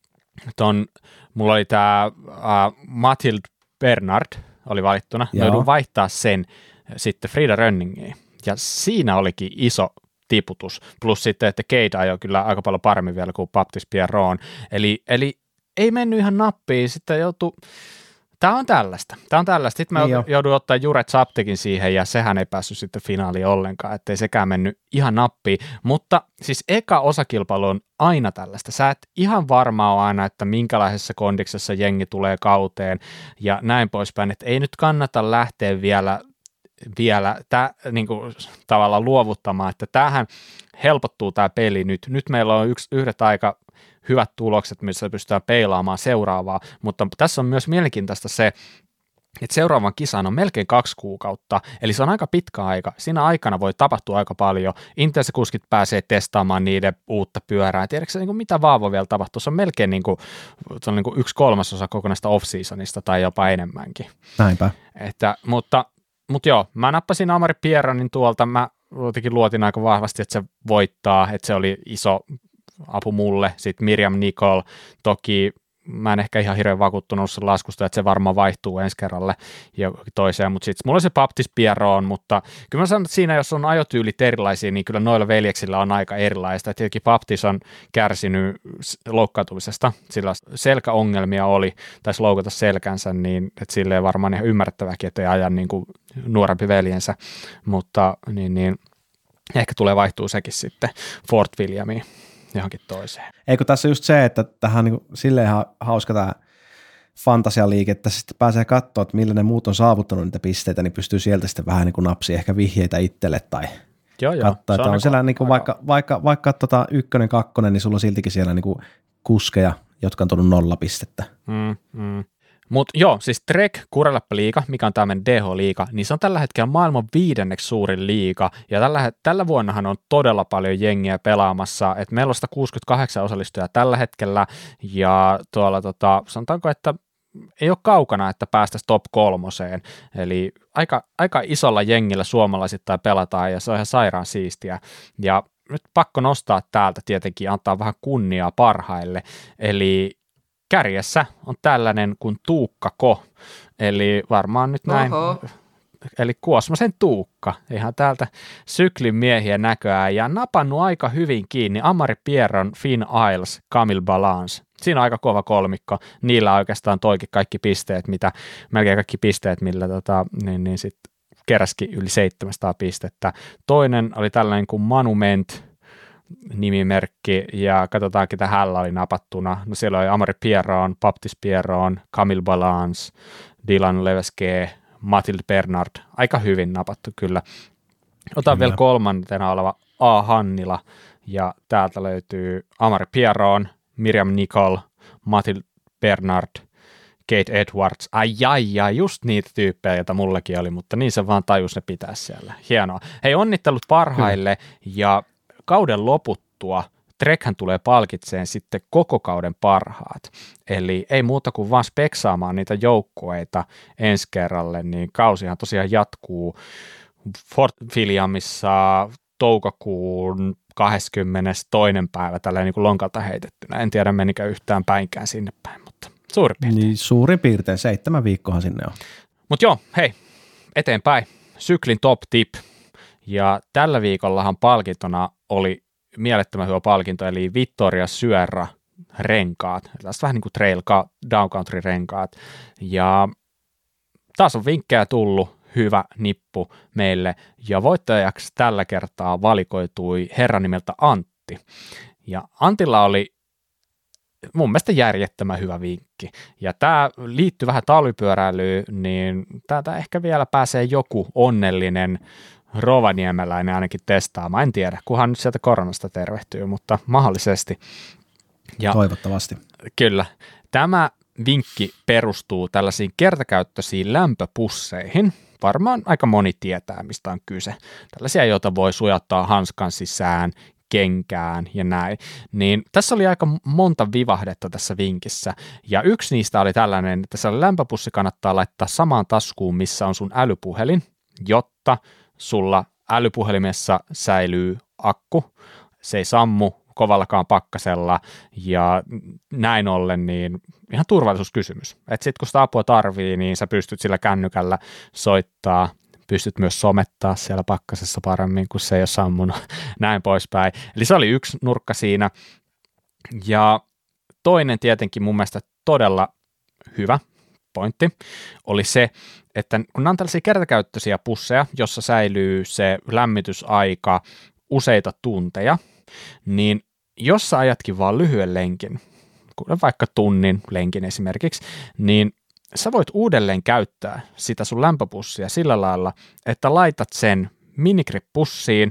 mulla oli tämä Mathilde Bernard oli valittuna, mä joudun vaihtaa sen sitten Frida Rönningiin. Ja siinä olikin iso tiputus, plus sitten, että Kate ajoi kyllä aika paljon paremmin vielä kuin Baptiste Pierron. Eli ei mennyt ihan nappiin, sitten joutui. Tämä on tällaista. Sitten mä joudun ottaa Jure Zaptekin siihen, ja sehän ei päässyt sitten finaaliin ollenkaan, ettei sekään mennyt ihan nappiin. Mutta siis eka osakilpailu on aina tällaista. Sä et ihan varmaa ole aina, että minkälaisessa kondiksessa jengi tulee kauteen, ja näin poispäin. Että ei nyt kannata lähteä vielä niin kuin tavallaan luovuttamaan, että tämähän helpottuu tämä peli nyt. Nyt meillä on yhdet aika hyvät tulokset, missä pystytään peilaamaan seuraavaa, mutta tässä on myös mielenkiintoista se, että seuraavan kisaan on melkein 2 kuukautta, eli se on aika pitkä aika. Siinä aikana voi tapahtua aika paljon. Intel-kuskit pääsee testaamaan niiden uutta pyörää. Tiedätkö niin kuin mitä vaan voi vielä tapahtua? Se on melkein niin kuin 1/3 kokonaista off-seasonista tai jopa enemmänkin. Näinpä. Mutta joo, mä nappasin Amari Pierronin tuolta. Mä jotenkin luotin aika vahvasti, että se voittaa, että se oli iso apu mulle. Sitten Miriam Nicol, toki mä en ehkä ihan hirveän vakuuttunut sen laskusta, että se varmaan vaihtuu ensi kerralle toiseen, mutta sitten mulla on se Baptiste Pierron, mutta kyllä mä sanon, että siinä jos on ajotyylit erilaisia, niin kyllä noilla veljeksillä on aika erilaista. Et tietenkin Baptiste on kärsinyt loukkaantumisesta, sillä selkäongelmia oli, taisi loukata selkänsä, niin että silleen varmaan ihan ymmärrettäväkin, että ei aja niin kuin nuorempi veljensä, mutta niin ehkä tulee vaihtuu sekin sitten Fort Williamiin johonkin toiseen. Eikö tässä just se, että tähän niin silleen hauska tämä fantasialiike, että sitten pääsee katsoa, että millä ne muut on saavuttanut niitä pisteitä, niin pystyy sieltä sitten vähän niin kuin napsia ehkä vihjeitä itselle tai katsoa, että on siellä niin kuin vaikka 1, 2, niin sulla on siltikin siellä niin kuin kuskeja, jotka on tullut 0 pistettä. Mutta joo, siis Trek Kurelappa-liiga, mikä on tämmöinen DH-liiga, niin se on tällä hetkellä maailman 5. suurin liiga, ja tällä vuonnahan on todella paljon jengiä pelaamassa, että meillä on 168 osallistujaa tällä hetkellä, ja tuolla sanotaanko, että ei ole kaukana, että päästäisiin top 3, eli aika isolla jengillä suomalaisittain pelataan, ja se on ihan sairaan siistiä, ja nyt pakko nostaa täältä tietenkin, antaa vähän kunniaa parhaille, eli kärjessä on tällainen kuin Tuukka Ko, eli varmaan nyt näin, eli Kuosmosen Tuukka, ihan täältä syklin miehiä näköään, ja napannut aika hyvin kiinni Amari Pierron, Finn Isles, Camille Balance. Siinä on aika kova kolmikko, niillä oikeastaan toikin kaikki pisteet, melkein kaikki pisteet, millä niin sitten keräskin yli 700 pistettä. Toinen oli tällainen kuin Monument, nimimerkki, ja katsotaan, ketä hänellä oli napattuna. No siellä oli Amari Pierron, Baptiste Pierron, Camille Balance, Dylan Levesque, Mathilde Bernard. Aika hyvin napattu kyllä. Otan vielä 3. oleva A. Hannila, ja täältä löytyy Amari Pierron, Miriam Nicol, Mathilde Bernard, Kate Edwards. Ai, just niitä tyyppejä, joita mullakin oli, mutta niin se vaan tajus ne pitää siellä. Hienoa. Hei, onnittelut parhaille, ja kauden loputtua Trekhän tulee palkitseen sitten koko kauden parhaat. Eli ei muuta kuin vaan speksaamaan niitä joukkueita ensi kerralle, niin kausihan tosiaan jatkuu Fort Williamissa toukokuun 22. päivä, tällä niin kuin lonkalta heitettynä. En tiedä, menikö yhtään päinkään sinne päin, mutta suurin piirtein. Niin, suurin piirtein 7 viikkoa sinne on. Mutta joo, hei, eteenpäin. Syklin top tip. Ja tällä viikollahan palkintona oli mielettömän hyvä palkinto, eli Vittoria Sierra renkaat. Tästä vähän niin kuin trail downcountry renkaat. Ja taas on vinkkejä tullut, hyvä nippu meille. Ja voittajaksi tällä kertaa valikoitui herra nimeltä Antti. Ja Antilla oli mun mielestä järjettömän hyvä vinkki. Ja tämä liittyy vähän talvipyöräilyyn, niin täältä ehkä vielä pääsee joku onnellinen rovaniemeläinen ainakin testaamaan. En tiedä, kunhan nyt sieltä koronasta tervehtyy, mutta mahdollisesti. Ja toivottavasti. Kyllä. Tämä vinkki perustuu tällaisiin kertakäyttöisiin lämpöpusseihin. Varmaan aika moni tietää, mistä on kyse. Tällaisia, joita voi sujauttaa hanskan sisään, kenkään ja näin. Niin tässä oli aika monta vivahdetta tässä vinkissä. Ja yksi niistä oli tällainen, että se lämpöpussi kannattaa laittaa samaan taskuun, missä on sun älypuhelin, jotta sulla älypuhelimessa säilyy akku, se ei sammu kovallakaan pakkasella, ja näin ollen niin ihan turvallisuuskysymys. Että sitten kun sitä apua tarvii, niin sä pystyt sillä kännykällä soittaa, pystyt myös somettaa siellä pakkasessa paremmin, kun se ei ole sammunut, näin poispäin. Eli se oli yksi nurkka siinä, ja toinen tietenkin mun mielestä todella hyvä pointti oli se, että kun nämä on tällaisia kertakäyttöisiä pusseja, jossa säilyy se lämmitysaika useita tunteja, niin jos sä ajatkin vaan lyhyen lenkin, kuten vaikka tunnin lenkin esimerkiksi, niin sä voit uudelleen käyttää sitä sun lämpöpussia sillä lailla, että laitat sen minigrip-pussiin,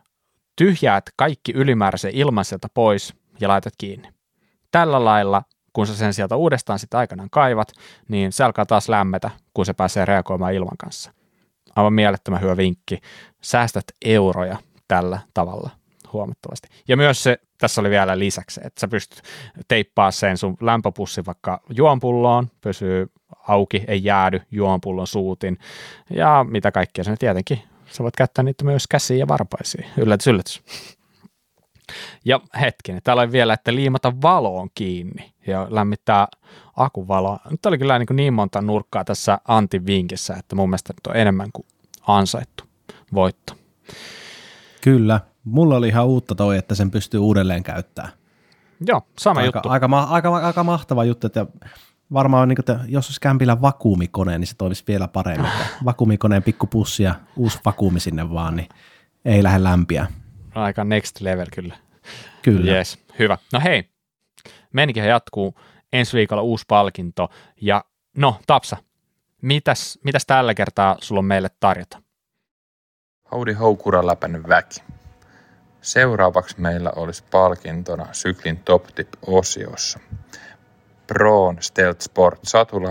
tyhjäät kaikki ylimääräisen ilman sieltä pois ja laitat kiinni. Tällä lailla, kun sä sen sieltä uudestaan sitten aikanaan kaivat, niin se alkaa taas lämmetä, kun se pääsee reagoimaan ilman kanssa. Aivan mielettömän hyvä vinkki. Säästät euroja tällä tavalla huomattavasti. Ja myös se, tässä oli vielä lisäksi, että sä pystyt teippaamaan sen sun lämpöpussin vaikka juompulloon, pysyy auki, ei jäädy juomapullon suutin, ja mitä kaikkea sen tietenkin. Sä voit käyttää niitä myös käsiin ja varpaisiin. Yllätys, yllätys. Ja hetkinen, täällä oli vielä, että liimata valoon kiinni ja lämmittää akuvaloa. Nyt oli kyllä niin monta nurkkaa tässä Antin vinkissä, että mun mielestä nyt on enemmän kuin ansaittu voitto. Kyllä. Mulla oli ihan uutta toi, että sen pystyy uudelleen käyttämään. Joo, sama juttu. Aika mahtava juttu, että varmaan niin, että jos olisi kämpillä vakuumikone, niin se toimisi vielä paremmin. Vakuumikoneen pikkupussi ja uusi vakuumi sinne vaan, niin ei lähde lämpiä. Aika next level kyllä. Kyllä. Yes, hyvä. No hei, meininkihän jatkuu. Ensi viikolla uusi palkinto. Ja no, Tapsa, mitäs tällä kertaa sulla on meille tarjota? Howdy ho, Kuraläpäinen väki. Seuraavaksi meillä olisi palkintona syklin Top Tip-osiossa Proon Stealth Sport satula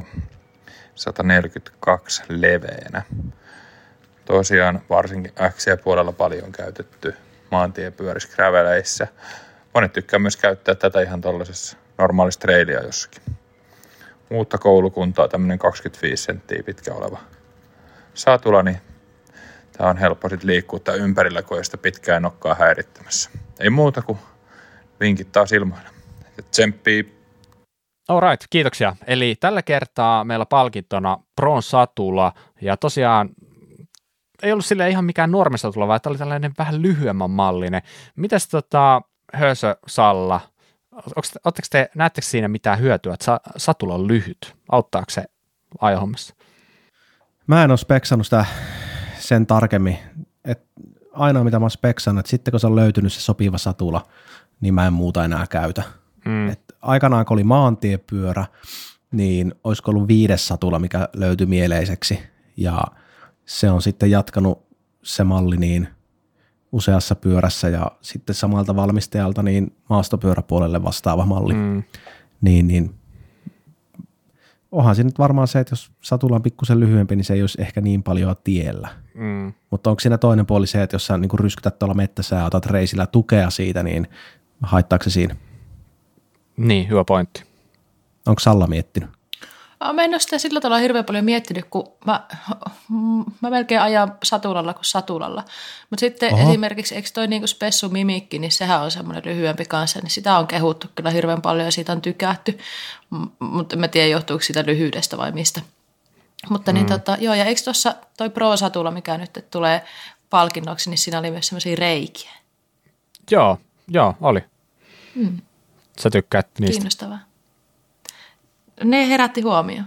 142 leveänä. Tosiaan varsinkin X-puolella paljon käytetty maantiepyörissä, graveleissä. Monet tykkää myös käyttää tätä ihan tuollaisessa normaalissa trailia jossakin. Uutta koulukuntaa, tämmöinen 25 senttiä pitkä oleva satula, niin tämä on helppo sitten liikkua tämän ympärillä, kun ei sitä pitkään nokkaa häirittämässä. Ei muuta kuin vinkit taas ilmoilla. Tsemppii. Alright, kiitoksia. Eli tällä kertaa meillä palkintona Proon satula, ja tosiaan ei ollut silleen ihan mikään normisatula, vaan tämä oli tällainen vähän lyhyemmän mallinen. Mitäs Hösö, Salla, näettekö siinä mitään hyötyä, että satula on lyhyt? Auttaako se ajohommassa? Mä en ole speksannut sitä sen tarkemmin. Ainoa mitä mä oon speksannut, että sitten kun se on löytynyt se sopiva satula, niin mä en muuta enää käytä. Aikanaan kun oli maantiepyörä, niin olisiko ollut 5. satula, mikä löytyi mieleiseksi, ja se on sitten jatkanut se malli niin useassa pyörässä ja sitten samalta valmistajalta niin maastopyöräpuolelle vastaava malli. Niin onhan se nyt varmaan se, että jos satula on pikkusen lyhyempi, niin se ei olisi ehkä niin paljon tiellä. Mutta onko siinä toinen puoli se, että jos sä niin kun ryskytät tuolla mettässä ja otat reisillä tukea siitä, niin haittaako se siinä? Niin, hyvä pointti. Onko Salla miettinyt? Mä en ole sitä sillä tavalla hirveän paljon miettinyt, kun mä melkein ajan satulalla kuin satulalla. Mutta sitten esimerkiksi, eikö toi niinku Spessu Mimikki, niin sehän on semmoinen lyhyempi kanssa, niin sitä on kehuttu kyllä hirveän paljon ja siitä on tykätty. Mutta en tiedä, johtuuko siitä lyhyydestä vai mistä. Mutta niin joo, ja eikö tuossa toi Pro-satula, mikä nyt tulee palkinnoksi, niin siinä oli myös semmoisia reikiä. Joo, oli. Sä tykkäät niistä. Kiinnostavaa. Ne herätti huomioon.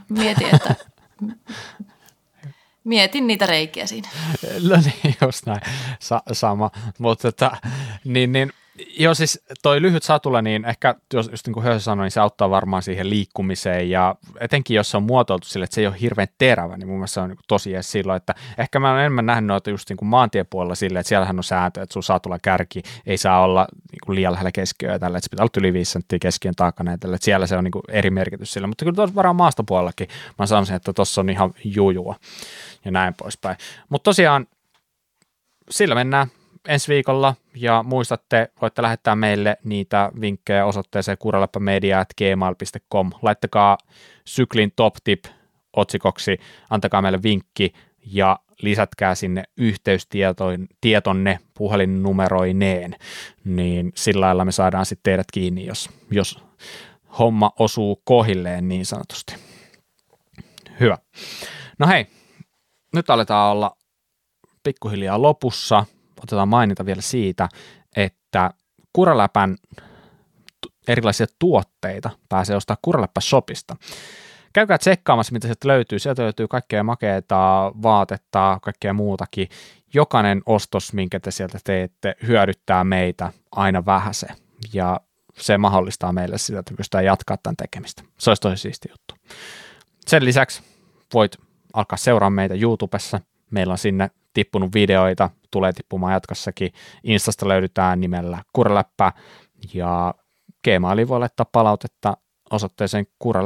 Mietin niitä reikiä siinä. No niin, just näin. Sama. Mutta joo, siis toi lyhyt satula, niin ehkä, just niin kuin Hösö sanoi, niin se auttaa varmaan siihen liikkumiseen, ja etenkin jos se on muotoiltu sille, että se ei ole hirveän terävä, niin mun mielestä se on niin tosi edes silloin, että ehkä mä olen enemmän nähnyt noita just niin kuin maantiepuolella silleen, että siellähän on sääntö, että sun satula kärki ei saa olla niin kuin liian lähellä keskiöä tällä, että se pitää olla yli 5 senttiä keskiön takana, että siellä se on niin kuin eri merkitys sillä, mutta kyllä tuossa varmaan maastopuolellakin mä sanoisin, että tuossa on ihan jujua ja näin poispäin. Mutta tosiaan sillä mennään ensi viikolla, ja muistatte, voitte lähettää meille niitä vinkkejä osoitteeseen kuraläppämedia@gmail.com. Laittakaa syklin top tip otsikoksi, antakaa meille vinkki ja lisätkää sinne yhteystietonne puhelinnumeroineen, niin sillä lailla me saadaan sitten teidät kiinni, jos homma osuu kohilleen niin sanotusti. Hyvä. No hei, nyt aletaan olla pikkuhiljaa lopussa. Otetaan mainita vielä siitä, että Kuraläpän erilaisia tuotteita pääsee ostaa Kuraläppä-shopista. Käykää tsekkaamassa, mitä sieltä löytyy. Sieltä löytyy kaikkea makeaa vaatetta, kaikkea muutakin. Jokainen ostos, minkä te sieltä teette, hyödyttää meitä aina vähäsen. Ja se mahdollistaa meille sitä, että pystytään jatkaa tämän tekemistä. Se olisi tosi siisti juttu. Sen lisäksi voit alkaa seuraamaan meitä YouTubessa. Meillä on sinne tippunut videoita, tulee tippumaan jatkossakin. Instasta löydetään nimellä Kuraläppä, ja Gmailiin voi laittaa palautetta osoitteeseen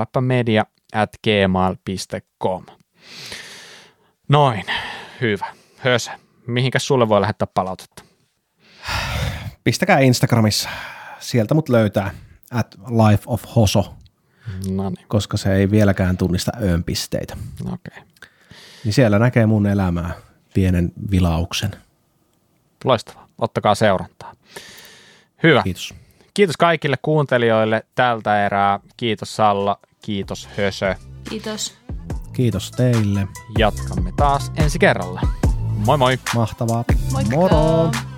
kuraläppämedia@gmail.com. Noin, hyvä. Höse, mihinkäs sulle voi lähettää palautetta? Pistäkää Instagramissa. Sieltä mut löytää @lifeofhoso, koska se ei vieläkään tunnista pisteitä. Okay. Niin siellä näkee mun elämää, pienen vilauksen. Loistavaa. Ottakaa seurantaa. Hyvä. Kiitos. Kiitos kaikille kuuntelijoille tältä erää. Kiitos Salla. Kiitos Hösö. Kiitos. Kiitos teille. Jatkamme taas ensi kerralla. Moi moi. Mahtavaa. Moikka. Moro.